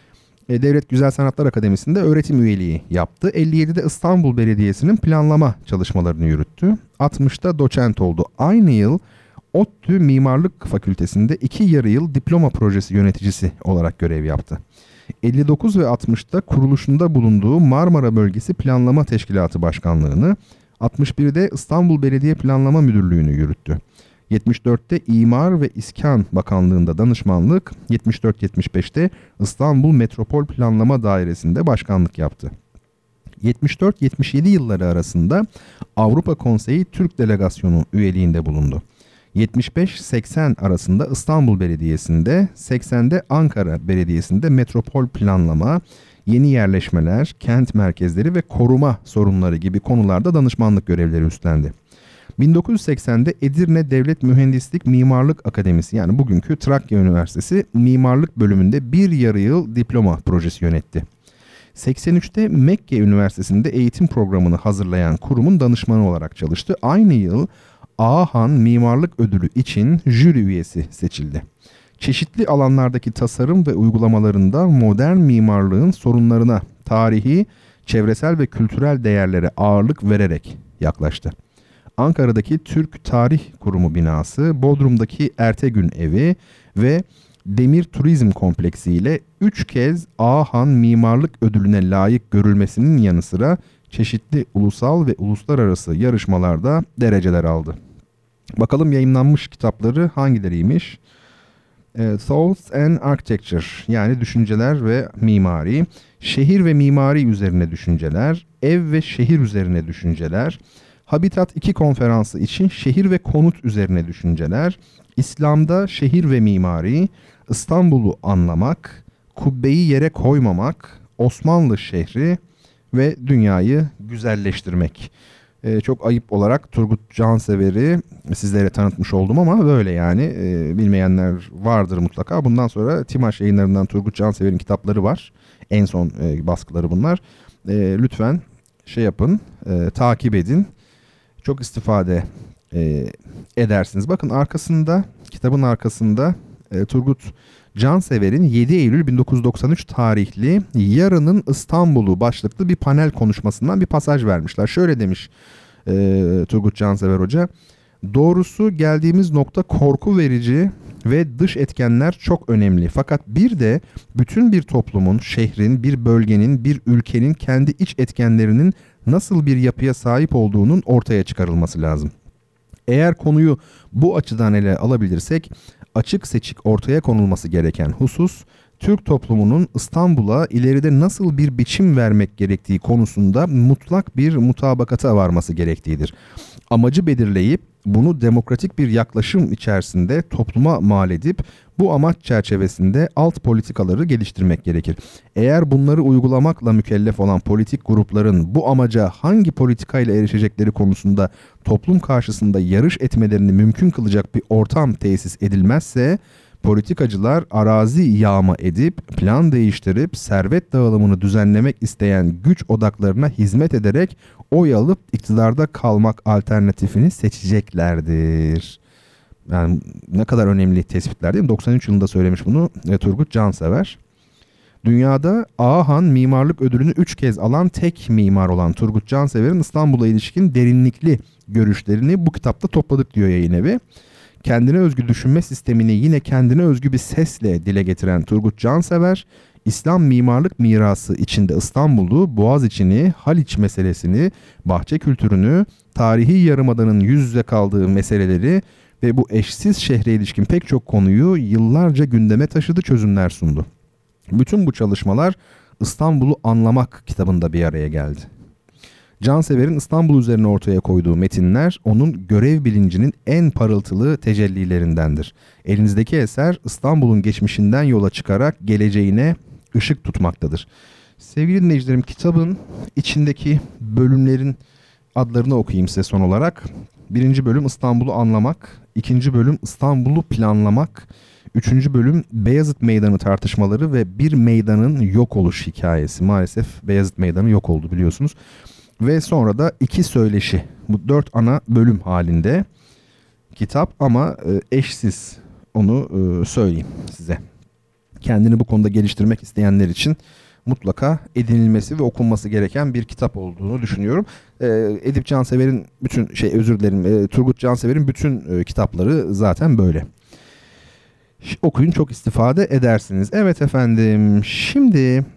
Devlet Güzel Sanatlar Akademisi'nde öğretim üyeliği yaptı. elli yedide İstanbul Belediyesi'nin planlama çalışmalarını yürüttü. altmışta doçent oldu. Aynı yıl ODTÜ Mimarlık Fakültesi'nde iki yarı yıl diploma projesi yöneticisi olarak görev yaptı. elli dokuz ve altmışta kuruluşunda bulunduğu Marmara Bölgesi Planlama Teşkilatı Başkanlığını, altmış birde İstanbul Belediye Planlama Müdürlüğü'nü yürüttü. yetmiş dörtte İmar ve İskan Bakanlığı'nda danışmanlık, yetmiş dört yetmiş beşte İstanbul Metropol Planlama Dairesi'nde başkanlık yaptı. yetmiş dört yetmiş yedi yılları arasında Avrupa Konseyi Türk Delegasyonu üyeliğinde bulundu. yetmiş beş seksen arasında İstanbul Belediyesi'nde, seksende Ankara Belediyesi'nde metropol planlama, yeni yerleşmeler, kent merkezleri ve koruma sorunları gibi konularda danışmanlık görevleri üstlendi. bin dokuz yüz seksende Edirne Devlet Mühendislik Mimarlık Akademisi, yani bugünkü Trakya Üniversitesi Mimarlık Bölümünde bir yarı yıl diploma projesi yönetti. seksen üçte Mekke Üniversitesi'nde eğitim programını hazırlayan kurumun danışmanı olarak çalıştı. Aynı yıl Ağahan Mimarlık Ödülü için jüri üyesi seçildi. Çeşitli alanlardaki tasarım ve uygulamalarında modern mimarlığın sorunlarına, tarihi, çevresel ve kültürel değerlere ağırlık vererek yaklaştı. Ankara'daki Türk Tarih Kurumu binası, Bodrum'daki Ertegün Evi ve Demir Turizm Kompleksi ile üç kez Ağahan Mimarlık Ödülüne layık görülmesinin yanı sıra çeşitli ulusal ve uluslararası yarışmalarda dereceler aldı. Bakalım yayımlanmış kitapları hangileriymiş? E, Thoughts and Architecture, yani düşünceler ve mimari, şehir ve mimari üzerine düşünceler, ev ve şehir üzerine düşünceler, Habitat iki konferansı için şehir ve konut üzerine düşünceler, İslam'da şehir ve mimari, İstanbul'u anlamak, kubbeyi yere koymamak, Osmanlı şehri ve dünyayı güzelleştirmek. Ee, çok ayıp olarak Turgut Cansever'i sizlere tanıtmış oldum ama böyle yani. Ee, bilmeyenler vardır mutlaka. Bundan sonra Timaş Yayınları'ndan Turgut Cansever'in kitapları var. En son e, baskıları bunlar. E, lütfen şey yapın, e, takip edin. Çok istifade e, edersiniz. Bakın arkasında, kitabın arkasında e, Turgut Cansever'in yedi Eylül bin dokuz yüz doksan üç tarihli Yarının İstanbul'u başlıklı bir panel konuşmasından bir pasaj vermişler. Şöyle demiş e, Turgut Cansever Hoca: doğrusu geldiğimiz nokta korku verici ve dış etkenler çok önemli. Fakat bir de bütün bir toplumun, şehrin, bir bölgenin, bir ülkenin kendi iç etkenlerinin nasıl bir yapıya sahip olduğunun ortaya çıkarılması lazım. Eğer konuyu bu açıdan ele alabilirsek, açık seçik ortaya konulması gereken husus, Türk toplumunun İstanbul'a ileride nasıl bir biçim vermek gerektiği konusunda mutlak bir mutabakata varması gerektiğidir. Amacı belirleyip bunu demokratik bir yaklaşım içerisinde topluma mal edip bu amaç çerçevesinde alt politikaları geliştirmek gerekir. Eğer bunları uygulamakla mükellef olan politik grupların bu amaca hangi politikayla erişecekleri konusunda toplum karşısında yarış etmelerini mümkün kılacak bir ortam tesis edilmezse, politikacılar arazi yağma edip, plan değiştirip, servet dağılımını düzenlemek isteyen güç odaklarına hizmet ederek oy alıp iktidarda kalmak alternatifini seçeceklerdir. Yani ne kadar önemli tespitler değil mi? doksan üç yılında söylemiş bunu e, Turgut Cansever. Dünyada Ağahan Mimarlık Ödülünü üç kez alan tek mimar olan Turgut Cansever'in İstanbul'a ilişkin derinlikli görüşlerini bu kitapta topladık diyor yayın evi. Kendine özgü düşünme sistemini yine kendine özgü bir sesle dile getiren Turgut Cansever, İslam mimarlık mirası içinde İstanbul'u, Boğaziçi'ni, Haliç meselesini, bahçe kültürünü, tarihi yarımadanın yüz yüze kaldığı meseleleri ve bu eşsiz şehre ilişkin pek çok konuyu yıllarca gündeme taşıdı, çözümler sundu. Bütün bu çalışmalar İstanbul'u Anlamak kitabında bir araya geldi. Cansever'in İstanbul üzerine ortaya koyduğu metinler onun görev bilincinin en parıltılı tecellilerindendir. Elinizdeki eser İstanbul'un geçmişinden yola çıkarak geleceğine ışık tutmaktadır. Sevgili dinleyicilerim, kitabın içindeki bölümlerin adlarını okuyayım size son olarak. Birinci bölüm İstanbul'u anlamak, ikinci bölüm İstanbul'u planlamak, üçüncü bölüm Beyazıt Meydanı tartışmaları ve bir meydanın yok oluş hikayesi. Maalesef Beyazıt Meydanı yok oldu biliyorsunuz. Ve sonra da iki söyleşi. Bu dört ana bölüm halinde kitap ama eşsiz, onu söyleyeyim size. Kendini bu konuda geliştirmek isteyenler için mutlaka edinilmesi ve okunması gereken bir kitap olduğunu düşünüyorum. Edip Cansever'in bütün şey özür dilerim Turgut Cansever'in bütün kitapları zaten böyle. Okuyun, çok istifade edersiniz. Evet efendim, şimdi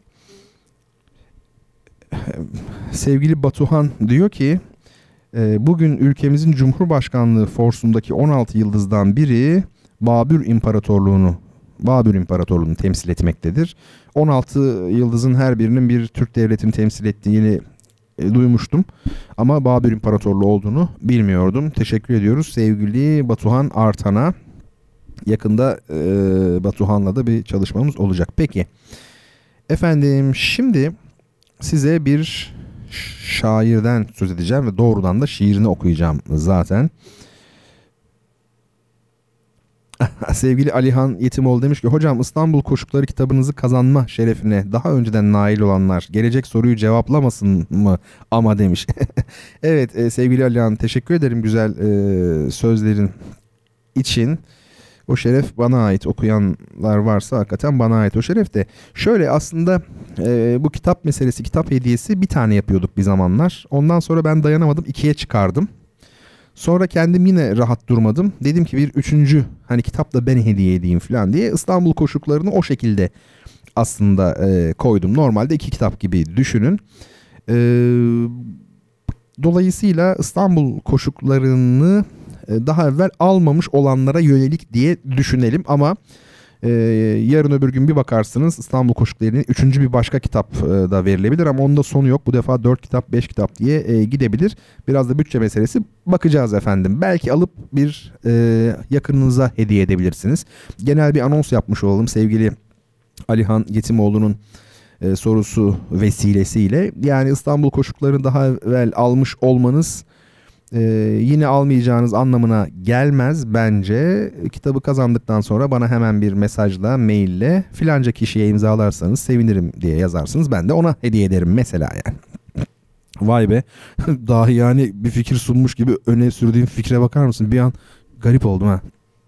sevgili Batuhan diyor ki bugün ülkemizin Cumhurbaşkanlığı forsundaki on altı yıldızdan biri Babür İmparatorluğunu Babür İmparatorluğunu temsil etmektedir. on altı yıldızın her birinin bir Türk devletini temsil ettiğini e, duymuştum. Ama Babür İmparatorluğu olduğunu bilmiyordum. Teşekkür ediyoruz sevgili Batuhan Artan'a. Yakında e, Batuhan'la da bir çalışmamız olacak. Peki. Efendim, şimdi size bir şairden söz edeceğim ve doğrudan da şiirini okuyacağım zaten. Sevgili Alihan Yetimoğlu demiş ki hocam, İstanbul Koşukları kitabınızı kazanma şerefine daha önceden nail olanlar gelecek soruyu cevaplamasın mı ama demiş. Evet e, sevgili Alihan, teşekkür ederim güzel e, sözlerin için. O şeref bana ait. Okuyanlar varsa hakikaten bana ait o şeref de. Şöyle aslında e, bu kitap meselesi, kitap hediyesi bir tane yapıyorduk bir zamanlar. Ondan sonra ben dayanamadım, ikiye çıkardım. Sonra kendim yine rahat durmadım. Dedim ki bir üçüncü hani kitap da ben hediye edeyim falan diye İstanbul Koşuklarını o şekilde aslında e, koydum. Normalde iki kitap gibi düşünün. E, dolayısıyla İstanbul Koşuklarını daha evvel almamış olanlara yönelik diye düşünelim ama e, yarın öbür gün bir bakarsınız İstanbul Koşukları'nın üçüncü bir başka kitap e, da verilebilir ama onda sonu yok. Bu defa dört kitap beş kitap diye e, gidebilir. Biraz da bütçe meselesi, bakacağız efendim. Belki alıp bir e, yakınınıza hediye edebilirsiniz. Genel bir anons yapmış olalım sevgili Alihan Yetimoğlu'nun e, sorusu vesilesiyle. Yani İstanbul Koşukları'nı daha evvel almış olmanız e, yine almayacağınız anlamına gelmez bence. Kitabı kazandıktan sonra bana hemen bir mesajla, maille filanca kişiye imzalarsanız sevinirim diye yazarsınız. Ben de ona hediye ederim mesela yani. Vay be, dahi yani bir fikir sunmuş gibi öne sürdüğüm fikre bakar mısın? Bir an garip oldum ha.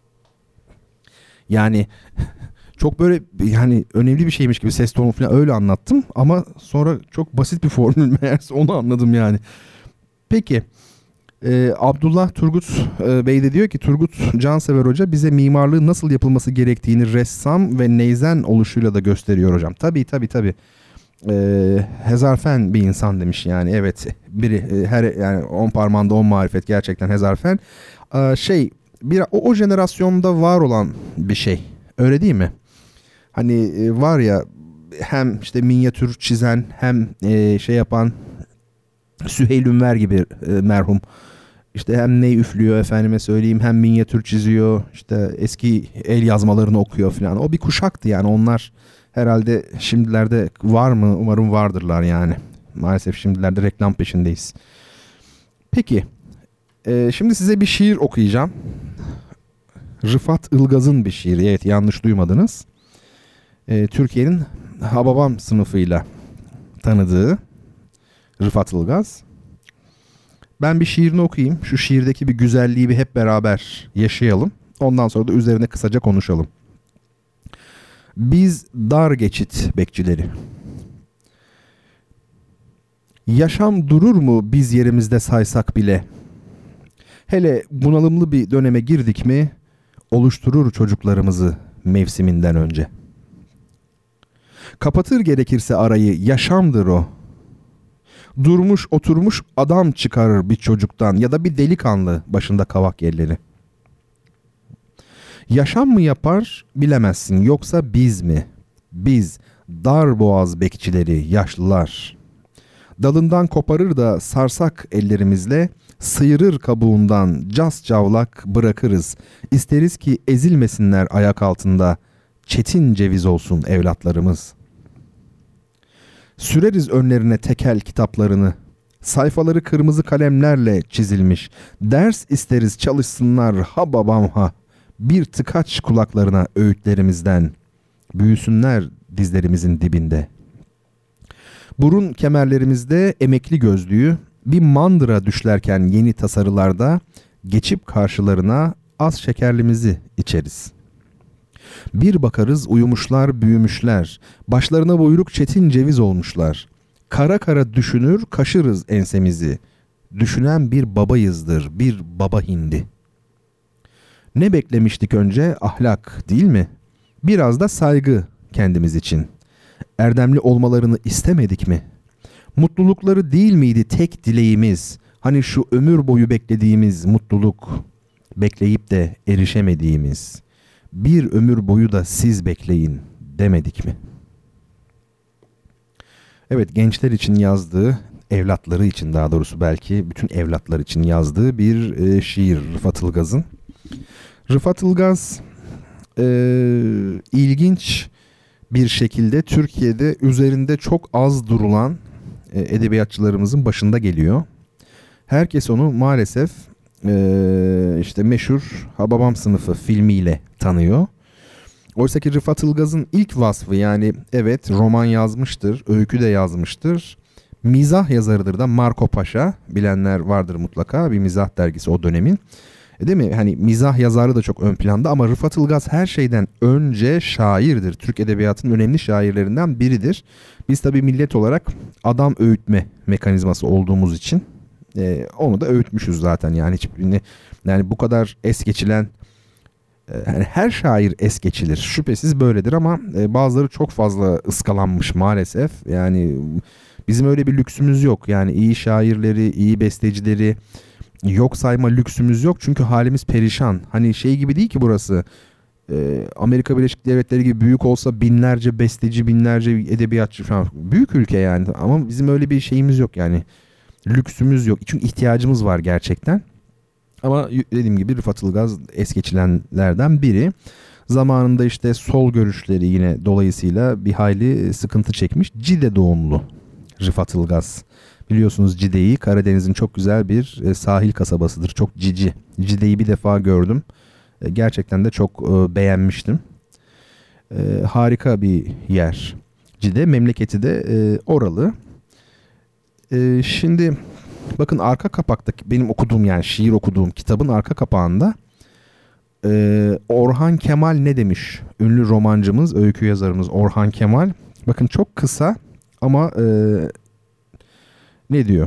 Yani çok böyle yani önemli bir şeymiş gibi ses tonu falan öyle anlattım ama sonra çok basit bir formül meğerse, onu anladım yani. Peki e, Abdullah Turgut e, Bey de diyor ki Turgut Cansever Hoca bize mimarlığın nasıl yapılması gerektiğini ressam ve neyzen oluşuyla da gösteriyor hocam. Tabii tabii tabii. E, hezarfen bir insan demiş yani, evet, biri e, her yani on parmağında on marifet, gerçekten hezarfen. E, şey bir o, o jenerasyonda var olan bir şey. Öyle değil mi? Hani e, var ya, hem işte minyatür çizen hem e, şey yapan, Süheyl Ünver gibi e, merhum. İşte hem ney üflüyor efendime söyleyeyim, hem minyatür çiziyor, işte eski el yazmalarını okuyor falan. O bir kuşaktı yani, onlar herhalde şimdilerde var mı? Umarım vardırlar yani. Maalesef şimdilerde reklam peşindeyiz. Peki e, şimdi size bir şiir okuyacağım. Rıfat Ilgaz'ın bir şiiri. Evet, yanlış duymadınız. Ee, Türkiye'nin Hababam sınıfıyla tanıdığı Rıfat Ilgaz. Ben bir şiirini okuyayım. Şu şiirdeki bir güzelliği bir hep beraber yaşayalım. Ondan sonra da üzerine kısaca konuşalım. Biz dar geçit bekçileri. Yaşam durur mu biz yerimizde saysak bile? Hele bunalımlı bir döneme girdik mi oluşturur çocuklarımızı mevsiminden önce. Kapatır gerekirse arayı, yaşamdır o. Durmuş oturmuş adam çıkarır bir çocuktan ya da bir delikanlı başında kavak yerleri. Yaşam mı yapar bilemezsin, yoksa biz mi? Biz dar boğaz bekçileri, yaşlılar. Dalından koparır da sarsak ellerimizle, sıyırır kabuğundan cas cavlak bırakırız. İsteriz ki ezilmesinler ayak altında, çetin ceviz olsun evlatlarımız. Süreriz önlerine tekel kitaplarını, sayfaları kırmızı kalemlerle çizilmiş. Ders isteriz çalışsınlar ha babam ha, bir tıkaç kulaklarına öğütlerimizden, büyüsünler dizlerimizin dibinde. Burun kemerlerimizde emekli gözlüğü, bir mandıra düşlerken yeni tasarılarda geçip karşılarına az şekerlimizi içeriz. Bir bakarız uyumuşlar büyümüşler, başlarına buyruk çetin ceviz olmuşlar. Kara kara düşünür kaşırız ensemizi, düşünen bir babayızdır, bir baba hindi. Ne beklemiştik önce? Ahlak değil mi? Biraz da saygı kendimiz için. Erdemli olmalarını istemedik mi? Mutlulukları değil miydi tek dileğimiz? Hani şu ömür boyu beklediğimiz mutluluk, bekleyip de erişemediğimiz. Bir ömür boyu da siz bekleyin demedik mi? Evet, gençler için yazdığı, evlatları için daha doğrusu belki bütün evlatlar için yazdığı bir e, şiir Rıfat Ilgaz'ın. Rıfat Ilgaz e, ilginç bir şekilde Türkiye'de üzerinde çok az durulan e, edebiyatçılarımızın başında geliyor. Herkes onu maalesef e, işte meşhur Hababam Sınıfı filmiyle tanıyor. Oysa ki Rıfat Ilgaz'ın ilk vasfı, yani evet roman yazmıştır, öykü de yazmıştır. Mizah yazarıdır da. Marco Paşa, bilenler vardır mutlaka, bir mizah dergisi o dönemin. E değil mi? Hani mizah yazarı da çok ön planda ama Rıfat Ilgaz her şeyden önce şairdir. Türk edebiyatının önemli şairlerinden biridir. Biz tabii millet olarak adam öğütme mekanizması olduğumuz için e, onu da öğütmüşüz zaten. Yani hiçbirini, yani bu kadar es geçilen, e, yani her şair es geçilir. Şüphesiz böyledir ama e, bazıları çok fazla ıskalanmış maalesef. Yani bizim öyle bir lüksümüz yok. Yani iyi şairleri, iyi bestecileri, yok sayma lüksümüz yok çünkü halimiz perişan. Hani şey gibi değil ki burası. Ee, Amerika Birleşik Devletleri gibi büyük olsa binlerce besteci, binlerce edebiyatçı falan. Büyük ülke yani ama bizim öyle bir şeyimiz yok yani. Lüksümüz yok. Çünkü ihtiyacımız var gerçekten. Ama dediğim gibi Rıfat Ilgaz es geçilenlerden biri. Zamanında işte sol görüşleri yine dolayısıyla bir hayli sıkıntı çekmiş. Cide doğumlu Rıfat Ilgaz. Biliyorsunuz Cide'yi, Karadeniz'in çok güzel bir sahil kasabasıdır. Çok cici. Cide'yi bir defa gördüm. Gerçekten de çok beğenmiştim. Harika bir yer Cide. Memleketi de oralı. Şimdi bakın arka kapaktaki benim okuduğum yani şiir okuduğum kitabın arka kapağında Orhan Kemal ne demiş? Ünlü romancımız, öykü yazarımız Orhan Kemal. Bakın çok kısa ama e, ne diyor?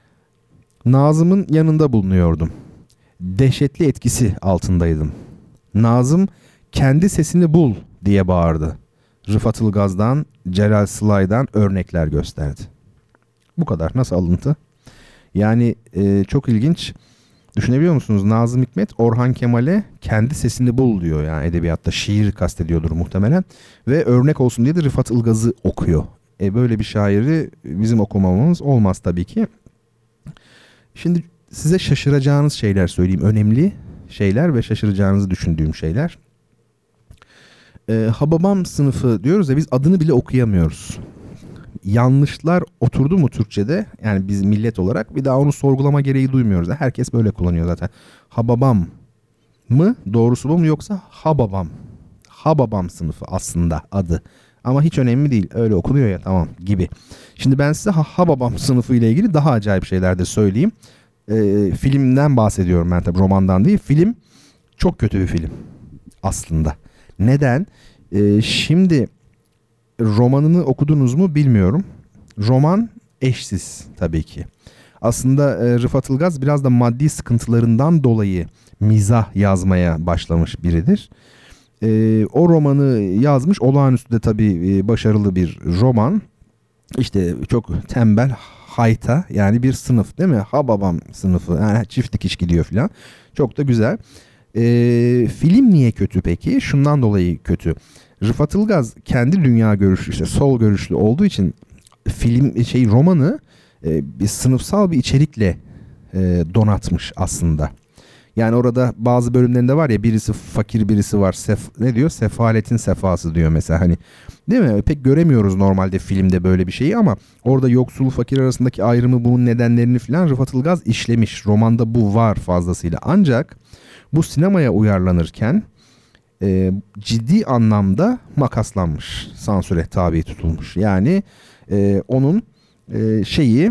Nazım'ın yanında bulunuyordum. Dehşetli etkisi altındaydım. Nazım kendi sesini bul diye bağırdı. Rıfat Ilgaz'dan, Celal Sılay'dan örnekler gösterdi. Bu kadar. Nasıl alıntı? Yani e, çok ilginç. Düşünebiliyor musunuz? Nazım Hikmet Orhan Kemal'e kendi sesini bul diyor. Yani edebiyatta şiir kastediyordur muhtemelen. Ve örnek olsun diye de Rıfat Ilgaz'ı okuyor. E böyle bir şairi bizim okumamamız olmaz tabii ki. Şimdi size şaşıracağınız şeyler söyleyeyim. Önemli şeyler ve şaşıracağınızı düşündüğüm şeyler. E, Hababam sınıfı diyoruz ya biz adını bile okuyamıyoruz. Yanlışlar oturdu mu Türkçe'de yani biz millet olarak bir daha onu sorgulama gereği duymuyoruz. Herkes böyle kullanıyor zaten. Hababam mı doğrusu bu mu yoksa Hababam? Hababam sınıfı aslında adı. Ama hiç önemli değil. Öyle okunuyor ya tamam gibi. Şimdi ben size Hababam sınıfı ile ilgili daha acayip şeyler de söyleyeyim. Ee, filmden bahsediyorum ben tabii romandan değil. Film çok kötü bir film aslında. Neden? Ee, şimdi romanını okudunuz mu bilmiyorum. Roman eşsiz tabii ki. Aslında e, Rıfat Ilgaz biraz da maddi sıkıntılarından dolayı mizah yazmaya başlamış biridir. E, o romanı yazmış. Olağanüstü de tabii e, başarılı bir roman. İşte çok tembel hayta yani bir sınıf değil mi? Hababam sınıfı. Yani çift dikiş gidiyor filan. Çok da güzel. E, film niye kötü peki? Şundan dolayı kötü. Rıfat Ilgaz kendi dünya görüşlü işte sol görüşlü olduğu için film şey romanı e, bir sınıfsal bir içerikle e, donatmış aslında. Yani orada bazı bölümlerinde var ya birisi fakir birisi var sef, ne diyor sefaletin sefası diyor mesela hani değil mi? Pek göremiyoruz normalde filmde böyle bir şeyi ama orada yoksul fakir arasındaki ayrımı bunun nedenlerini filan Rıfat Ilgaz işlemiş. Romanda bu var fazlasıyla ancak bu sinemaya uyarlanırken E, ciddi anlamda makaslanmış, sansüre tabi tutulmuş. Yani e, onun e, şeyi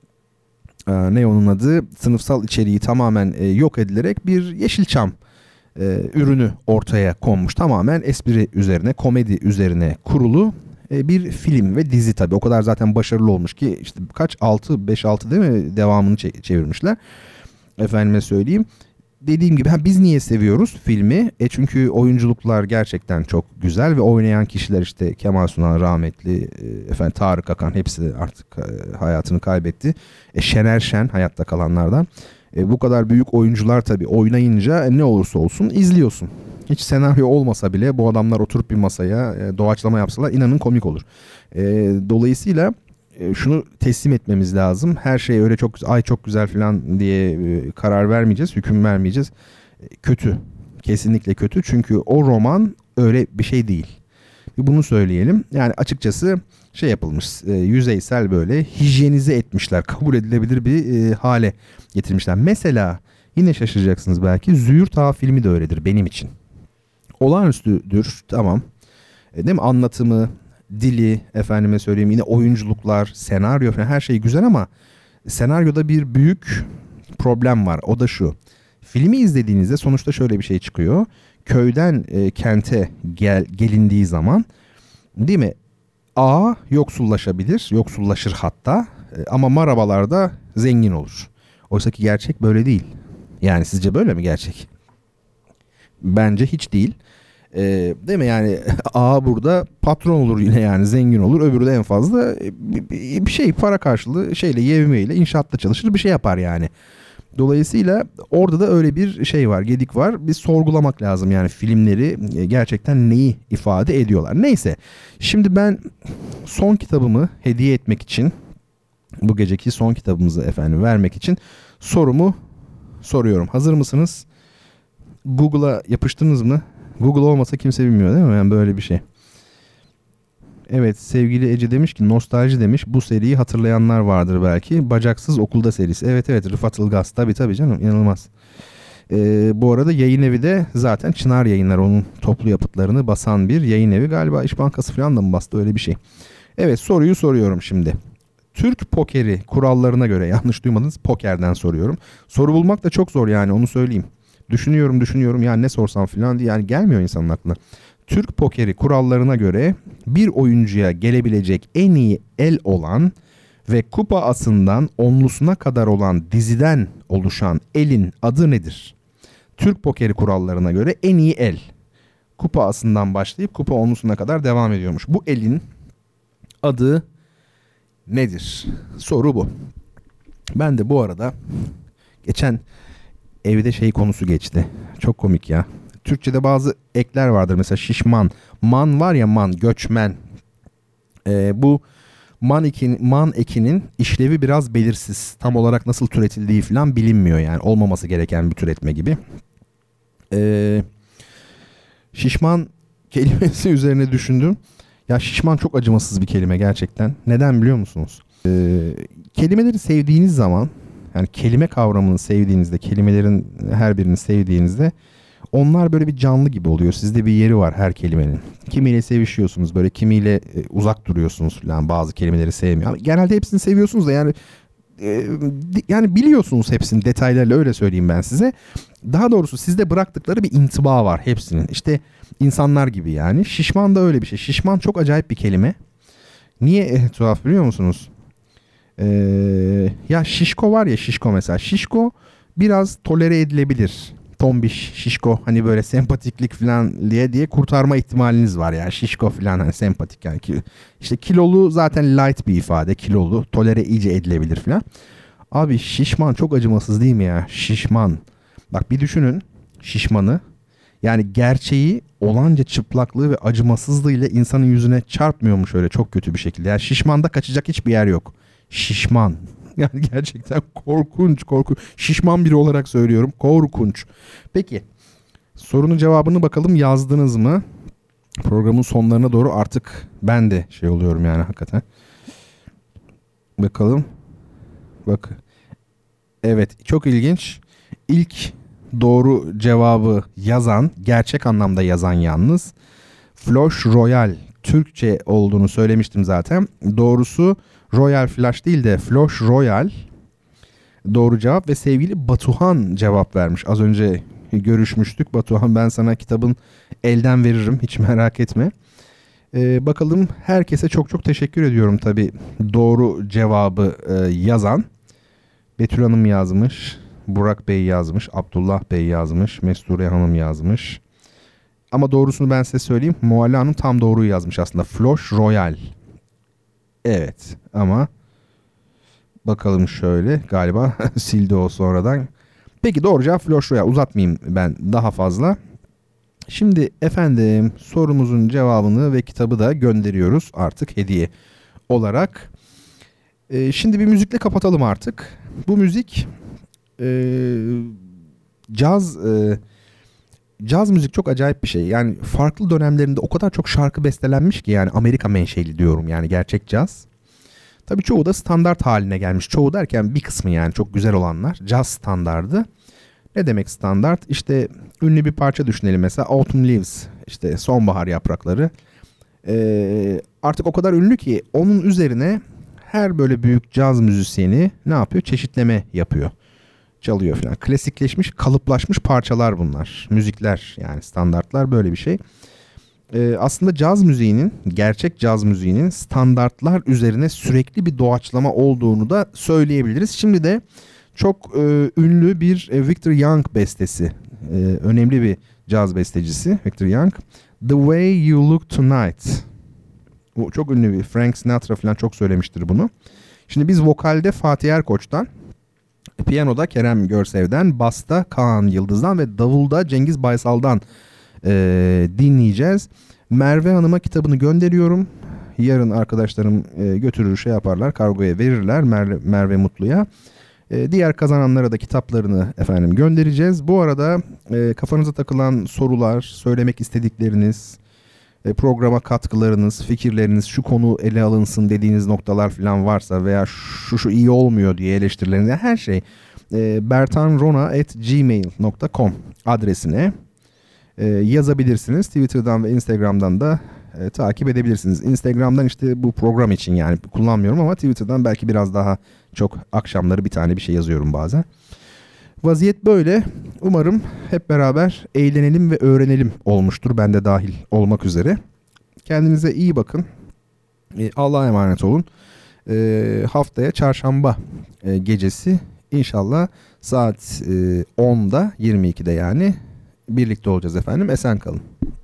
e, ne onun adı sınıfsal içeriği tamamen e, yok edilerek bir Yeşilçam e, ürünü ortaya konmuş. Tamamen espri üzerine, komedi üzerine kurulu e, bir film ve dizi tabii. O kadar zaten başarılı olmuş ki işte kaç altı beş altı değil mi devamını çevirmişler. Efendime söyleyeyim. Dediğim gibi ha, biz niye seviyoruz filmi? E çünkü oyunculuklar gerçekten çok güzel ve oynayan kişiler işte Kemal Sunal rahmetli, e, efendim Tarık Akan hepsi artık e, hayatını kaybetti. E, Şener Şen hayatta kalanlardan. E, bu kadar büyük oyuncular tabii oynayınca e, ne olursa olsun izliyorsun. Hiç senaryo olmasa bile bu adamlar oturup bir masaya e, doğaçlama yapsalar inanın komik olur. E, dolayısıyla şunu teslim etmemiz lazım. Her şey öyle çok ay çok güzel falan diye karar vermeyeceğiz, hüküm vermeyeceğiz. Kötü. Kesinlikle kötü. Çünkü o roman öyle bir şey değil. Bunu söyleyelim. Yani açıkçası şey yapılmış, yüzeysel böyle hijyenize etmişler. Kabul edilebilir bir hale getirmişler. Mesela yine şaşıracaksınız belki. Züğürt Ağa filmi de öyledir benim için. Olağanüstüdür. Tamam. Değil mi? Anlatımı, dili, efendime söyleyeyim yine oyunculuklar, senaryo falan her şey güzel ama senaryoda bir büyük problem var. O da şu. Filmi izlediğinizde sonuçta şöyle bir şey çıkıyor. Köyden e, kente gel, gelindiği zaman değil mi? A yoksullaşabilir, yoksullaşır hatta e, ama marabalarda zengin olur. Oysa ki gerçek böyle değil. Yani sizce böyle mi gerçek? Bence hiç değil. Ee, değil mi yani A burada patron olur yine yani zengin olur öbürü de en fazla bir şey para karşılığı şeyle yevmiyle inşaatta çalışır bir şey yapar yani. Dolayısıyla orada da öyle bir şey var, gedik var. Biz sorgulamak lazım yani filmleri gerçekten neyi ifade ediyorlar. Neyse, şimdi ben son kitabımı hediye etmek için, bu geceki son kitabımızı efendim vermek için sorumu soruyorum. Hazır mısınız? Google'a yapıştınız mı? Google olmasa kimse bilmiyor değil mi? Yani böyle bir şey. Evet, sevgili Ece demiş ki nostalji demiş. Bu seriyi hatırlayanlar vardır belki. Bacaksız Okulda serisi. Evet evet, Rıfat Ilgaz. Tabii tabii canım, inanılmaz. Ee, bu arada yayın evi de zaten Çınar Yayınlar, onun toplu yapıtlarını basan bir yayın evi. Galiba İş Bankası falan da mı bastı, öyle bir şey. Evet, soruyu soruyorum şimdi. Türk pokeri kurallarına göre, yanlış duymadınız, pokerden soruyorum. Soru bulmak da çok zor yani, onu söyleyeyim. Düşünüyorum düşünüyorum ya ne sorsam falan diye, yani gelmiyor insanın aklına. Türk pokeri kurallarına göre bir oyuncuya gelebilecek en iyi el olan ve kupa asından onlusuna kadar olan diziden oluşan elin adı nedir? Türk pokeri kurallarına göre en iyi el. Kupa asından başlayıp kupa onlusuna kadar devam ediyormuş. Bu elin adı nedir? Soru bu. Ben de bu arada geçen evde şey konusu geçti. Çok komik ya. Türkçe'de bazı ekler vardır. Mesela şişman. Man var ya, man, göçmen. Ee, bu man, ekin, man ekinin işlevi biraz belirsiz. Tam olarak nasıl türetildiği falan bilinmiyor yani. Olmaması gereken bir türetme gibi. Ee, şişman kelimesi üzerine düşündüm. Ya şişman çok acımasız bir kelime gerçekten. Neden biliyor musunuz? Ee, kelimeleri sevdiğiniz zaman, yani kelime kavramını sevdiğinizde, kelimelerin her birini sevdiğinizde onlar böyle bir canlı gibi oluyor. Sizde bir yeri var her kelimenin. Kimiyle sevişiyorsunuz, böyle kimiyle e, uzak duruyorsunuz falan, bazı kelimeleri sevmiyor. Genelde hepsini seviyorsunuz da yani e, yani biliyorsunuz hepsini detaylarla, öyle söyleyeyim ben size. Daha doğrusu sizde bıraktıkları bir intiba var hepsinin. İşte insanlar gibi yani. Şişman da öyle bir şey. Şişman çok acayip bir kelime. Niye e, tuhaf biliyor musunuz? Ee, ya şişko var ya, şişko mesela. Şişko biraz tolere edilebilir. Tombiş, şişko, hani böyle sempatiklik falan diye diye kurtarma ihtimaliniz var yani. Şişko falan hani sempatik yani. İşte kilolu zaten light bir ifade. Kilolu, tolere iyice edilebilir falan. Abi şişman çok acımasız değil mi ya? Şişman. Bak bir düşünün şişmanı. Yani gerçeği olanca çıplaklığı ve acımasızlığıyla insanın yüzüne çarpmıyormuş öyle çok kötü bir şekilde. Yani şişmanda kaçacak hiçbir yer yok. Şişman. Yani gerçekten korkunç, korkunç. Şişman biri olarak söylüyorum. Korkunç. Peki. Sorunun cevabını bakalım yazdınız mı? Programın sonlarına doğru artık ben de şey oluyorum yani hakikaten. Bakalım. Bak. Evet, çok ilginç. İlk doğru cevabı yazan, gerçek anlamda yazan yalnız, Flush Royal, Türkçe olduğunu söylemiştim zaten. Doğrusu Royal Flush değil de Flush Royal doğru cevap ve sevgili Batuhan cevap vermiş. Az önce görüşmüştük. Batuhan, ben sana kitabın elden veririm, hiç merak etme. Ee, bakalım, herkese çok çok teşekkür ediyorum tabii doğru cevabı e, yazan. Betül Hanım yazmış, Burak Bey yazmış, Abdullah Bey yazmış, Mesture Hanım yazmış. Ama doğrusunu ben size söyleyeyim. Mualla Hanım tam doğruyu yazmış aslında. Flush Royal. Evet ama bakalım şöyle, galiba sildi o sonradan. Peki doğru cevap Flush Royal. Uzatmayayım ben daha fazla. Şimdi efendim sorumuzun cevabını ve kitabı da gönderiyoruz artık hediye olarak. Ee, şimdi bir müzikle kapatalım artık. Bu müzik e, caz e, caz müzik çok acayip bir şey. Yani farklı dönemlerinde o kadar çok şarkı bestelenmiş ki, yani Amerika menşeli diyorum yani, gerçek caz. Tabii çoğu da standart haline gelmiş. Çoğu derken bir kısmı, yani çok güzel olanlar caz standardı. Ne demek standart? İşte ünlü bir parça düşünelim mesela, Autumn Leaves, işte sonbahar yaprakları. Ee, artık o kadar ünlü ki onun üzerine her böyle büyük caz müzisyeni ne yapıyor? Çeşitleme yapıyor. Çalıyor falan. Klasikleşmiş, kalıplaşmış parçalar bunlar. Müzikler, yani standartlar, böyle bir şey. Ee, aslında caz müziğinin, gerçek caz müziğinin standartlar üzerine sürekli bir doğaçlama olduğunu da söyleyebiliriz. Şimdi de çok e, ünlü bir e, Victor Young bestesi. E, önemli bir caz bestecisi Victor Young. The Way You Look Tonight. Bu çok ünlü bir, Frank Sinatra falan çok söylemiştir bunu. Şimdi biz vokalde Fatih Erkoç'tan, Piyanoda Kerem Görsev'den, Basta Kaan Yıldız'dan ve Davulda Cengiz Baysal'dan e, dinleyeceğiz. Merve Hanım'a kitabını gönderiyorum. Yarın arkadaşlarım e, götürür şey yaparlar, kargoya verirler Merve, Merve Mutlu'ya. E, diğer kazananlara da kitaplarını efendim göndereceğiz. Bu arada e, kafanıza takılan sorular, söylemek istedikleriniz, e, programa katkılarınız, fikirleriniz, şu konu ele alınsın dediğiniz noktalar falan varsa veya şu şu iyi olmuyor diye eleştirileriniz, her şey e, bertanrona at gmail nokta com adresine e, yazabilirsiniz. Twitter'dan ve Instagram'dan da e, takip edebilirsiniz. Instagram'dan işte bu program için yani kullanmıyorum ama Twitter'dan belki biraz daha çok akşamları bir tane bir şey yazıyorum bazen. Vaziyet böyle. Umarım hep beraber eğlenelim ve öğrenelim olmuştur. Ben de dahil olmak üzere. Kendinize iyi bakın. E, Allah'a emanet olun. E, haftaya çarşamba e, gecesi inşallah saat e, onda yirmi ikide yani birlikte olacağız efendim. Esen kalın.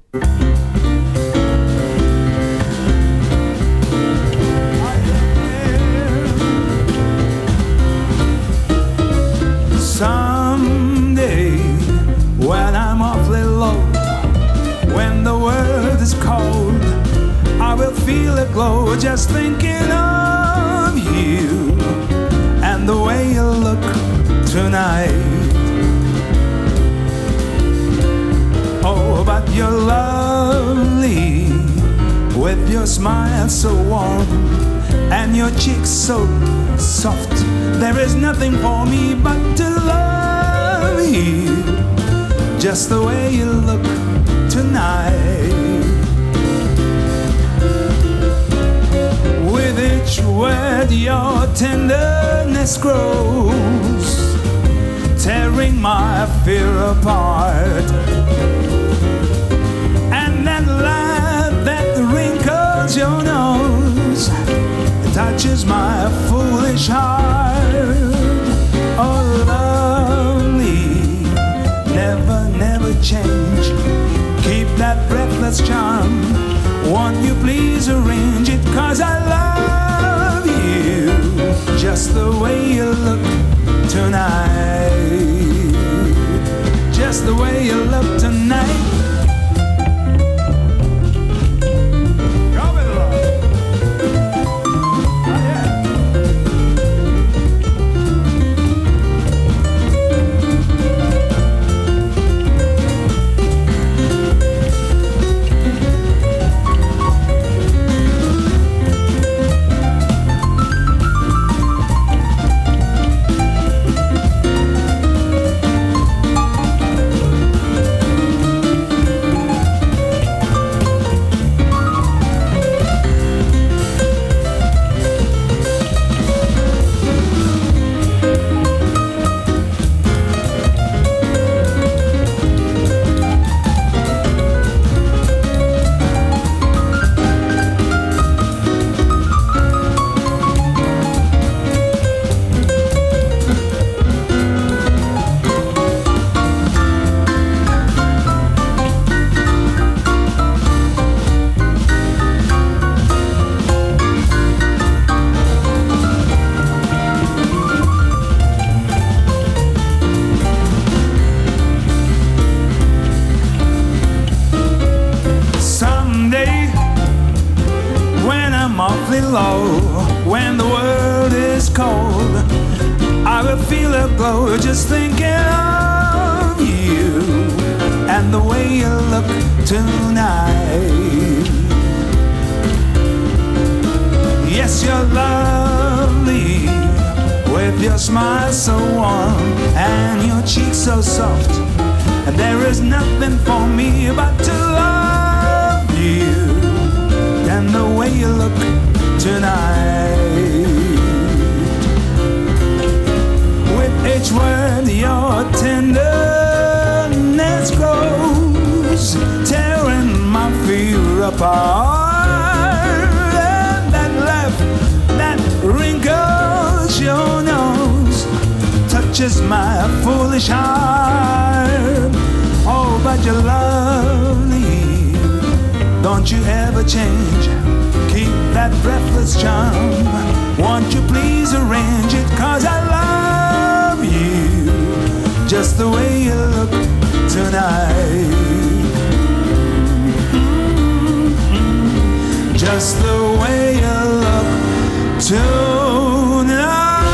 Someday, when I'm awfully low, when the world is cold, I will feel a glow just thinking of you and the way you look tonight. Oh, but you're lovely with your smile so warm and your cheeks so soft. There is nothing for me but to love you just the way you look tonight. With each word your tenderness grows, tearing my fear apart. And that laugh that wrinkles your nose touches my foolish heart. Oh, lovely, never, never change. Keep that breathless charm. Won't you please arrange it? 'Cause I love you just the way you look tonight. Just the way you look tonight. Just thinking of you and the way you look tonight. Yes, you're lovely with your smile so warm and your cheeks so soft. And there is nothing for me but to love you and the way you look tonight. Each word your tenderness grows, tearing my fear apart. And that laugh that wrinkles your nose touches my foolish heart. Oh, but you're lovely, don't you ever change. Keep that breathless charm. Won't you please arrange it? 'Cause I love you just the way you look tonight. Just the way you look tonight.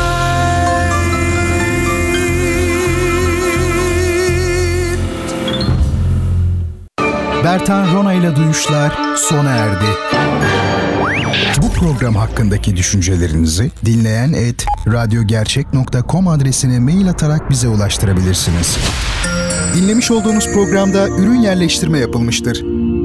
Bertan Rona ile Duyuşlar sona erdi. Bu program hakkındaki düşüncelerinizi dinleyen et radyogercek nokta com adresine mail atarak bize ulaştırabilirsiniz. Dinlemiş olduğunuz programda ürün yerleştirme yapılmıştır.